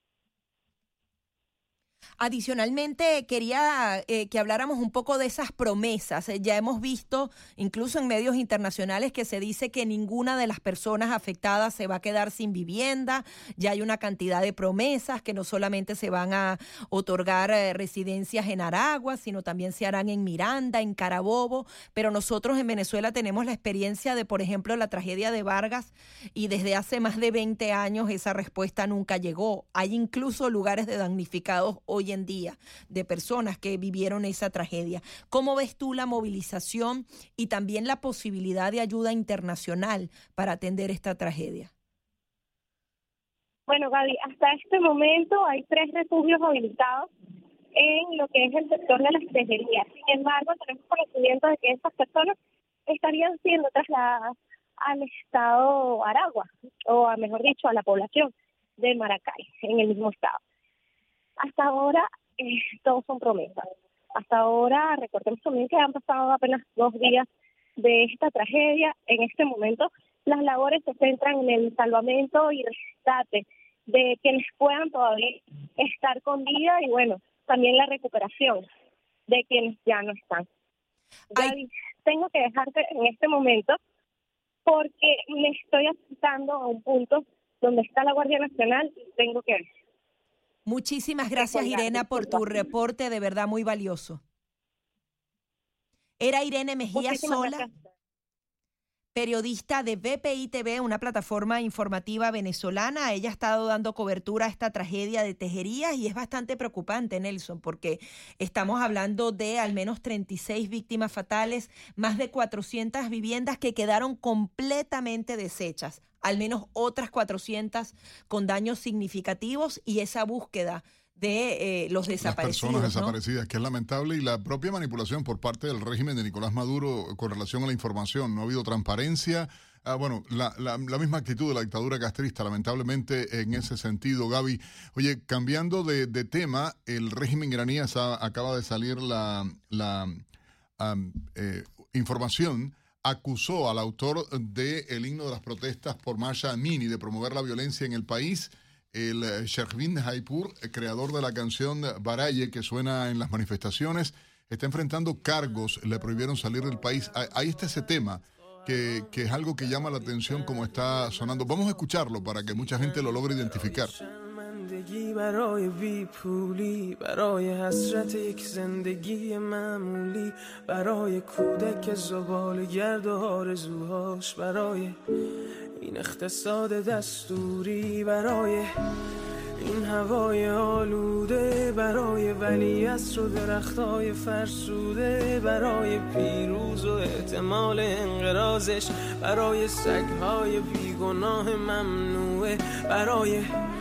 Adicionalmente, quería eh, que habláramos un poco de esas promesas. Eh, ya hemos visto, incluso en medios internacionales, que se dice que ninguna de las personas afectadas se va a quedar sin vivienda. Ya hay una cantidad de promesas que no solamente se van a otorgar eh, residencias en Aragua, sino también se harán en Miranda, en Carabobo. Pero nosotros en Venezuela tenemos la experiencia de, por ejemplo, la tragedia de Vargas, y desde hace más de veinte años esa respuesta nunca llegó. Hay incluso lugares de damnificados hoy en día de personas que vivieron esa tragedia. ¿Cómo ves tú la movilización y también la posibilidad de ayuda internacional para atender esta tragedia? Bueno, Gaby, hasta este momento hay tres refugios habilitados en lo que es el sector de las tejerías. Sin embargo, tenemos conocimiento de que estas personas estarían siendo trasladadas al estado Aragua, o a, mejor dicho, a la población de Maracay, en el mismo estado. Hasta ahora, eh, todos son promesas. Hasta ahora, recordemos también que han pasado apenas dos días de esta tragedia. En este momento, las labores se centran en el salvamento y rescate de quienes puedan todavía estar con vida y, bueno, también la recuperación de quienes ya no están. Gaby, tengo que dejarte en este momento porque me estoy acercando a un punto donde está la Guardia Nacional y tengo que... Muchísimas gracias, Irene, por tu reporte, de verdad muy valioso. Era Irene Mejía Muchísimas Sola, gracias. periodista de B P I T V, una plataforma informativa venezolana. Ella ha estado dando cobertura a esta tragedia de Tejerías y es bastante preocupante, Nelson, porque estamos hablando de al menos treinta y seis víctimas fatales, más de cuatrocientas viviendas que quedaron completamente deshechas, al menos otras cuatrocientas con daños significativos y esa búsqueda de eh, los desaparecidos. Las personas ¿no? desaparecidas, que es lamentable, y la propia manipulación por parte del régimen de Nicolás Maduro con relación a la información. No ha habido transparencia. Ah, bueno, la, la, la misma actitud de la dictadura castrista, lamentablemente, en ese sentido, Gaby. Oye, cambiando de, de tema, el régimen iraní esa, acaba de salir la, la um, eh, información, acusó al autor del himno de las protestas por Masha Amini de promover la violencia en el país. El Shervin Jaipur, creador de la canción Baraye, que suena en las manifestaciones, está enfrentando cargos, le prohibieron salir del país. Ahí está ese tema, que, que es algo que llama la atención como está sonando. Vamos a escucharlo para que mucha gente lo logre identificar. زندگی برای بی پولی برای حسرت یک زندگی معمولی برای کودک زبال گرد و آرزوهاش برای این اقتصاد دستوری برای این هوای آلوده برای ولیعصر و درختای فرسوده برای پیروز و احتمال انقراضش برای سگهای بیگناه ممنوعه برای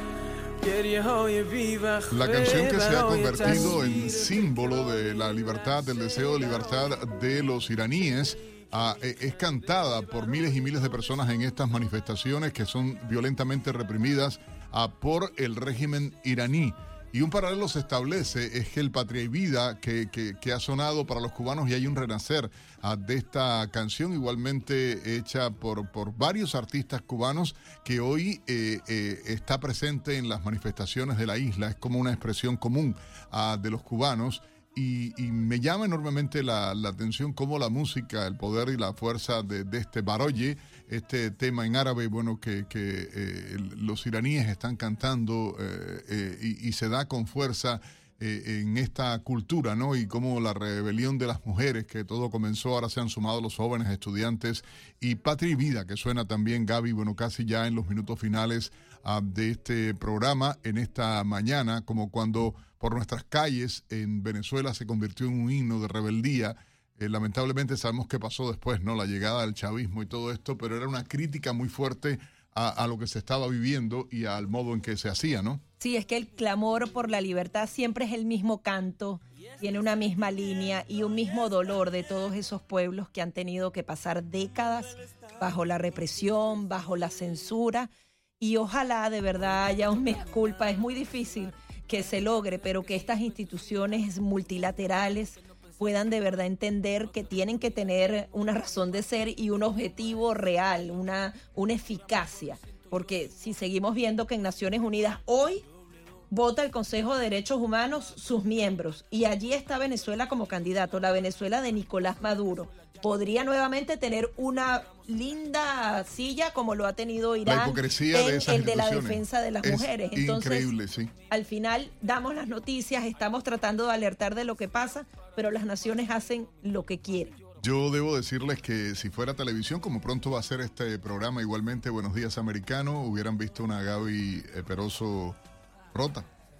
La canción que se ha convertido en símbolo de la libertad, del deseo de libertad de los iraníes, uh, es cantada por miles y miles de personas en estas manifestaciones que son violentamente reprimidas uh, por el régimen iraní. Y un paralelo se establece, es que el Patria y Vida que, que, que ha sonado para los cubanos, y hay un renacer uh, de esta canción, igualmente hecha por, por varios artistas cubanos, que hoy eh, eh, está presente en las manifestaciones de la isla. Es como una expresión común uh, de los cubanos. Y, y me llama enormemente la, la atención cómo la música, el poder y la fuerza de, de este baroye, este tema en árabe, bueno, que, que eh, los iraníes están cantando eh, eh, y, y se da con fuerza eh, en esta cultura, ¿no? Y cómo la rebelión de las mujeres, que todo comenzó, ahora se han sumado los jóvenes estudiantes, y Patria y Vida, que suena también, Gaby, bueno, casi ya en los minutos finales uh, de este programa, en esta mañana, como cuando por nuestras calles en Venezuela se convirtió en un himno de rebeldía. Eh, lamentablemente sabemos qué pasó después, ¿no? La llegada del chavismo y todo esto, pero era una crítica muy fuerte a, a lo que se estaba viviendo y al modo en que se hacía, ¿no? Sí, es que el clamor por la libertad siempre es el mismo canto, tiene una misma línea y un mismo dolor de todos esos pueblos que han tenido que pasar décadas bajo la represión, bajo la censura, y ojalá de verdad haya un mea culpa. Es muy difícil que se logre, pero que estas instituciones multilaterales puedan de verdad entender que tienen que tener una razón de ser y un objetivo real, una, una eficacia. Porque si seguimos viendo que en Naciones Unidas hoy vota el Consejo de Derechos Humanos sus miembros, y allí está Venezuela como candidato, la Venezuela de Nicolás Maduro, podría nuevamente tener una linda silla como lo ha tenido Irán, la hipocresía en de esas el de la instituciones defensa de las es mujeres. Entonces, increíble, sí. Al final damos las noticias, estamos tratando de alertar de lo que pasa, pero las naciones hacen lo que quieren. Yo debo decirles que si fuera televisión, como pronto va a ser este programa, igualmente Buenos Días Americano, hubieran visto una Gaby Peroso rota.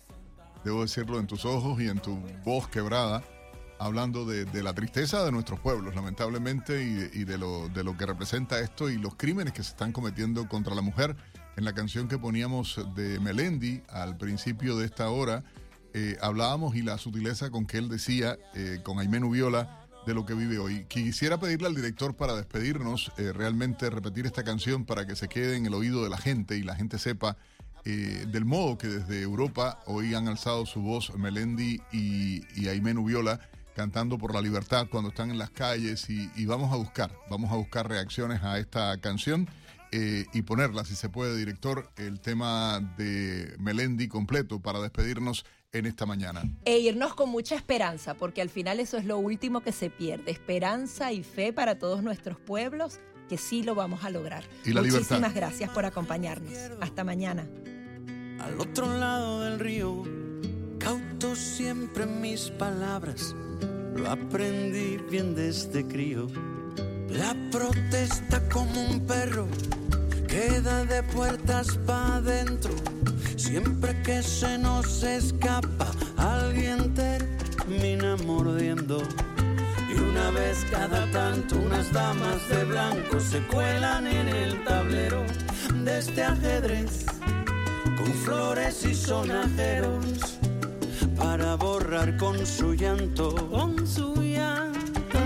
Debo decirlo, en tus ojos y en tu voz quebrada, hablando de, de la tristeza de nuestros pueblos, lamentablemente, y, de, y de, lo, de lo que representa esto y los crímenes que se están cometiendo contra la mujer. En la canción que poníamos de Melendi al principio de esta hora, eh, hablábamos y la sutileza con que él decía, eh, con Aimé Nubiola, de lo que vive hoy. Quisiera pedirle al director para despedirnos, eh, realmente repetir esta canción para que se quede en el oído de la gente y la gente sepa eh, del modo que desde Europa hoy han alzado su voz Melendi y, y Aimé Nubiola, cantando por la libertad cuando están en las calles, y, y vamos a buscar, vamos a buscar reacciones a esta canción eh, y ponerla, si se puede, director, el tema de Melendi completo para despedirnos en esta mañana. E irnos con mucha esperanza, porque al final eso es lo último que se pierde, esperanza y fe para todos nuestros pueblos, que sí lo vamos a lograr. Y la Muchísimas libertad. gracias por acompañarnos. Hasta mañana. Al otro lado del río, cauto siempre en mis palabras, lo aprendí bien desde crío. La protesta como un perro queda de puertas pa' adentro. Siempre que se nos escapa, alguien termina mordiendo. Y una vez cada tanto unas damas de blanco se cuelan en el tablero de este ajedrez con flores y sonajeros para borrar con su llanto, con su llanto,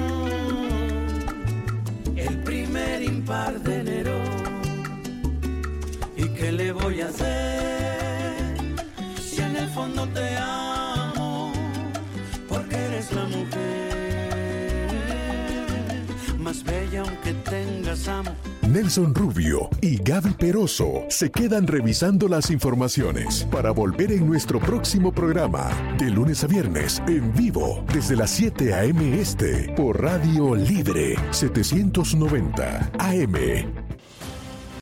el primer impar de enero. ¿Y qué le voy a hacer si en el fondo te amo? Porque eres la mujer más bella aunque tengas amo. Nelson Rubio y Gaby Peroso se quedan revisando las informaciones para volver en nuestro próximo programa, de lunes a viernes, en vivo, desde las siete a eme este, por Radio Libre setecientos noventa A M.